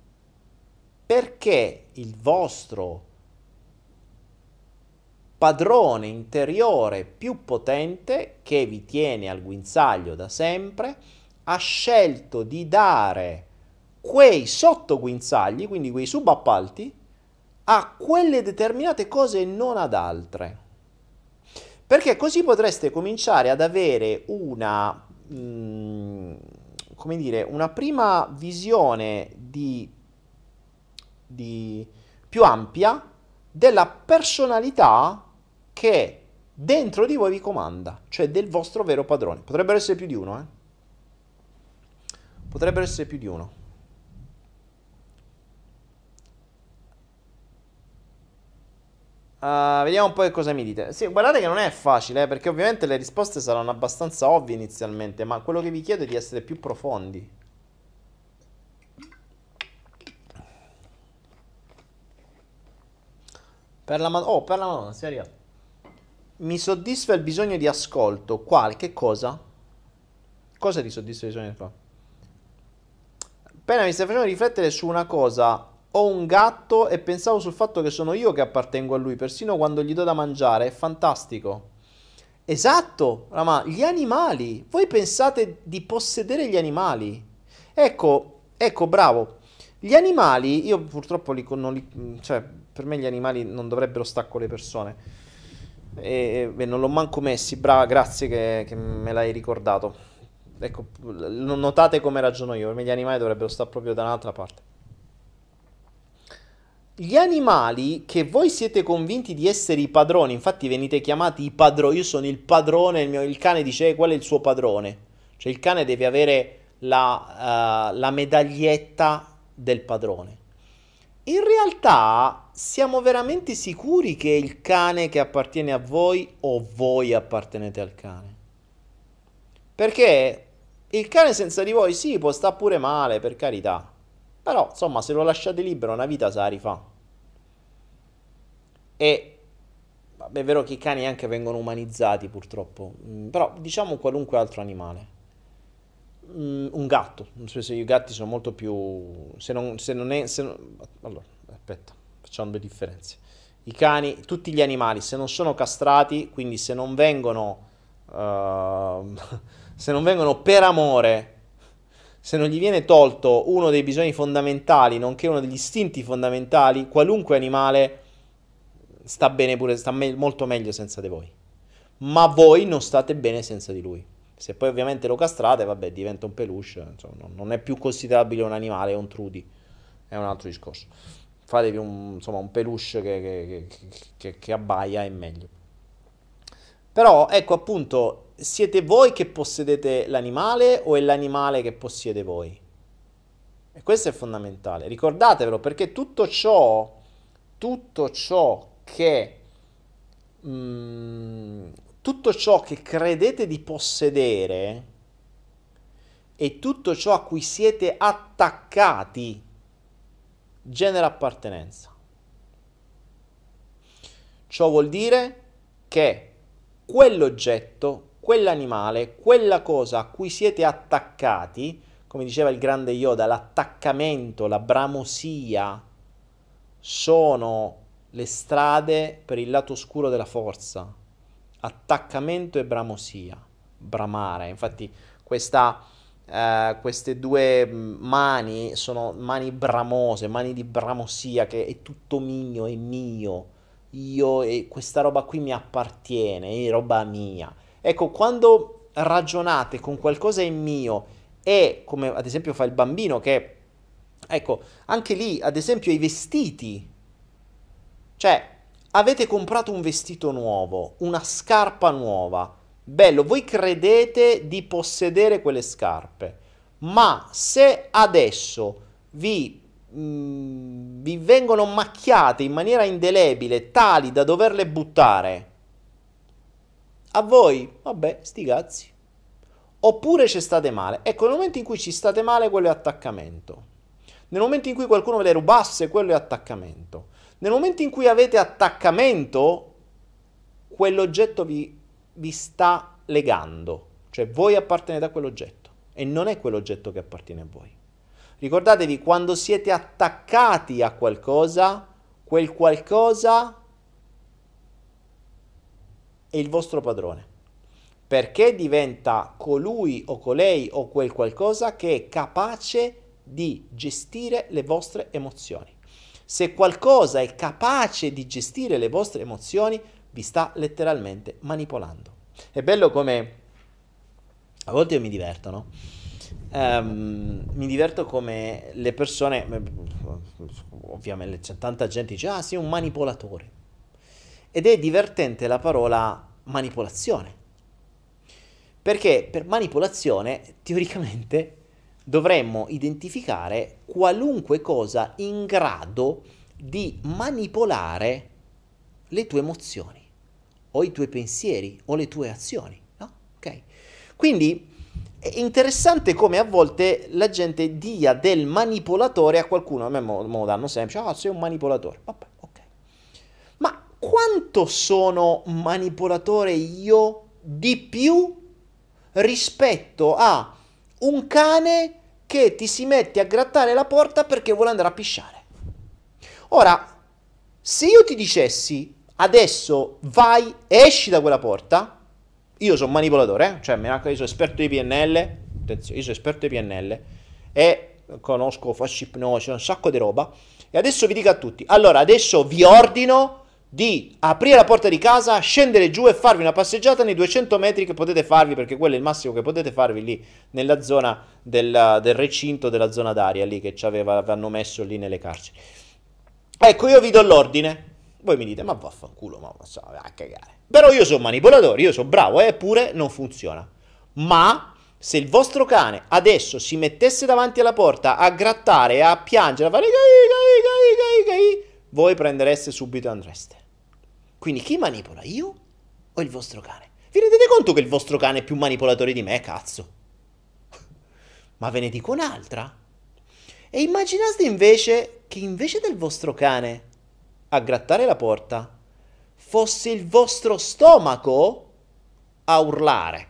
perché il vostro padrone interiore più potente, che vi tiene al guinzaglio da sempre, ha scelto di dare quei sottoguinzagli, quindi quei subappalti, a quelle determinate cose e non ad altre. Perché così potreste cominciare ad avere una, mh, come dire, una prima visione di, di più ampia della personalità che dentro di voi vi comanda, cioè del vostro vero padrone. Potrebbero essere più di uno, eh? Potrebbero essere più di uno. Uh, vediamo un po' che cosa mi dite. Sì, guardate che non è facile, eh, perché ovviamente le risposte saranno abbastanza ovvie inizialmente, ma quello che vi chiedo è di essere più profondi. Per la, oh, per la Madonna, si è arrivato. Mi soddisfa il bisogno di ascolto. Quale? Che cosa? Cosa ti soddisfa il bisogno di ascolto? Appena mi stai facendo riflettere su una cosa. Ho un gatto e pensavo sul fatto che sono io che appartengo a lui, persino quando gli do da mangiare. È fantastico. Esatto, ma gli animali. Voi pensate di possedere gli animali? Ecco, ecco, bravo. Gli animali, io purtroppo li, non li, cioè, per me gli animali non dovrebbero stare con le persone. E, e non l'ho manco messi. Brava, grazie che, che me l'hai ricordato. Ecco, notate come ragiono io. Per me gli animali dovrebbero stare proprio da un'altra parte. Gli animali che voi siete convinti di essere i padroni, infatti venite chiamati i padroni, io sono il padrone, il, mio, il cane dice eh, qual è il suo padrone? Cioè il cane deve avere la, uh, la medaglietta del padrone. in realtà siamo veramente sicuri che è il cane che appartiene a voi o voi appartenete al cane? Perché il cane senza di voi sì, può sta pure male, per carità. Però, insomma, se lo lasciate libero, una vita se la rifà. E vabbè, è vero che i cani anche vengono umanizzati, purtroppo. Mm, però diciamo qualunque altro animale. Mm, un gatto. Spesso i gatti sono molto più. Se non, se non è. Se non- Allora, aspetta, facciamo due differenze. I cani, tutti gli animali, se non sono castrati, quindi se non vengono. ehm, se non vengono per amore, se non gli viene tolto uno dei bisogni fondamentali, nonché uno degli istinti fondamentali, qualunque animale sta bene pure, sta me- molto meglio senza di voi. Ma voi non state bene senza di lui. Se poi ovviamente lo castrate, vabbè, diventa un peluche, insomma, non non è più considerabile un animale, è un Trudy, è un altro discorso. Fatevi un, insomma, un peluche che, che- che- che abbaia, è meglio. Però, ecco appunto, siete voi che possedete l'animale o è l'animale che possiede voi? E questo è fondamentale. Ricordatevelo perché tutto ciò, tutto ciò che, mm, tutto ciò che credete di possedere e tutto ciò a cui siete attaccati genera appartenenza. Ciò vuol dire che quell'oggetto, quell'animale, quella cosa a cui siete attaccati, come diceva il grande Yoda, l'attaccamento, la bramosia, sono le strade per il lato oscuro della forza. Attaccamento e bramosia. Bramare. Infatti, questa, eh, queste due mani sono mani bramose, mani di bramosia, che è tutto mio, è mio. Io e questa roba qui mi appartiene, è roba mia. Ecco, quando ragionate con qualcosa è mio e come ad esempio fa il bambino che, ecco, anche lì, ad esempio i vestiti, cioè avete comprato un vestito nuovo, una scarpa nuova, bello, voi credete di possedere quelle scarpe, ma se adesso vi, mm, vi vengono macchiate in maniera indelebile, tali da doverle buttare, a voi, vabbè, sti cazzi. Oppure ci state male. Ecco, nel momento in cui ci state male, quello è attaccamento. Nel momento in cui qualcuno ve le rubasse, quello è attaccamento. Nel momento in cui avete attaccamento, quell'oggetto vi, vi sta legando. Cioè voi appartenete a quell'oggetto e non è quell'oggetto che appartiene a voi. Ricordatevi, quando siete attaccati a qualcosa, quel qualcosa è il vostro padrone. Perché diventa colui o colei o quel qualcosa che è capace di gestire le vostre emozioni. Se qualcosa è capace di gestire le vostre emozioni, vi sta letteralmente manipolando. È bello come a volte io mi diverto, no? Ehm, mi diverto come le persone, ovviamente c'è tanta gente che dice, ah sì, un manipolatore. Ed è divertente la parola manipolazione. Perché per manipolazione, teoricamente, dovremmo identificare qualunque cosa in grado di manipolare le tue emozioni, o i tuoi pensieri, o le tue azioni, no? Ok? Quindi è interessante come a volte la gente dia del manipolatore a qualcuno. A me me lo danno sempre, ah, sei un manipolatore. Vabbè, ok. Ma quanto sono manipolatore io di più rispetto a un cane che ti si mette a grattare la porta perché vuole andare a pisciare? Ora, se io ti dicessi adesso vai, esci da quella porta, io sono manipolatore, eh? Cioè, io sono esperto di P N L, attenzione, io sono esperto di P N L e conosco, faccio ipnosi, un sacco di roba, e adesso vi dico a tutti, allora adesso vi ordino di aprire la porta di casa, scendere giù e farvi una passeggiata nei duecento metri che potete farvi, perché quello è il massimo che potete farvi lì nella zona del, del recinto della zona d'aria lì che ci aveva, avevano messo lì nelle carceri. Ecco, io vi do l'ordine, voi mi dite ma vaffanculo, ma vai a cagare, però io sono manipolatore, io sono bravo, eppure non funziona. Ma se il vostro cane adesso si mettesse davanti alla porta a grattare, a piangere, a fare gai, gai, gai, I, voi prendereste subito e andreste. Quindi chi manipola, io o il vostro cane? Vi rendete conto che il vostro cane è più manipolatore di me, cazzo? Ma ve ne dico un'altra. E immaginate invece che invece del vostro cane a grattare la porta fosse il vostro stomaco a urlare.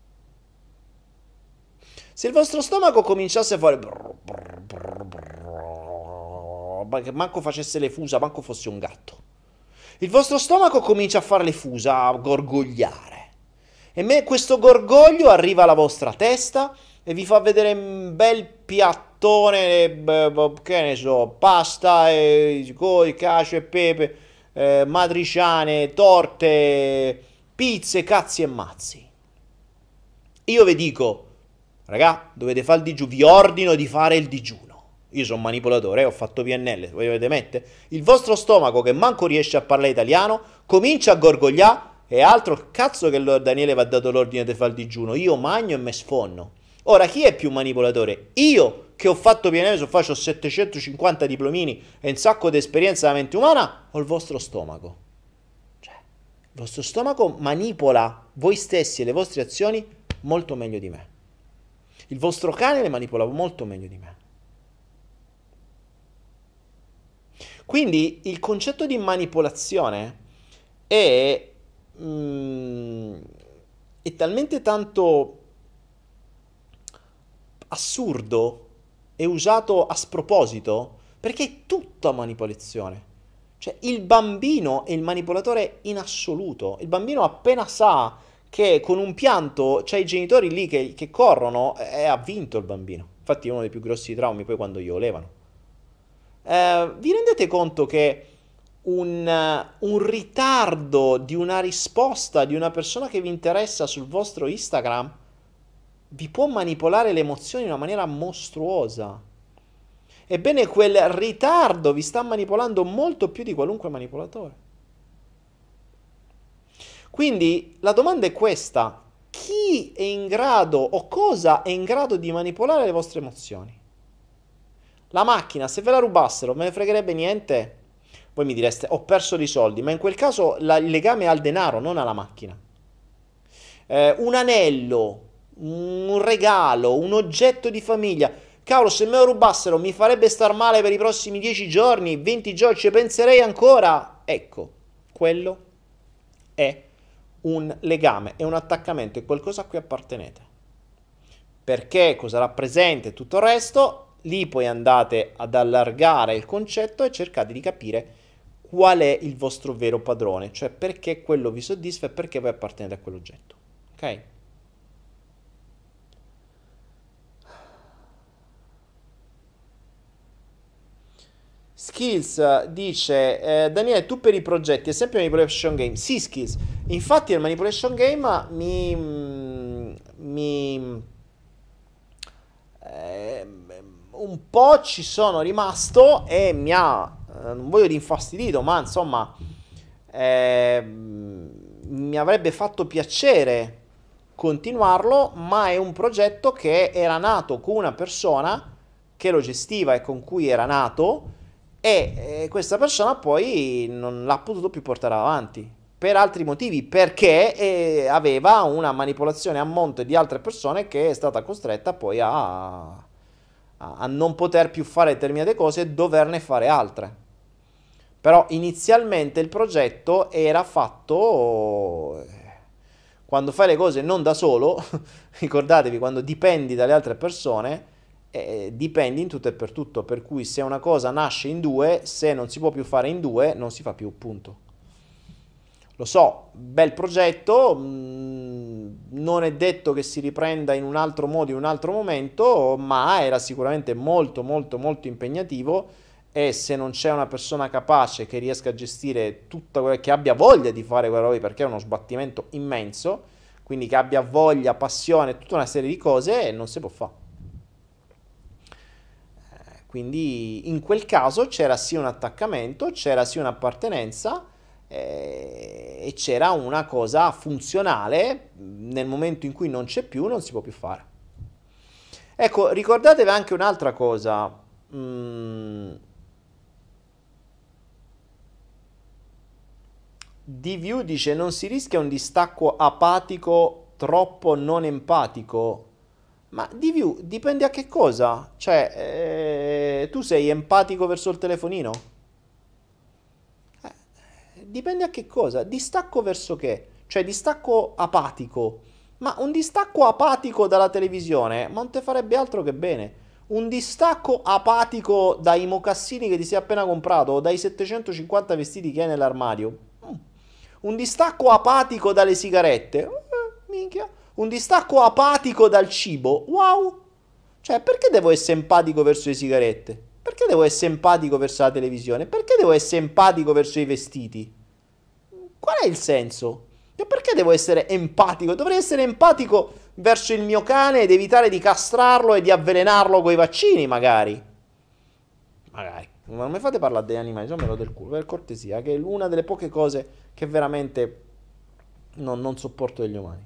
Se il vostro stomaco cominciasse a fare brr, brr, brr, brr, che manco facesse le fusa, manco fosse un gatto. Il vostro stomaco comincia a fare le fusa, a gorgogliare. E me questo gorgoglio arriva alla vostra testa e vi fa vedere un bel piattone, che ne so, pasta, e, cacio e pepe, eh, matriciane, torte, pizze, cazzi e mazzi. Io vi dico, raga, dovete fare il digiuno, vi ordino di fare il digiuno. Io sono manipolatore, eh, ho fatto P N L, voi dovete mettere. Il vostro stomaco, che manco riesce a parlare italiano, comincia a gorgogliare, e altro cazzo che Daniele vi ha dato l'ordine di fare il digiuno. Io magno e me sfonno. Ora, chi è più manipolatore? Io, che ho fatto P N L, so faccio settecentocinquanta diplomini e un sacco di esperienza della mente umana, o il vostro stomaco? Cioè, il vostro stomaco manipola voi stessi e le vostre azioni molto meglio di me. Il vostro cane le manipola molto meglio di me. Quindi il concetto di manipolazione è, mm, è talmente tanto assurdo e usato a sproposito, perché è tutta manipolazione. Cioè il bambino è il manipolatore in assoluto. Il bambino appena sa che con un pianto c'è i genitori lì che, che corrono, e ha vinto il bambino. Infatti è uno dei più grossi traumi poi quando glielo levano. Eh, vi rendete conto che un, un ritardo di una risposta di una persona che vi interessa sul vostro Instagram vi può manipolare le emozioni in una maniera mostruosa? Ebbene, quel ritardo vi sta manipolando molto più di qualunque manipolatore. Quindi la domanda è questa: chi è in grado o cosa è in grado di manipolare le vostre emozioni? La macchina, se ve la rubassero, me ne fregherebbe niente? Voi mi direste, ho perso dei soldi, ma in quel caso la, il legame è al denaro, non alla macchina. Eh, un anello, un regalo, un oggetto di famiglia. Cavolo, se me lo rubassero mi farebbe star male per i prossimi dieci giorni, venti giorni, ci penserei ancora. Ecco, quello è un legame, è un attaccamento, è qualcosa a cui appartenete. Perché cosa rappresenta e tutto il resto? Lì poi andate ad allargare il concetto e cercate di capire qual è il vostro vero padrone, cioè perché quello vi soddisfa e perché voi appartenete a quell'oggetto. Ok? Skills dice, eh, Daniele, tu per i progetti è sempre manipulation game? Sì, Skills. Infatti il manipulation game mi... mi eh, un po' ci sono rimasto e mi ha, eh, non voglio dire infastidito, ma insomma eh, mi avrebbe fatto piacere continuarlo, ma è un progetto che era nato con una persona che lo gestiva e con cui era nato, e eh, questa persona poi non l'ha potuto più portare avanti per altri motivi, perché eh, aveva una manipolazione a monte di altre persone che è stata costretta poi a a non poter più fare determinate cose e doverne fare altre. Però inizialmente il progetto era fatto, quando fai le cose non da solo, ricordatevi, quando dipendi dalle altre persone, eh, dipendi in tutto e per tutto, per cui se una cosa nasce in due, se non si può più fare in due, non si fa più, punto. Lo so, bel progetto, mh, non è detto che si riprenda in un altro modo, in un altro momento, ma era sicuramente molto molto molto impegnativo, e se non c'è una persona capace che riesca a gestire tutta quella, che abbia voglia di fare quella roba, perché è uno sbattimento immenso, quindi che abbia voglia, passione, tutta una serie di cose, non si può fare. Quindi in quel caso c'era sì un attaccamento, c'era sì un'appartenenza, e c'era una cosa funzionale. Nel momento in cui non c'è più, non si può più fare. Ecco, ricordatevi anche un'altra cosa. Mm, D-View dice non si rischia un distacco apatico troppo non empatico? Ma D-View dipende a che cosa? Cioè, eh, tu sei empatico verso il telefonino? Eh, dipende a che cosa? Distacco verso che? Cioè, distacco apatico. Ma un distacco apatico dalla televisione, ma non te farebbe altro che bene. Un distacco apatico dai mocassini che ti sei appena comprato o dai settecentocinquanta vestiti che hai nell'armadio. Mm. Un distacco apatico dalle sigarette. Eh, minchia. Un distacco apatico dal cibo. Wow. Cioè, perché devo essere empatico verso le sigarette? Perché devo essere empatico verso la televisione? Perché devo essere empatico verso i vestiti? Qual è il senso? E perché devo essere empatico? Dovrei essere empatico verso il mio cane ed evitare di castrarlo e di avvelenarlo coi vaccini, magari. Magari. Non mi fate parlare degli animali, sono meno del culo, per cortesia, che è una delle poche cose che veramente non, non sopporto degli umani.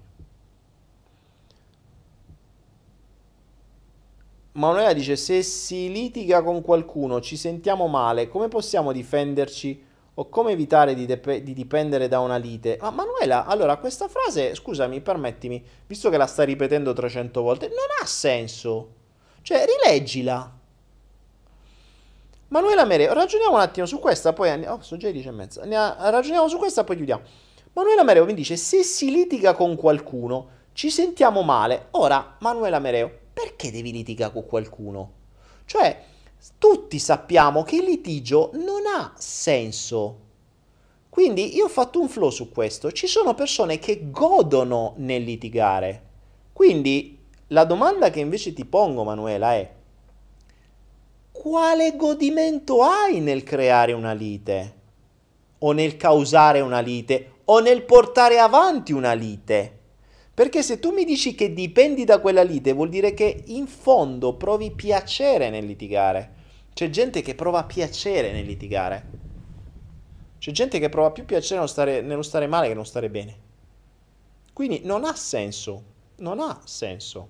Manuela dice, se si litiga con qualcuno, ci sentiamo male, come possiamo difenderci o come evitare di, dep- di dipendere da una lite? Ma Manuela, allora questa frase, scusami, permettimi, visto che la stai ripetendo trecento volte, non ha senso. Cioè, rileggila. Manuela Mereo, ragioniamo un attimo su questa, poi andiamo... Oh, sono già le dieci e mezza. Andiamo- ragioniamo su questa, poi chiudiamo. Manuela Mereo mi dice, se si litiga con qualcuno, ci sentiamo male. Ora, Manuela Mereo, perché devi litigare con qualcuno? Cioè, tutti sappiamo che il litigio non ha senso. Quindi io ho fatto un flow su questo. Ci sono persone che godono nel litigare. Quindi la domanda che invece ti pongo, Manuela, è: quale godimento hai nel creare una lite? O nel causare una lite? O nel portare avanti una lite? Perché se tu mi dici che dipendi da quella lite, vuol dire che in fondo provi piacere nel litigare. C'è gente che prova piacere nel litigare. C'è gente che prova più piacere nello stare, nello stare male che nello stare bene. Quindi non ha senso. Non ha senso.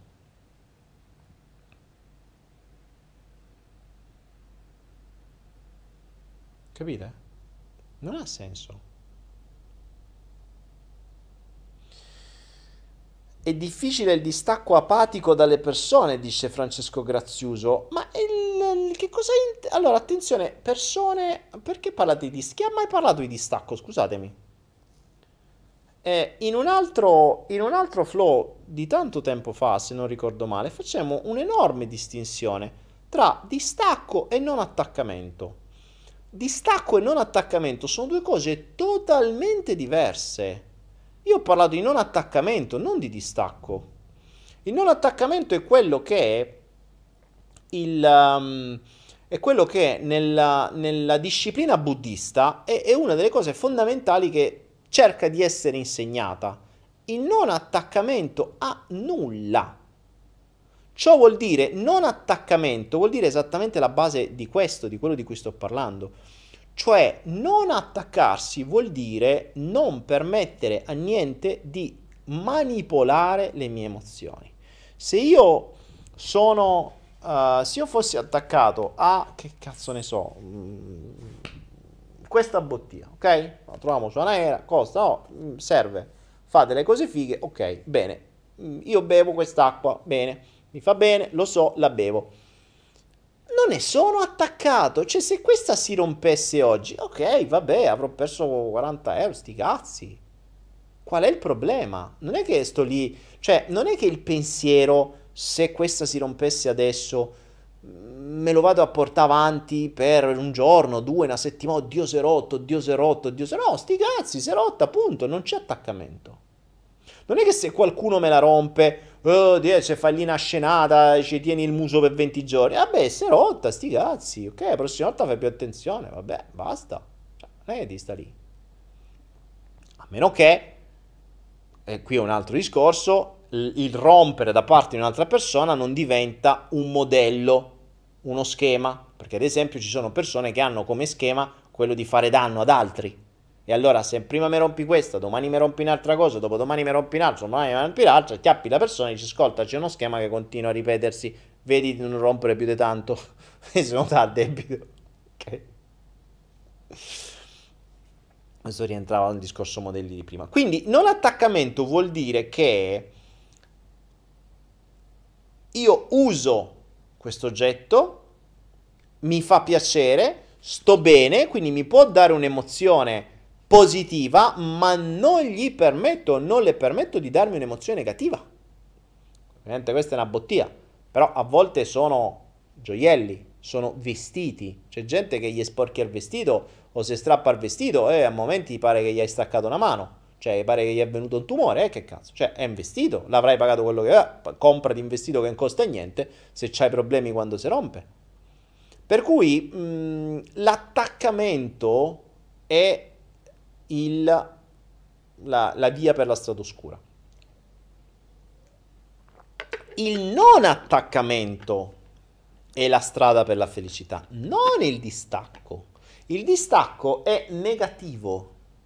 Capite? Non ha senso. È difficile il distacco apatico dalle persone, dice Francesco Graziuso. Ma il, il- che cosa... int- allora, attenzione, persone... Perché parlate di distacco? Chi ha mai parlato di distacco? Scusatemi. Eh, in un altro, in un altro flow di tanto tempo fa, se non ricordo male, facciamo un'enorme distinzione tra distacco e non attaccamento. Distacco e non attaccamento sono due cose totalmente diverse. Io ho parlato di non attaccamento, non di distacco. Il non attaccamento è quello che è il, um, è quello che nella, nella disciplina buddista è, è una delle cose fondamentali che cerca di essere insegnata. Il non attaccamento a nulla. Ciò vuol dire, non attaccamento, vuol dire esattamente la base di questo, di quello di cui sto parlando. Cioè, non attaccarsi vuol dire non permettere a niente di manipolare le mie emozioni. Se io sono, uh, se io fossi attaccato a, che cazzo ne so, mm, questa bottiglia, ok? La troviamo su Anaera, costa, oh, mm, serve, fa delle cose fighe, ok, bene. Mm, io bevo quest'acqua, bene, mi fa bene, lo so, la bevo. Non ne sono attaccato. Cioè, se questa si rompesse oggi, ok, vabbè, avrò perso quaranta euro, sti cazzi. Qual è il problema? Non è che sto lì, cioè, non è che il pensiero, se questa si rompesse adesso, me lo vado a portare avanti per un giorno, due, una settimana, oddio si è rotto, oddio si è rotto, oddio si è rotto. No, sti cazzi, si è rotta, appunto, non c'è attaccamento. Non è che se qualcuno me la rompe, oh, die, se fai lì una scenata, ci tieni il muso per venti giorni. Vabbè, si è rotta, sti cazzi. Ok, la prossima volta fai più attenzione. Vabbè, basta. Cioè, non è che ti sta lì. A meno che, e qui è un altro discorso, il, il rompere da parte di un'altra persona non diventa un modello, uno schema. Perché ad esempio ci sono persone che hanno come schema quello di fare danno ad altri. E allora se prima mi rompi questa, domani mi rompi un'altra cosa, dopodomani mi rompi un'altra, domani mi rompi l'altra, chiappi la persona e dici ascolta, c'è uno schema che continua a ripetersi, vedi di non rompere più di tanto, e se no ti ha debito. Ok. Questo rientrava nel discorso modelli di prima. Quindi non attaccamento vuol dire che io uso questo oggetto, mi fa piacere, sto bene, quindi mi può dare un'emozione positiva, ma non gli permetto, non le permetto di darmi un'emozione negativa. Ovviamente questa è una bottiglia, però a volte sono gioielli, sono vestiti. C'è gente che gli sporchi il vestito o si strappa il vestito e a momenti pare che gli hai staccato una mano. Cioè, pare che gli è venuto un tumore, eh, che cazzo? Cioè, è un vestito, l'avrai pagato quello che è, comprati un vestito che non costa niente, se c'hai problemi quando si rompe. Per cui mh, l'attaccamento è il, la, la via per la strada oscura. Il non attaccamento è la strada per la felicità, non il distacco. Il distacco è negativo.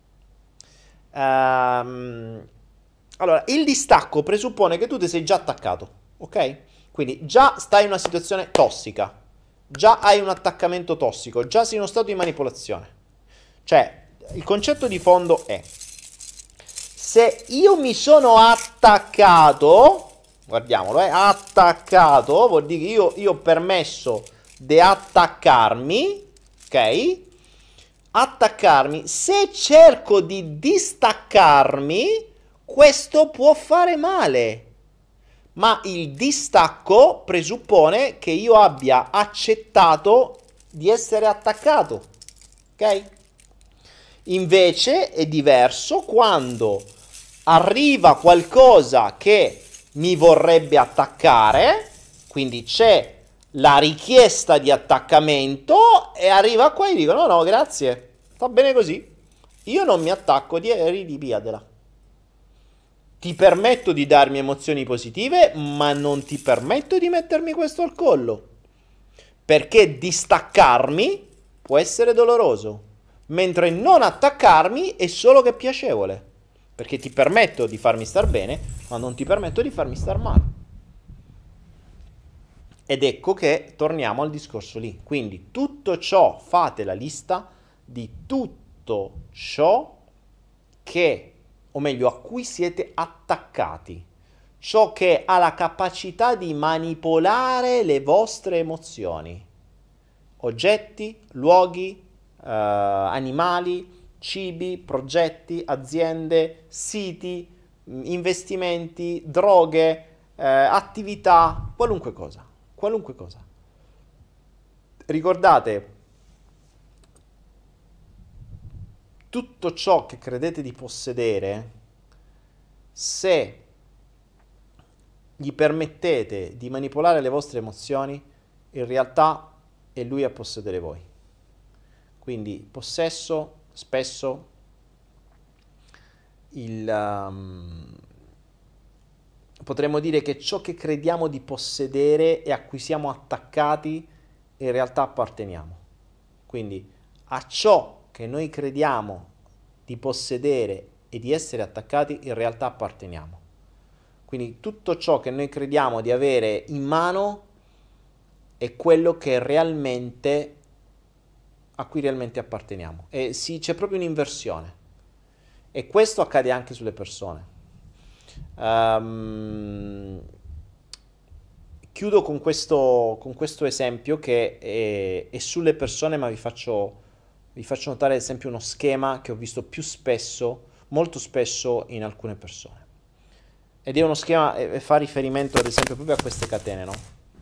Um, allora, il distacco presuppone che tu ti sei già attaccato, ok? Quindi già stai in una situazione tossica, già hai un attaccamento tossico, già sei in uno stato di manipolazione. Cioè, il concetto di fondo è: se io mi sono attaccato, guardiamolo, eh, attaccato, vuol dire che io, io ho permesso di attaccarmi, ok? Attaccarmi, se cerco di distaccarmi, questo può fare male. Ma il distacco presuppone che io abbia accettato di essere attaccato, ok? Invece è diverso quando arriva qualcosa che mi vorrebbe attaccare, quindi c'è la richiesta di attaccamento e arriva qua e dico no no grazie, va bene così, io non mi attacco, di ripiatela. Ti permetto di darmi emozioni positive, ma non ti permetto di mettermi questo al collo, perché distaccarmi può essere doloroso, mentre non attaccarmi è solo che piacevole, perché ti permetto di farmi star bene, ma non ti permetto di farmi star male. Ed ecco che torniamo al discorso lì. Quindi tutto ciò, fate la lista di tutto ciò che, o meglio, a cui siete attaccati. Ciò che ha la capacità di manipolare le vostre emozioni. Oggetti, luoghi, eh, animali, cibi, progetti, aziende, siti, investimenti, droghe, eh, attività, qualunque cosa. Qualunque cosa. Ricordate, tutto ciò che credete di possedere, se gli permettete di manipolare le vostre emozioni, in realtà è lui a possedere voi. Quindi possesso, spesso, il... Um, potremmo dire che ciò che crediamo di possedere e a cui siamo attaccati, in realtà apparteniamo. Quindi a ciò che noi crediamo di possedere e di essere attaccati, in realtà apparteniamo. Quindi tutto ciò che noi crediamo di avere in mano è quello che realmente, a cui realmente apparteniamo. E sì, c'è proprio un'inversione. E questo accade anche sulle persone. Um, chiudo con questo, con questo esempio che è, è sulle persone, ma vi faccio, vi faccio notare ad esempio uno schema che ho visto più spesso, molto spesso in alcune persone. Ed è uno schema e fa riferimento ad esempio proprio a queste catene, no?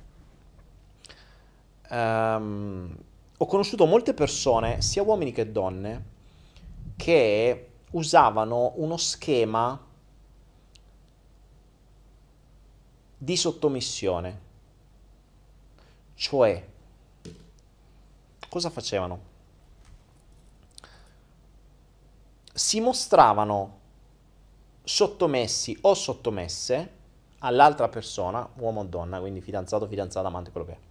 Um, ho conosciuto molte persone, sia uomini che donne, che usavano uno schema di sottomissione. Cioè, cosa facevano? Si mostravano sottomessi o sottomesse all'altra persona, uomo o donna, quindi fidanzato, fidanzata, amante, quello che è,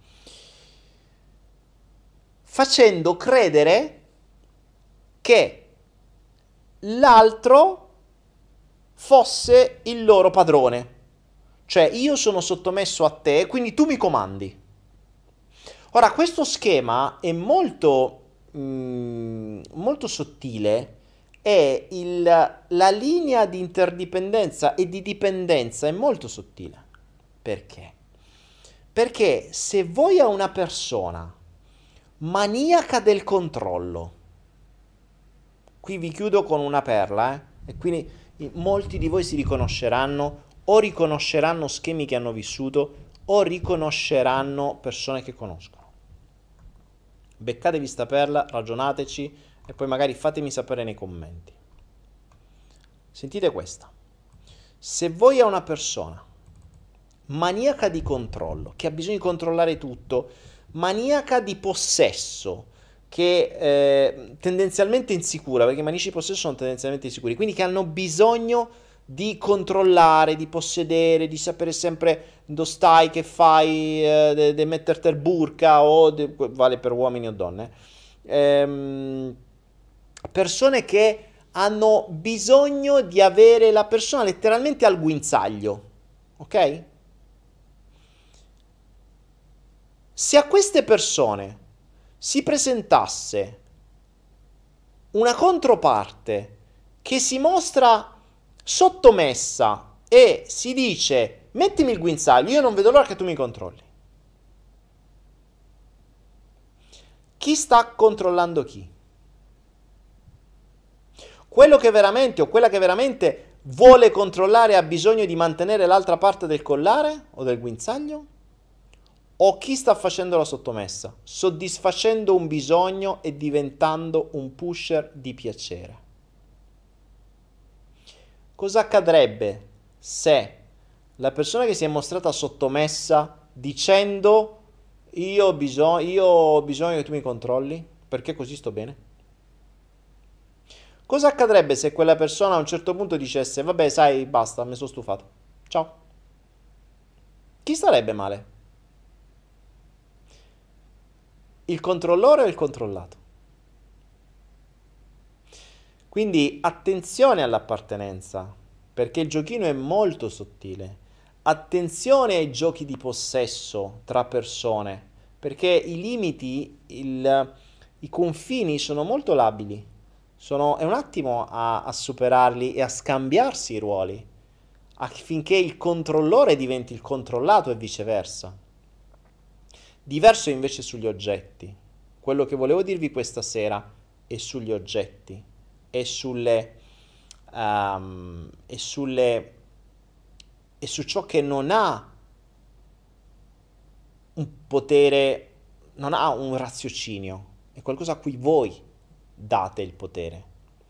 facendo credere che l'altro fosse il loro padrone. Cioè, io sono sottomesso a te, quindi tu mi comandi. Ora, questo schema è molto, mm, molto sottile e il, la linea di interdipendenza e di dipendenza è molto sottile. Perché? Perché se voi a una persona maniaca del controllo, qui vi chiudo con una perla, eh, e quindi molti di voi si riconosceranno, o riconosceranno schemi che hanno vissuto, o riconosceranno persone che conoscono. Beccatevi sta perla, ragionateci e poi magari fatemi sapere nei commenti. Sentite questa. Se voi a una persona maniaca di controllo, che ha bisogno di controllare tutto, maniaca di possesso, che eh, tendenzialmente insicura, perché i maniaci di possesso sono tendenzialmente insicuri, quindi che hanno bisogno di controllare, di possedere, di sapere sempre dove stai, che fai, eh, di metterti il burka, o de, vale per uomini o donne, ehm, persone che hanno bisogno di avere la persona letteralmente al guinzaglio, ok? Se a queste persone si presentasse una controparte che si mostra sottomessa e si dice mettimi il guinzaglio, io non vedo l'ora che tu mi controlli. Chi sta controllando chi? Quello che veramente o quella che veramente vuole controllare ha bisogno di mantenere l'altra parte del collare o del guinzaglio? O chi sta facendo la sottomessa, soddisfacendo un bisogno e diventando un pusher di piacere? Cosa accadrebbe se la persona che si è mostrata sottomessa dicendo io ho bisogno, io ho bisogno che tu mi controlli perché così sto bene? Cosa accadrebbe se quella persona a un certo punto dicesse vabbè sai basta, mi sono stufato, ciao? Chi starebbe male? Il controllore o il controllato? Quindi attenzione all'appartenenza, perché il giochino è molto sottile. Attenzione ai giochi di possesso tra persone, perché i limiti, il, i confini sono molto labili. Sono, è un attimo a, a superarli e a scambiarsi i ruoli, affinché il controllore diventi il controllato e viceversa. Diverso invece sugli oggetti. Quello che volevo dirvi questa sera è sugli oggetti, è sulle, um, è sulle, è su ciò che non ha un potere, non ha un raziocinio, è qualcosa a cui voi date il potere.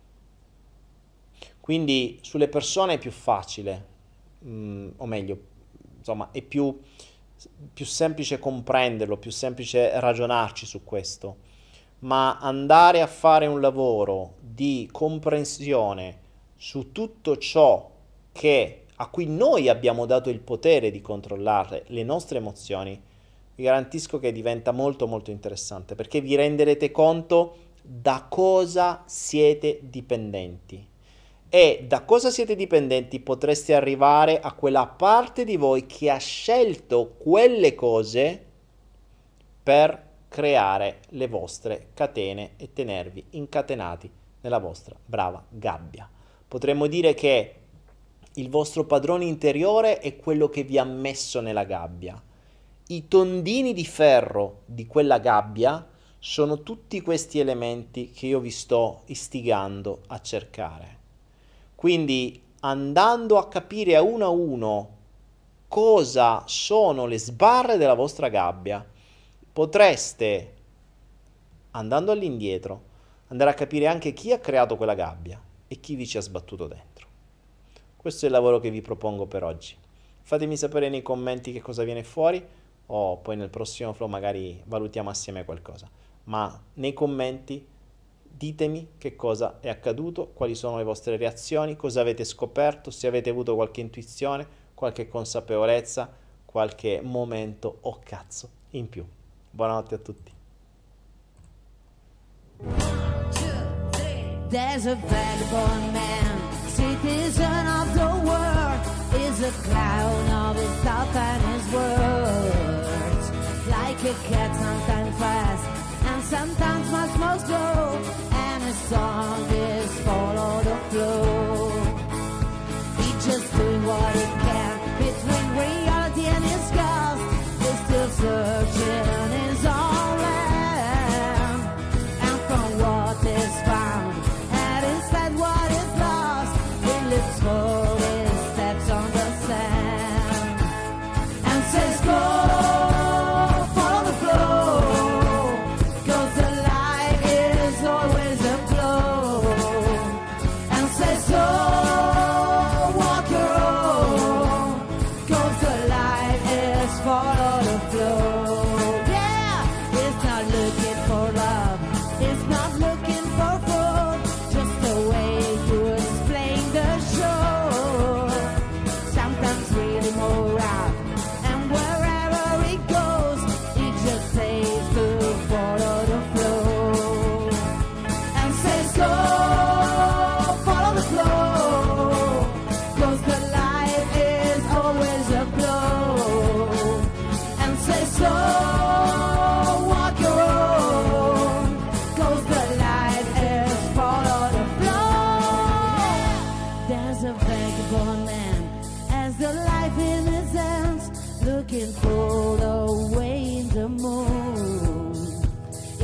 Quindi sulle persone è più facile, mm, o meglio, insomma, è più più semplice comprenderlo, più semplice ragionarci su questo, ma andare a fare un lavoro di comprensione su tutto ciò che, a cui noi abbiamo dato il potere di controllare le nostre emozioni, vi garantisco che diventa molto molto interessante, perché vi renderete conto da cosa siete dipendenti. E da cosa siete dipendenti potreste arrivare a quella parte di voi che ha scelto quelle cose per creare le vostre catene e tenervi incatenati nella vostra brava gabbia. Potremmo dire che il vostro padrone interiore è quello che vi ha messo nella gabbia. I tondini di ferro di quella gabbia sono tutti questi elementi che io vi sto istigando a cercare. Quindi andando a capire a uno a uno cosa sono le sbarre della vostra gabbia, potreste, andando all'indietro, andare a capire anche chi ha creato quella gabbia e chi vi ci ha sbattuto dentro. Questo è il lavoro che vi propongo per oggi. Fatemi sapere nei commenti che cosa viene fuori, o poi nel prossimo flow magari valutiamo assieme qualcosa. Ma nei commenti ditemi che cosa è accaduto, quali sono le vostre reazioni, cosa avete scoperto, se avete avuto qualche intuizione, qualche consapevolezza, qualche momento o cazzo in più. Buonanotte a tutti. There's a vagabond man, citizen of the world, is a clown of his thoughts and his words. Like a cat, sometimes fast and sometimes much more slow, and his song is full of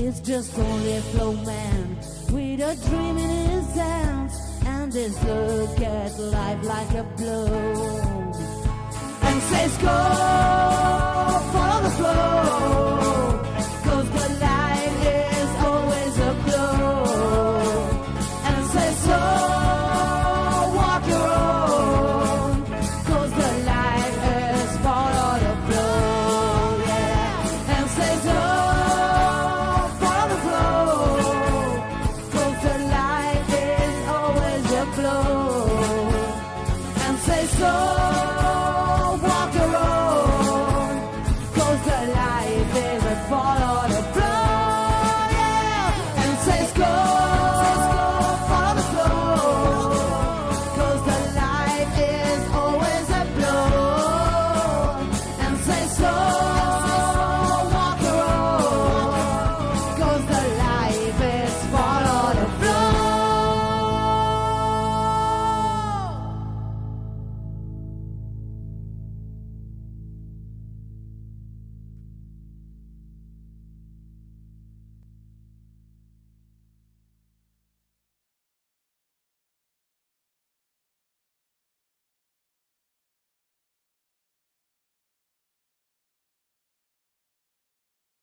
He's just only a flow man with a dream in his hands, and his look at life like a blow, and says go follow the flow.